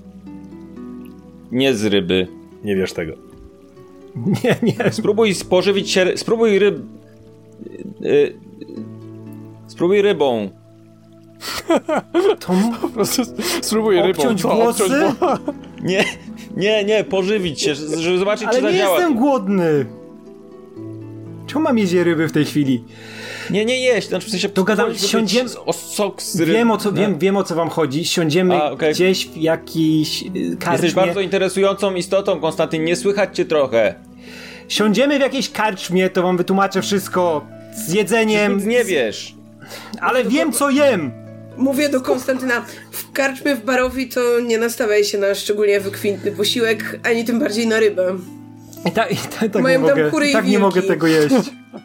Speaker 2: nie z ryby?
Speaker 1: Nie wiesz tego.
Speaker 5: nie, nie.
Speaker 2: Spróbuj pożywić się... ry- Spróbuj ryb... Yy, spróbuj rybą.
Speaker 5: To m-
Speaker 3: Po prostu spróbuję rybą.
Speaker 5: obciąć
Speaker 3: co?
Speaker 5: włosy?
Speaker 3: Obciąć wło-
Speaker 2: Nie, nie, nie, pożywić się, żeby zobaczyć,
Speaker 5: Ale
Speaker 2: czy
Speaker 5: nie
Speaker 2: zadziała.
Speaker 5: jestem głodny. Czemu mam jeść ryby w tej chwili?
Speaker 2: Nie, nie jeść, znaczy w sensie...
Speaker 5: Dogadamy-
Speaker 2: spróbować
Speaker 5: siądziemy-
Speaker 2: zrobić O sok z ryb.
Speaker 5: Wiem o, co,
Speaker 2: No.
Speaker 5: wiem, wiem o co wam chodzi. Siądziemy
Speaker 2: A, okej.
Speaker 5: gdzieś w jakiś y, karczmie.
Speaker 2: Jesteś bardzo interesującą istotą, Konstantyn, nie słychać cię trochę.
Speaker 5: Siądziemy w jakiejś karczmie, to wam wytłumaczę wszystko. Z jedzeniem.
Speaker 2: Nic nie wiesz.
Speaker 5: Ale wiem co jem.
Speaker 4: Mówię do Konstantyna, w karczmie w Barowi to nie nastawiaj się na szczególnie wykwintny posiłek, ani tym bardziej na rybę.
Speaker 5: I, ta, i ta, tak
Speaker 4: Mają
Speaker 5: nie
Speaker 4: tam
Speaker 5: mogę,
Speaker 4: kury i
Speaker 5: tak nie
Speaker 4: wilki.
Speaker 5: mogę tego jeść.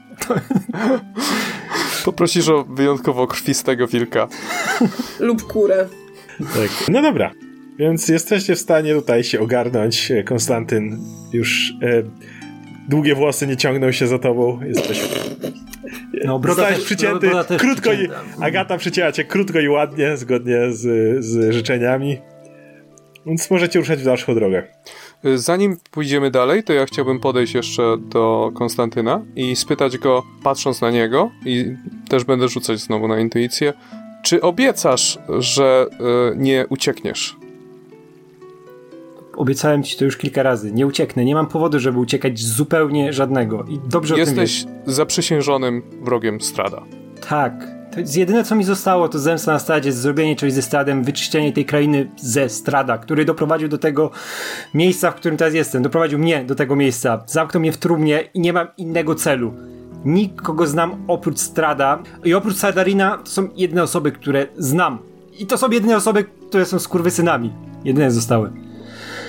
Speaker 3: Poprosisz o wyjątkowo krwistego wilka.
Speaker 4: Lub kurę.
Speaker 1: Tak. No dobra. Więc jesteście w stanie tutaj się ogarnąć. Konstantyn już... E, długie włosy nie ciągną się za tobą. Jesteś...
Speaker 5: No, broda
Speaker 1: Zostałeś
Speaker 5: też-
Speaker 1: przycięty
Speaker 5: broda też
Speaker 1: krótko
Speaker 5: przycięta.
Speaker 1: i... Agata przycięła cię krótko i ładnie, zgodnie z, z życzeniami. Więc możecie ruszać w dalszą drogę.
Speaker 3: Zanim pójdziemy dalej, to ja chciałbym podejść jeszcze do Konstantyna i spytać go, patrząc na niego, i też będę rzucać znowu na intuicję, czy obiecasz, że y, nie uciekniesz?
Speaker 5: Obiecałem ci to już kilka razy. Nie ucieknę. Nie mam powodu, żeby uciekać zupełnie żadnego. I dobrze o tym wiesz.
Speaker 3: Jesteś zaprzysiężonym wrogiem Strada.
Speaker 5: Tak. To jest jedyne, co mi zostało, to zemsta na Stradzie, zrobienie czegoś ze Stradem, wyczyszczenie tej krainy ze Strada, który doprowadził do tego miejsca, w którym teraz jestem. Doprowadził mnie do tego miejsca. Zamknął mnie w trumnie i nie mam innego celu. Nikt, kogo znam oprócz Strada i oprócz Sardarina, to są jedyne osoby, które znam. I to są jedyne osoby, które są skurwysynami. Jedyne zostały.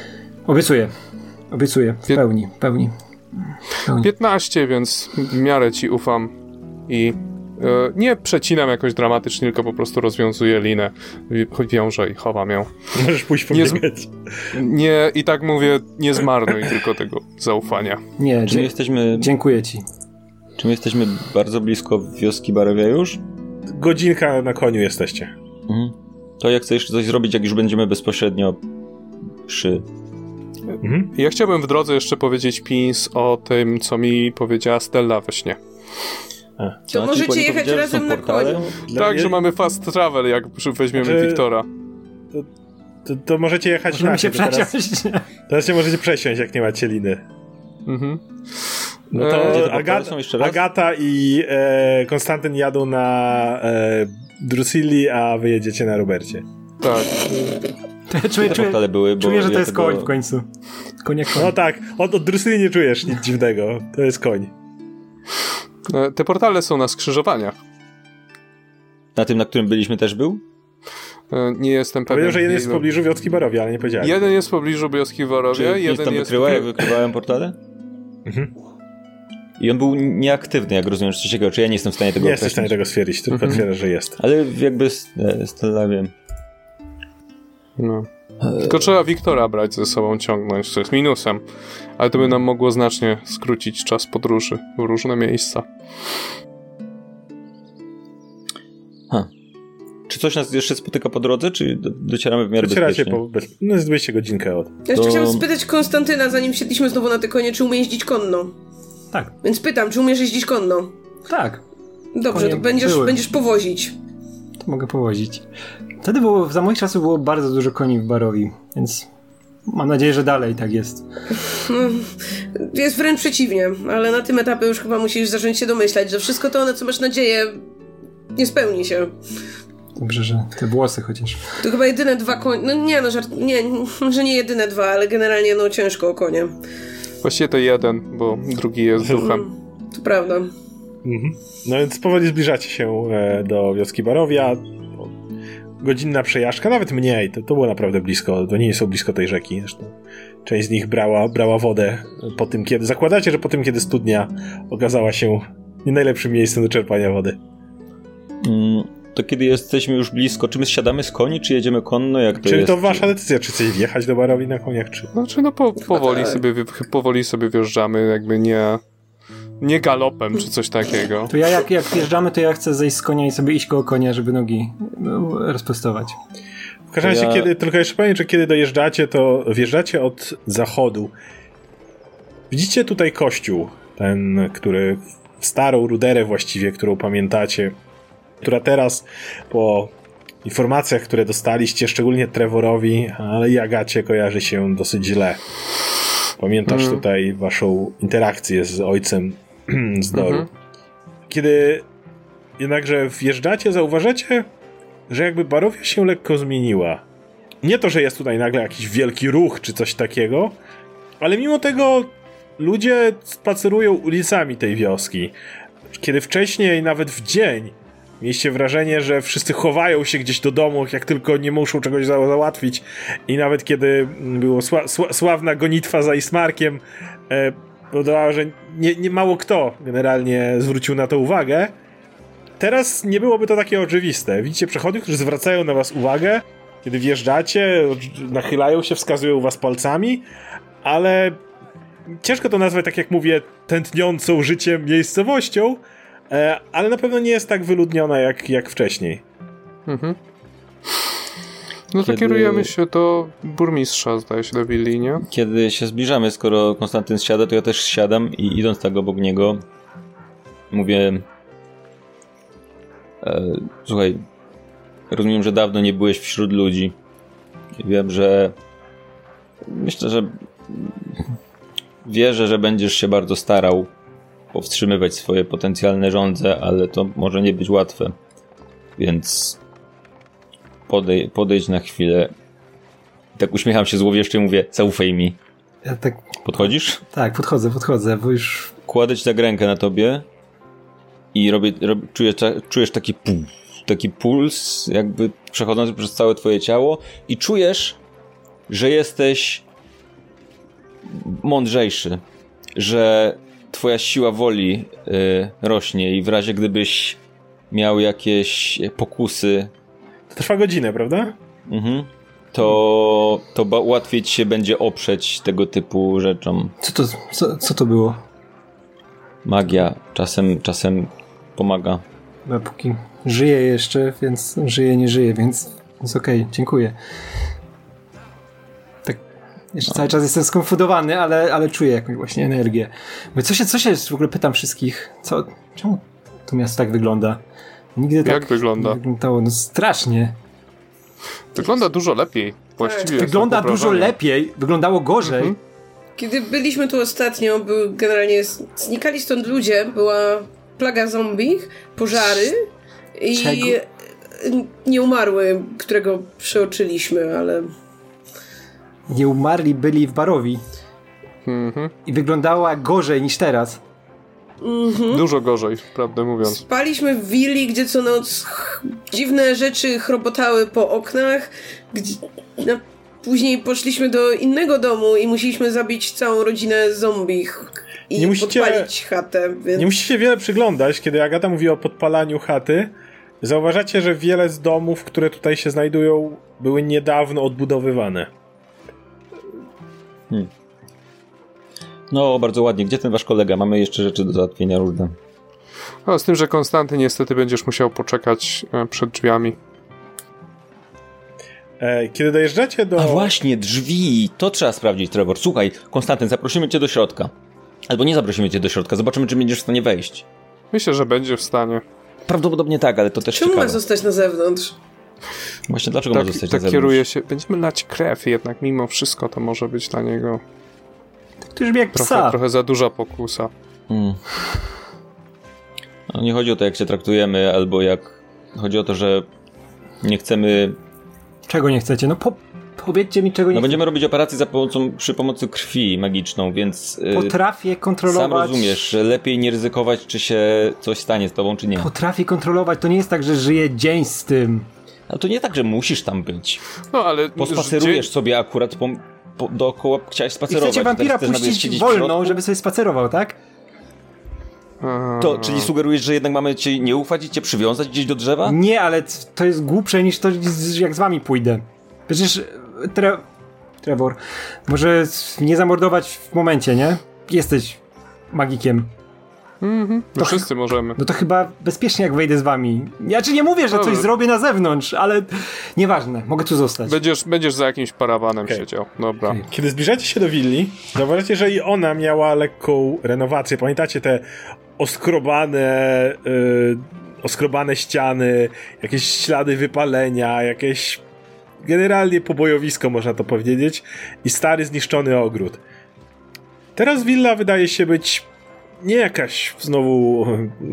Speaker 5: Obiecuję. Obiecuję. W pełni. W pełni. W pełni.
Speaker 3: piętnaście, więc w miarę ci ufam. I e, nie przecinam jakoś dramatycznie, tylko po prostu rozwiązuję linę. Wiążę i chowam ją.
Speaker 1: Możesz pójść
Speaker 3: Nie,
Speaker 1: pobiegać.
Speaker 3: nie, i tak mówię, nie zmarnuj tylko tego zaufania.
Speaker 5: Nie,
Speaker 2: Czy
Speaker 5: dzie-
Speaker 2: jesteśmy,
Speaker 5: dziękuję ci.
Speaker 2: czy my jesteśmy bardzo blisko wioski Barowia już?
Speaker 1: Godzinka na koniu jesteście.
Speaker 2: Mhm. To jak chcesz coś zrobić, jak już będziemy bezpośrednio przy...
Speaker 1: Mhm.
Speaker 3: Ja chciałbym w drodze jeszcze powiedzieć Pins o tym, co mi powiedziała Stella we śnie.
Speaker 1: A.
Speaker 4: To
Speaker 2: Znaczy,
Speaker 4: możecie
Speaker 2: oni
Speaker 4: jechać
Speaker 2: powiedzieli, że są
Speaker 4: razem na
Speaker 2: portale?
Speaker 4: koniu.
Speaker 1: Dla
Speaker 3: tak,
Speaker 1: mnie-
Speaker 3: że mamy fast travel, jak weźmiemy
Speaker 1: Znaczy-
Speaker 3: Wiktora.
Speaker 1: To, to możecie jechać
Speaker 5: Możemy
Speaker 1: na
Speaker 5: się
Speaker 1: teraz,
Speaker 5: przesiąść.
Speaker 1: teraz się możecie przesiąść, jak nie macie liny.
Speaker 3: Mhm.
Speaker 1: No
Speaker 3: Eee,
Speaker 1: to
Speaker 2: Gdzie te portale
Speaker 1: Agata,
Speaker 2: są jeszcze raz?
Speaker 1: Agata i e, Konstantyn jadą na e, Drusilli, a wy jedziecie na Robercie.
Speaker 3: Tak.
Speaker 5: To ja czuję,
Speaker 2: Te
Speaker 5: czuję,
Speaker 2: portale były, bo
Speaker 5: czuję, że to
Speaker 2: ja
Speaker 5: jest
Speaker 2: tego-
Speaker 5: koń w końcu. Konia koń.
Speaker 1: No tak, od, od Drusilli nie czujesz nic dziwnego. To jest koń.
Speaker 3: E, Te portale są na skrzyżowaniach.
Speaker 2: Na tym, na którym byliśmy, też był?
Speaker 3: E, Nie jestem pewien.
Speaker 1: Powiedział, że jeden jest w
Speaker 3: ilu-
Speaker 1: pobliżu wioski Barowia, ale nie powiedziałem.
Speaker 3: Jeden jest w pobliżu wioski
Speaker 2: Czy
Speaker 3: Warowia,
Speaker 2: nic
Speaker 3: jeden
Speaker 2: tam
Speaker 3: jest...
Speaker 2: wykryła, jak wykrywałem portale?
Speaker 1: Mhm.
Speaker 2: I on był nieaktywny, jak rozumiem, czy coś takiego, czy ja nie jestem w stanie tego
Speaker 1: Nie jesteś w stanie
Speaker 2: określić.
Speaker 1: tego stwierdzić, tylko
Speaker 3: Mhm.
Speaker 1: twierdzasz, że jest.
Speaker 2: Ale jakby s- e, Stella wiem.
Speaker 3: No. Tylko trzeba Wiktora brać ze sobą, ciągnąć, co jest minusem. Ale to by nam mogło znacznie skrócić czas podróży w różne miejsca.
Speaker 2: Ha. Czy coś nas jeszcze spotyka po drodze, czy do, docieramy w miarę
Speaker 1: Docieracie
Speaker 2: bezpiecznie?
Speaker 1: po... Bez... No jest dwieście godzinkę od...
Speaker 4: Ja jeszcze
Speaker 2: To-
Speaker 4: chciałam spytać Konstantyna, zanim wsiedliśmy znowu na te konie, czy umie jeździć konno.
Speaker 5: Tak,
Speaker 4: Więc pytam, czy umiesz jeździć konno?
Speaker 5: tak.
Speaker 4: Dobrze,
Speaker 5: Konie
Speaker 4: to będziesz,
Speaker 5: były.
Speaker 4: będziesz powozić.
Speaker 5: To mogę powozić. Wtedy było, za moich czasów było bardzo dużo koni w Barowi, więc mam nadzieję, że dalej tak jest.
Speaker 4: Jest wręcz przeciwnie, ale na tym etapie już chyba musisz zacząć się domyślać, że wszystko to, na co masz nadzieję, nie spełni się.
Speaker 5: Dobrze, że te włosy chociaż.
Speaker 4: To chyba jedyne dwa konie, no nie no, żart, nie, że nie jedyne dwa, ale generalnie no ciężko o konie.
Speaker 3: Właściwie to jeden, bo drugi jest duchem.
Speaker 4: To prawda.
Speaker 1: Mhm. No więc powoli zbliżacie się e, do wioski Barowia. Godzinna przejażdżka, nawet mniej, to, to było naprawdę blisko, to nie są blisko tej rzeki. Zresztą część z nich brała, brała wodę po tym, kiedy... Zakładacie, że po tym, kiedy studnia okazała się nie najlepszym miejscem do czerpania wody.
Speaker 2: Mm, to kiedy jesteśmy już blisko, czy my zsiadamy z koni, czy jedziemy konno, jak to
Speaker 1: Czyli
Speaker 2: jest?
Speaker 1: to wasza decyzja, czy chcecie wjechać do Barowi na koniach, czy...
Speaker 3: Znaczy, no po, powoli,
Speaker 4: tak.
Speaker 3: sobie, wy- powoli sobie wjeżdżamy, jakby nie, nie galopem, czy coś takiego.
Speaker 5: To ja jak, jak wjeżdżamy, to ja chcę zejść z konia i sobie iść koło konia, żeby nogi no, rozprostować.
Speaker 1: W każdym razie,
Speaker 2: Ja-
Speaker 1: kiedy, tylko jeszcze powiem, że kiedy dojeżdżacie, to wjeżdżacie od zachodu. Widzicie tutaj kościół, ten, który... starą ruderę właściwie, którą pamiętacie, która teraz po informacjach, które dostaliście, szczególnie Trevorowi, ale i Agacie, kojarzy się dosyć źle. Pamiętasz
Speaker 3: Mhm.
Speaker 1: tutaj waszą interakcję z ojcem z Doru.
Speaker 3: Mhm.
Speaker 1: Kiedy jednakże wjeżdżacie, zauważacie, że jakby Barowia się lekko zmieniła. Nie to, że jest tutaj nagle jakiś wielki ruch czy coś takiego, ale mimo tego ludzie spacerują ulicami tej wioski. Kiedy wcześniej, nawet w dzień, mieliście wrażenie, że wszyscy chowają się gdzieś do domu, jak tylko nie muszą czegoś za- załatwić. I nawet kiedy była sła- sła- sławna gonitwa za Ismarkiem, e, podobało, że nie, nie mało kto generalnie zwrócił na to uwagę. Teraz nie byłoby to takie oczywiste. Widzicie przechodniów, którzy zwracają na was uwagę, kiedy wjeżdżacie, nachylają się, wskazują was palcami, ale ciężko to nazwać, tak jak mówię, tętniącą życiem miejscowością, e, ale na pewno nie jest tak wyludniona jak, jak wcześniej.
Speaker 3: Mhm. No to
Speaker 2: Kiedy-
Speaker 3: kierujemy się do burmistrza, zdaje się, do willi, nie?
Speaker 2: Kiedy się zbliżamy, skoro Konstantyn zsiada, to ja też zsiadam i idąc tak obok niego mówię e, słuchaj, rozumiem, że dawno nie byłeś wśród ludzi. Wiem, że myślę, że wierzę, że będziesz się bardzo starał powstrzymywać swoje potencjalne żądze, ale to może nie być łatwe. Więc podej- podejdź na chwilę. Tak uśmiecham się złowieszcze i mówię, zaufaj mi.
Speaker 5: Ja tak,
Speaker 2: Podchodzisz?
Speaker 5: tak, podchodzę, podchodzę, bo już
Speaker 2: Kładę ci tak rękę na tobie i robię, rob, czujesz, czujesz taki puls, taki puls jakby przechodzący przez całe twoje ciało i czujesz, że jesteś mądrzejszy, że twoja siła woli y, rośnie i w razie gdybyś miał jakieś pokusy...
Speaker 1: To trwa godzinę, prawda?
Speaker 2: Mhm. To, to ba- łatwiej ci się będzie oprzeć tego typu rzeczom.
Speaker 5: Co to, co, co to było?
Speaker 2: Magia czasem, czasem pomaga.
Speaker 5: No, póki żyję jeszcze, więc żyję, nie żyję, więc jest okej, okay, dziękuję. Tak, jeszcze no. Cały czas jestem skonfudowany, ale, ale czuję jakąś właśnie energię. Bo co się, co się w ogóle pytam wszystkich, co, czemu to miasto tak wygląda? Nigdy tak
Speaker 3: Jak wygląda?
Speaker 5: nie wyglądało, no strasznie.
Speaker 3: Wygląda dużo lepiej, właściwie.
Speaker 5: Wygląda dużo lepiej, wyglądało gorzej. Mhm.
Speaker 4: Kiedy byliśmy tu ostatnio, był generalnie znikali stąd ludzie, była plaga zombie, pożary i
Speaker 5: Czego?
Speaker 4: nie umarły, którego przeoczyliśmy, ale...
Speaker 5: Nie umarli, byli w Barowi.
Speaker 3: Mhm.
Speaker 5: I wyglądała gorzej niż teraz.
Speaker 4: Mhm.
Speaker 3: Dużo gorzej, prawdę mówiąc.
Speaker 4: Spaliśmy w willi, gdzie co noc ch- dziwne rzeczy chrobotały po oknach. Gdzie, no, później poszliśmy do innego domu i musieliśmy zabić całą rodzinę zombie i nie musicie, podpalić chatę. Więc...
Speaker 1: Nie musicie wiele przyglądać. Kiedy Agata mówi o podpalaniu chaty, zauważacie, że wiele z domów, które tutaj się znajdują, były niedawno odbudowywane.
Speaker 2: Hmm. No, bardzo ładnie. Gdzie ten wasz kolega? Mamy jeszcze rzeczy do załatwienia różne.
Speaker 3: No, z tym, że Konstanty niestety będziesz musiał poczekać przed drzwiami.
Speaker 1: E, kiedy dojeżdżacie do...
Speaker 2: A właśnie, drzwi! To trzeba sprawdzić, Trevor. Słuchaj, Konstantyn, zaprosimy cię do środka. Albo nie zaprosimy cię do środka. Zobaczymy, czy będziesz w stanie wejść.
Speaker 3: Myślę, że będzie w stanie.
Speaker 2: Prawdopodobnie tak, ale to też
Speaker 4: Czemu
Speaker 2: ciekawe.
Speaker 4: ma zostać na zewnątrz?
Speaker 2: Właśnie, dlaczego
Speaker 3: tak,
Speaker 2: ma zostać
Speaker 3: tak
Speaker 2: na zewnątrz?
Speaker 3: Kieruje się. Będziemy lać krew, jednak mimo wszystko to może być dla niego...
Speaker 5: To już jak
Speaker 3: trochę,
Speaker 5: psa.
Speaker 3: trochę za duża pokusa.
Speaker 2: Hmm. No, nie chodzi o to, jak się traktujemy, albo jak... Chodzi o to, że nie chcemy...
Speaker 5: Czego nie chcecie? No po... powiedzcie mi, czego nie
Speaker 2: No
Speaker 5: chcecie.
Speaker 2: będziemy robić operację za pomocą, przy pomocy krwi magiczną, więc...
Speaker 5: Potrafię kontrolować...
Speaker 2: Sam rozumiesz, że lepiej nie ryzykować, czy się coś stanie z tobą, czy nie.
Speaker 5: Potrafię kontrolować. To nie jest tak, że żyję dzień z tym.
Speaker 2: Ale to nie tak, że musisz tam być.
Speaker 3: No, ale...
Speaker 2: Pospacerujesz
Speaker 3: dzień...
Speaker 2: sobie akurat po, po, dookoła, chciałeś spacerować.
Speaker 5: I chcecie wampira puścić wolno, żeby sobie spacerował, tak?
Speaker 2: To, czyli sugerujesz, że jednak mamy cię nie ufać i cię przywiązać gdzieś do drzewa?
Speaker 5: Nie, ale to jest głupsze niż to, jak z wami pójdę. Przecież tre... Trevor, może nie zamordować w momencie, nie? Jesteś magikiem.
Speaker 3: Mhm, to wszyscy ch- możemy.
Speaker 5: No to chyba bezpiecznie, jak wejdę z wami. Ja czy nie mówię, że
Speaker 3: Dobra.
Speaker 5: coś zrobię na zewnątrz, ale nieważne, mogę tu zostać.
Speaker 3: Będziesz, będziesz za jakimś parawanem
Speaker 1: okay.
Speaker 3: siedział. Dobra. Okay.
Speaker 1: Kiedy zbliżacie się do willi, zauważacie, że i ona miała lekką renowację. Pamiętacie te oskrobane, yy, oskrobane ściany, jakieś ślady wypalenia, jakieś generalnie pobojowisko, można to powiedzieć, i stary, zniszczony ogród. Teraz willa wydaje się być nie jakaś znowu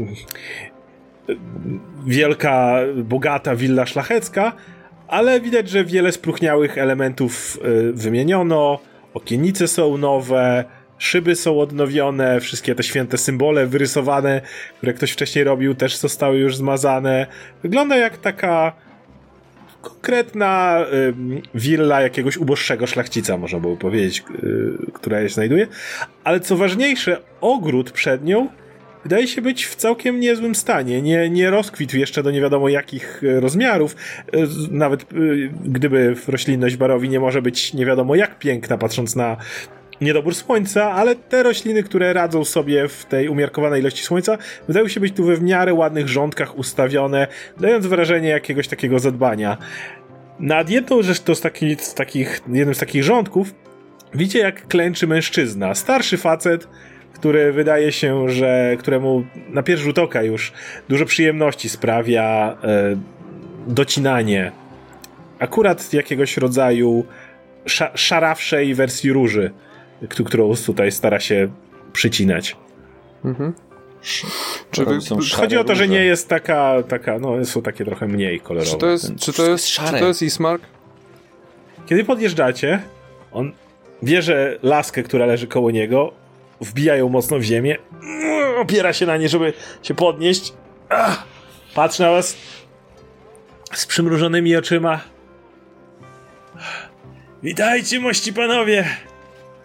Speaker 1: wielka, bogata willa szlachecka, ale widać, że wiele spróchniałych elementów wymieniono, okiennice są nowe, szyby są odnowione, wszystkie te święte symbole wyrysowane, które ktoś wcześniej robił, też zostały już zmazane. Wygląda jak taka konkretna y, willa jakiegoś uboższego szlachcica, można by powiedzieć, y, która się znajduje. Ale co ważniejsze, ogród przed nią wydaje się być w całkiem niezłym stanie. Nie, nie rozkwitł jeszcze do nie wiadomo jakich rozmiarów. Y, nawet y, gdyby roślinność Barowi nie może być nie wiadomo jak piękna, patrząc na niedobór słońca, ale te rośliny, które radzą sobie w tej umiarkowanej ilości słońca, wydają się być tu we w miarę ładnych rządkach ustawione, dając wrażenie jakiegoś takiego zadbania. Nad jedną rzecz to z, taki, z takich, jednym z takich rządków widzicie, jak klęczy mężczyzna, starszy facet, który wydaje się, że któremu na pierwszy rzut oka już dużo przyjemności sprawia e, docinanie akurat jakiegoś rodzaju sza, szarawszej wersji róży, którą tutaj stara się przycinać. Mhm. Czy wy, chodzi o to, róże. Że nie jest taka, taka, no są takie trochę mniej kolorowe.
Speaker 3: Czy to jest, czy to jest, czy to jest Ismark?
Speaker 1: Kiedy podjeżdżacie, on bierze laskę, która leży koło niego, wbija ją mocno w ziemię, opiera się na nie, żeby się podnieść. Ach, patrzy na was z przymrużonymi oczyma. Witajcie, mości panowie!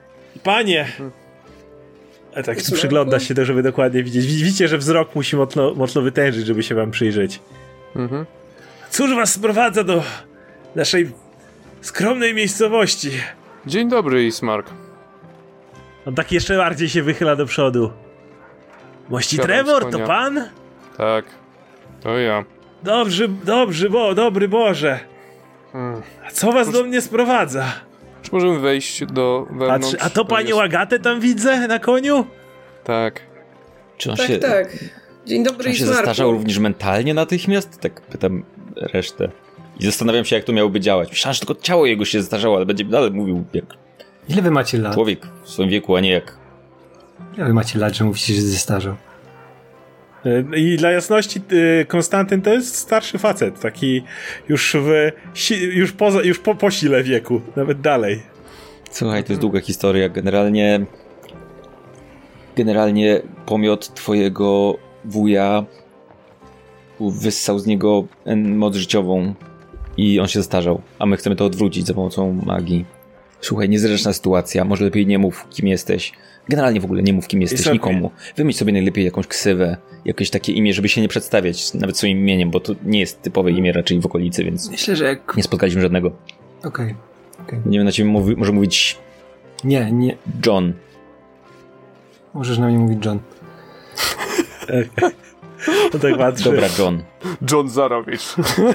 Speaker 1: Panie! A tak przygląda się to, żeby dokładnie widzieć. Widzicie, że wzrok musi mocno, mocno wytężyć, żeby się wam przyjrzeć.
Speaker 3: Mhm.
Speaker 1: Cóż was sprowadza do naszej skromnej miejscowości?
Speaker 3: Dzień dobry, Ismark.
Speaker 1: On tak jeszcze bardziej się wychyla do przodu. Mości
Speaker 3: Siadam
Speaker 1: Trevor,
Speaker 3: z konia.
Speaker 1: to pan?
Speaker 3: Tak, to ja.
Speaker 1: Dobrzy, dobrzy, bo, dobry Boże.
Speaker 3: Hmm.
Speaker 1: A co was do mnie sprowadza?
Speaker 3: Czy możemy wejść do
Speaker 1: A,
Speaker 3: wewnątrz?
Speaker 1: czy, a to panią
Speaker 3: jest...
Speaker 1: Agatę tam widzę na koniu?
Speaker 3: Tak.
Speaker 2: Czy on
Speaker 4: Tak,
Speaker 2: się,
Speaker 4: tak. Dzień dobry,
Speaker 2: czy on się
Speaker 4: Ismarku.
Speaker 2: zestarzał również mentalnie natychmiast? Tak pytam resztę. I zastanawiam się, jak to miałoby działać. Myślałem, że tylko ciało jego się zestarzało, ale będzie dalej mówił jak
Speaker 5: Ile wy macie lat?
Speaker 2: człowiek w swoim wieku, a nie jak...
Speaker 5: Ile wy macie lat, że mówicie, że się zestarzał?
Speaker 1: I dla jasności, y, Konstantyn to jest starszy facet, taki już w, si, już, poza, już po, po sile wieku, nawet dalej.
Speaker 2: Słuchaj, to jest długa historia. Generalnie... Generalnie pomiot twojego wuja wyssał z niego moc życiową i on się zestarzał, a my chcemy to odwrócić za pomocą magii. Słuchaj, niezręczna sytuacja, może lepiej nie mów, kim jesteś. Generalnie w ogóle nie mów, kim jesteś
Speaker 1: sobie...
Speaker 2: nikomu. Wymyśl sobie najlepiej jakąś ksywę, jakieś takie imię, żeby się nie przedstawiać nawet swoim imieniem, bo to nie jest typowe imię raczej w okolicy, więc
Speaker 5: Myślę, że jak...
Speaker 2: nie spotkaliśmy żadnego.
Speaker 5: Okej. Okay. Okay.
Speaker 2: Będziemy na ciebie mówi... może mówić
Speaker 5: Nie, nie.
Speaker 2: John.
Speaker 5: Możesz na mnie mówić John.
Speaker 1: No tak patrzę.
Speaker 2: Dobra, John.
Speaker 3: John Zarowicz.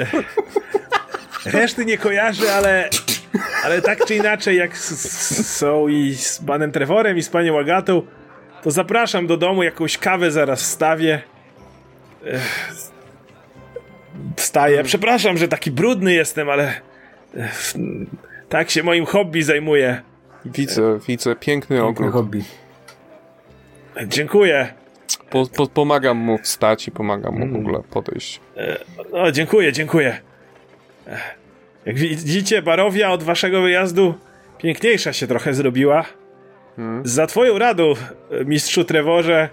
Speaker 1: Reszty nie kojarzę, ale ale tak czy inaczej, jak s- s- są i z panem Trevorem i z panią Agatą, to zapraszam do domu, jakąś kawę zaraz wstawię. Ech. Wstaję. Przepraszam, że taki brudny jestem, ale ech, tak się moim hobby zajmuję.
Speaker 3: Widzę, widzę. Piękny
Speaker 5: Piękne
Speaker 3: ogród.
Speaker 5: hobby.
Speaker 1: Dziękuję.
Speaker 3: Po, po, pomagam mu wstać i pomagam mu w ogóle podejść.
Speaker 1: No, dziękuję, dziękuję. Ech. Jak widzicie, Barowia od waszego wyjazdu piękniejsza się trochę zrobiła.
Speaker 3: Hmm.
Speaker 1: Za twoją radą, mistrzu Trevorze,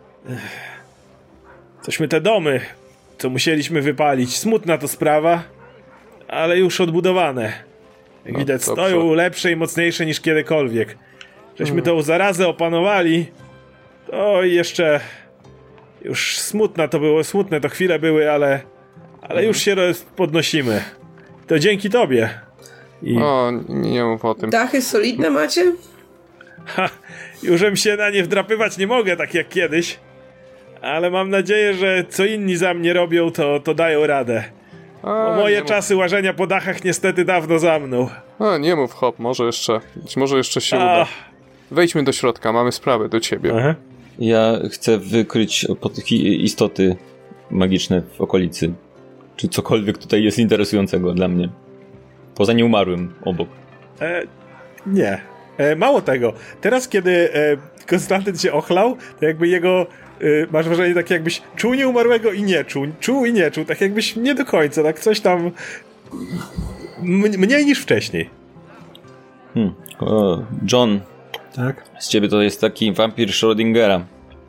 Speaker 1: cośmy te domy, co musieliśmy wypalić. Smutna to sprawa, ale już odbudowane. Jak
Speaker 3: No,
Speaker 1: widać,
Speaker 3: dobrze.
Speaker 1: stoją lepsze i mocniejsze niż kiedykolwiek. Żeśmy tą zarazę opanowali, to jeszcze... Już smutna to było, smutne to chwile były, ale... Ale już się roz- podnosimy. To dzięki tobie. I...
Speaker 3: O, nie mów o tym.
Speaker 4: Dachy solidne macie?
Speaker 1: Ha, jużem się na nie wdrapywać nie mogę, tak jak kiedyś. Ale mam nadzieję, że co inni za mnie robią, to, to dają radę.
Speaker 3: A,
Speaker 1: Bo moje
Speaker 3: nie
Speaker 1: czasy łażenia po dachach niestety dawno za mną.
Speaker 3: Mów, a, nie mów hop, może jeszcze, może jeszcze się uda.
Speaker 1: Ach.
Speaker 3: Wejdźmy do środka, mamy sprawę do ciebie.
Speaker 1: Aha.
Speaker 2: Ja chcę wykryć pod istoty magiczne w okolicy. Czy cokolwiek tutaj jest interesującego dla mnie. Poza nieumarłym obok.
Speaker 1: E, nie. E, mało tego. Teraz, kiedy e, Konstantyn się ochlał, to jakby jego... E, masz wrażenie, tak jakbyś czuł nieumarłego i nie czuł. Czuł i nie czuł. Tak jakbyś nie do końca. Tak coś tam... M- mniej niż wcześniej.
Speaker 2: Hmm. O, John,
Speaker 5: Tak?
Speaker 2: z ciebie to jest taki wampir Schrödingera.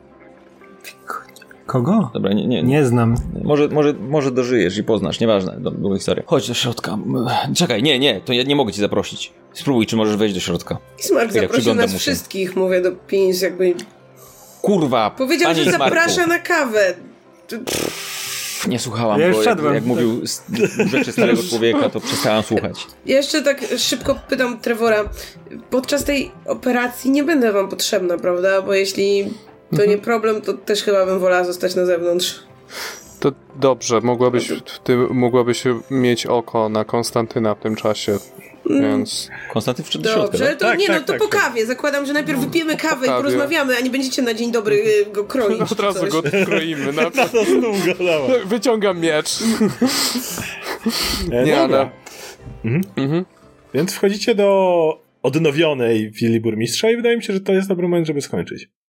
Speaker 5: Kogo?
Speaker 2: Dobra, nie, nie,
Speaker 5: Nie znam.
Speaker 2: Może, może, może dożyjesz i poznasz, nieważne, do- długa historia. Chodź do środka. Czekaj, nie, nie, to ja nie mogę cię zaprosić. Spróbuj, czy możesz wejść do środka.
Speaker 4: Ismark
Speaker 2: Tak jak
Speaker 4: zaprosił
Speaker 2: przyglądam
Speaker 4: nas
Speaker 2: mu się.
Speaker 4: wszystkich, mówię do Pins, jakby...
Speaker 2: Kurwa,
Speaker 4: Powiedział,
Speaker 2: panie
Speaker 4: że
Speaker 2: Ismarku.
Speaker 4: zaprasza na kawę.
Speaker 2: Nie słuchałam,
Speaker 5: Ja już
Speaker 2: bo jak,
Speaker 5: szedłem.
Speaker 2: jak mówił s- rzeczy starego człowieka, to przestałam słuchać.
Speaker 4: Jeszcze tak szybko pytam Trevora. Podczas tej operacji nie będę wam potrzebna, prawda? Bo jeśli to nie problem, to też chyba bym wolała zostać na zewnątrz.
Speaker 3: To dobrze, mogłabyś, ty mogłabyś mieć oko na Konstantyna w tym czasie, więc...
Speaker 2: Konstanty wszedł do środka,
Speaker 4: Dobrze,
Speaker 2: tak?
Speaker 4: to
Speaker 1: Tak,
Speaker 4: nie
Speaker 1: tak,
Speaker 4: no, to
Speaker 1: tak,
Speaker 4: po
Speaker 1: tak.
Speaker 4: kawie. Zakładam, że najpierw wypijemy kawę i
Speaker 3: kawie.
Speaker 4: porozmawiamy, a nie będziecie na dzień dobry y, go kroić.
Speaker 3: Od
Speaker 4: czy
Speaker 3: razu
Speaker 4: coś.
Speaker 3: go kroimy. Na...
Speaker 1: Na to stół go dała.
Speaker 3: Wyciągam miecz.
Speaker 1: E,
Speaker 3: Nie,
Speaker 1: dobra.
Speaker 3: ale...
Speaker 1: Mhm.
Speaker 3: Mhm.
Speaker 1: Więc wchodzicie do odnowionej willi burmistrza i wydaje mi się, że to jest dobry moment, żeby skończyć.